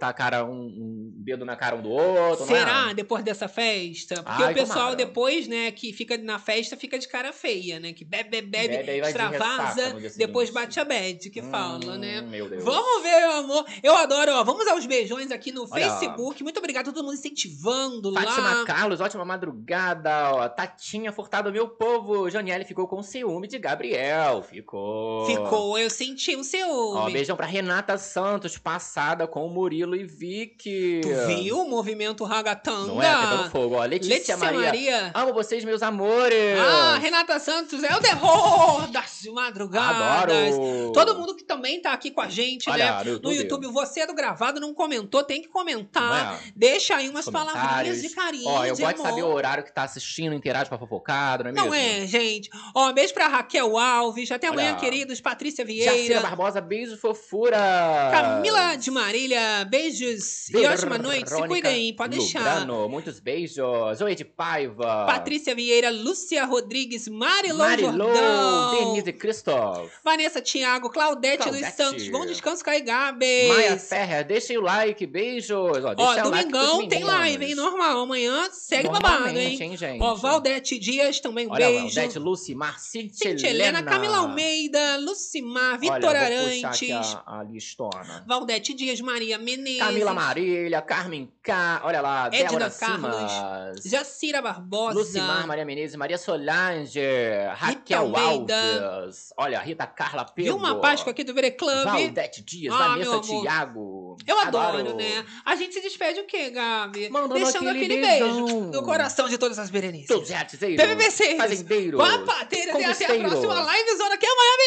Speaker 2: botar a cara, um dedo na cara um do outro,
Speaker 1: Será?
Speaker 2: não é?
Speaker 1: Depois dessa festa? Porque
Speaker 2: Ai,
Speaker 1: o pessoal
Speaker 2: tomara.
Speaker 1: depois, né, que fica na festa, fica de cara feia, né? Que bebe,
Speaker 2: Bebe, aí vai de ressaca
Speaker 1: extravasa,
Speaker 2: no dia
Speaker 1: depois
Speaker 2: seguinte.
Speaker 1: bate a bad, que fala, né?
Speaker 2: Meu Deus.
Speaker 1: Vamos ver, meu amor. Eu adoro, ó. Vamos aos beijões aqui no
Speaker 2: Olha,
Speaker 1: Facebook. Muito obrigada a todo mundo incentivando
Speaker 2: Fátima
Speaker 1: lá.
Speaker 2: Carlos, ótima madrugada. Ó. Tatinha Furtado, meu povo. Janiele ficou com ciúme de Gabriel. Ficou,
Speaker 1: eu senti um ciúme.
Speaker 2: Ó, beijão pra Renata Santos, passada com o Murilo e Vicky.
Speaker 1: Tu viu o movimento ragatanga?
Speaker 2: Não é? Pegando fogo, ó. Letícia Maria. Amo vocês, meus amores.
Speaker 1: Ah, Renata Santos é o terror das madrugadas.
Speaker 2: Adoro.
Speaker 1: Todo mundo que também tá aqui com a gente,
Speaker 2: Olha,
Speaker 1: né?
Speaker 2: no YouTube.
Speaker 1: Você é do gravado, não comentou, tem que comentar.
Speaker 2: Não é?
Speaker 1: Deixa aí umas
Speaker 2: Comentários.
Speaker 1: palavrinhas de carinho,
Speaker 2: Ó, eu
Speaker 1: de
Speaker 2: gosto de
Speaker 1: amor.
Speaker 2: saber o horário que tá assistindo, interage pra fofocado, não é mesmo?
Speaker 1: Não é, gente. Ó, beijo pra Raquel Alves. Até amanhã,
Speaker 2: Olha.
Speaker 1: queridos. Patrícia
Speaker 2: Jacira
Speaker 1: Vieira.
Speaker 2: Barbosa, beijo, fofura.
Speaker 1: Camila de Marília, beijos e ótima noite. Se cuidem aí, pode deixar.
Speaker 2: Lubrano, muitos beijos. Zoe de Paiva.
Speaker 1: Patrícia Vieira, Lúcia Rodrigues, Marilô
Speaker 2: Marilô,
Speaker 1: Jordão.
Speaker 2: Denise Christoph.
Speaker 1: Vanessa Thiago, Claudete dos Santos. Bom descanso, Caio Gabes.
Speaker 2: Maia Ferrer, deixem o like, beijos. Ó,
Speaker 1: Ó,
Speaker 2: deixa o like
Speaker 1: domingão
Speaker 2: pros
Speaker 1: tem
Speaker 2: meninos.
Speaker 1: live, hein? Normal. Amanhã segue babado,
Speaker 2: Normalmente,
Speaker 1: hein?
Speaker 2: hein, gente?
Speaker 1: Ó, Valdete Dias também, um
Speaker 2: Olha,
Speaker 1: beijo.
Speaker 2: Valdete, Lucimar, Cintia
Speaker 1: Cintia Helena, Camila Almeida, Lucimar, Vitor
Speaker 2: Olha, vou puxar
Speaker 1: Arantes.
Speaker 2: aqui a listona.
Speaker 1: Valdete Dias, Maria Menezes.
Speaker 2: Camila Marília, Carmen K. Olha lá,
Speaker 1: Edna
Speaker 2: Débora
Speaker 1: Carlos,
Speaker 2: Simas.
Speaker 1: Jacira Barbosa.
Speaker 2: Lucimar, Maria Menezes, Maria Solange, Raquel
Speaker 1: Almeida.
Speaker 2: Alves. Olha, Rita Carla Pedro.
Speaker 1: Vilma Páscoa aqui do Vere Club.
Speaker 2: Valdete Dias,
Speaker 1: Ah,
Speaker 2: Vanessa
Speaker 1: meu amor.
Speaker 2: Thiago.
Speaker 1: Eu adoro, né? A gente se despede o quê, Gabi?
Speaker 2: Mandando
Speaker 1: Deixando
Speaker 2: aquele
Speaker 1: aquele
Speaker 2: beijão.
Speaker 1: beijo no coração de todas as berenices.
Speaker 2: Todos os arteseiros,
Speaker 1: PVP6.
Speaker 2: fazendeiros,
Speaker 1: Com a pateira. Até a
Speaker 2: conquisteiros.
Speaker 1: próxima livezona aqui amanhã,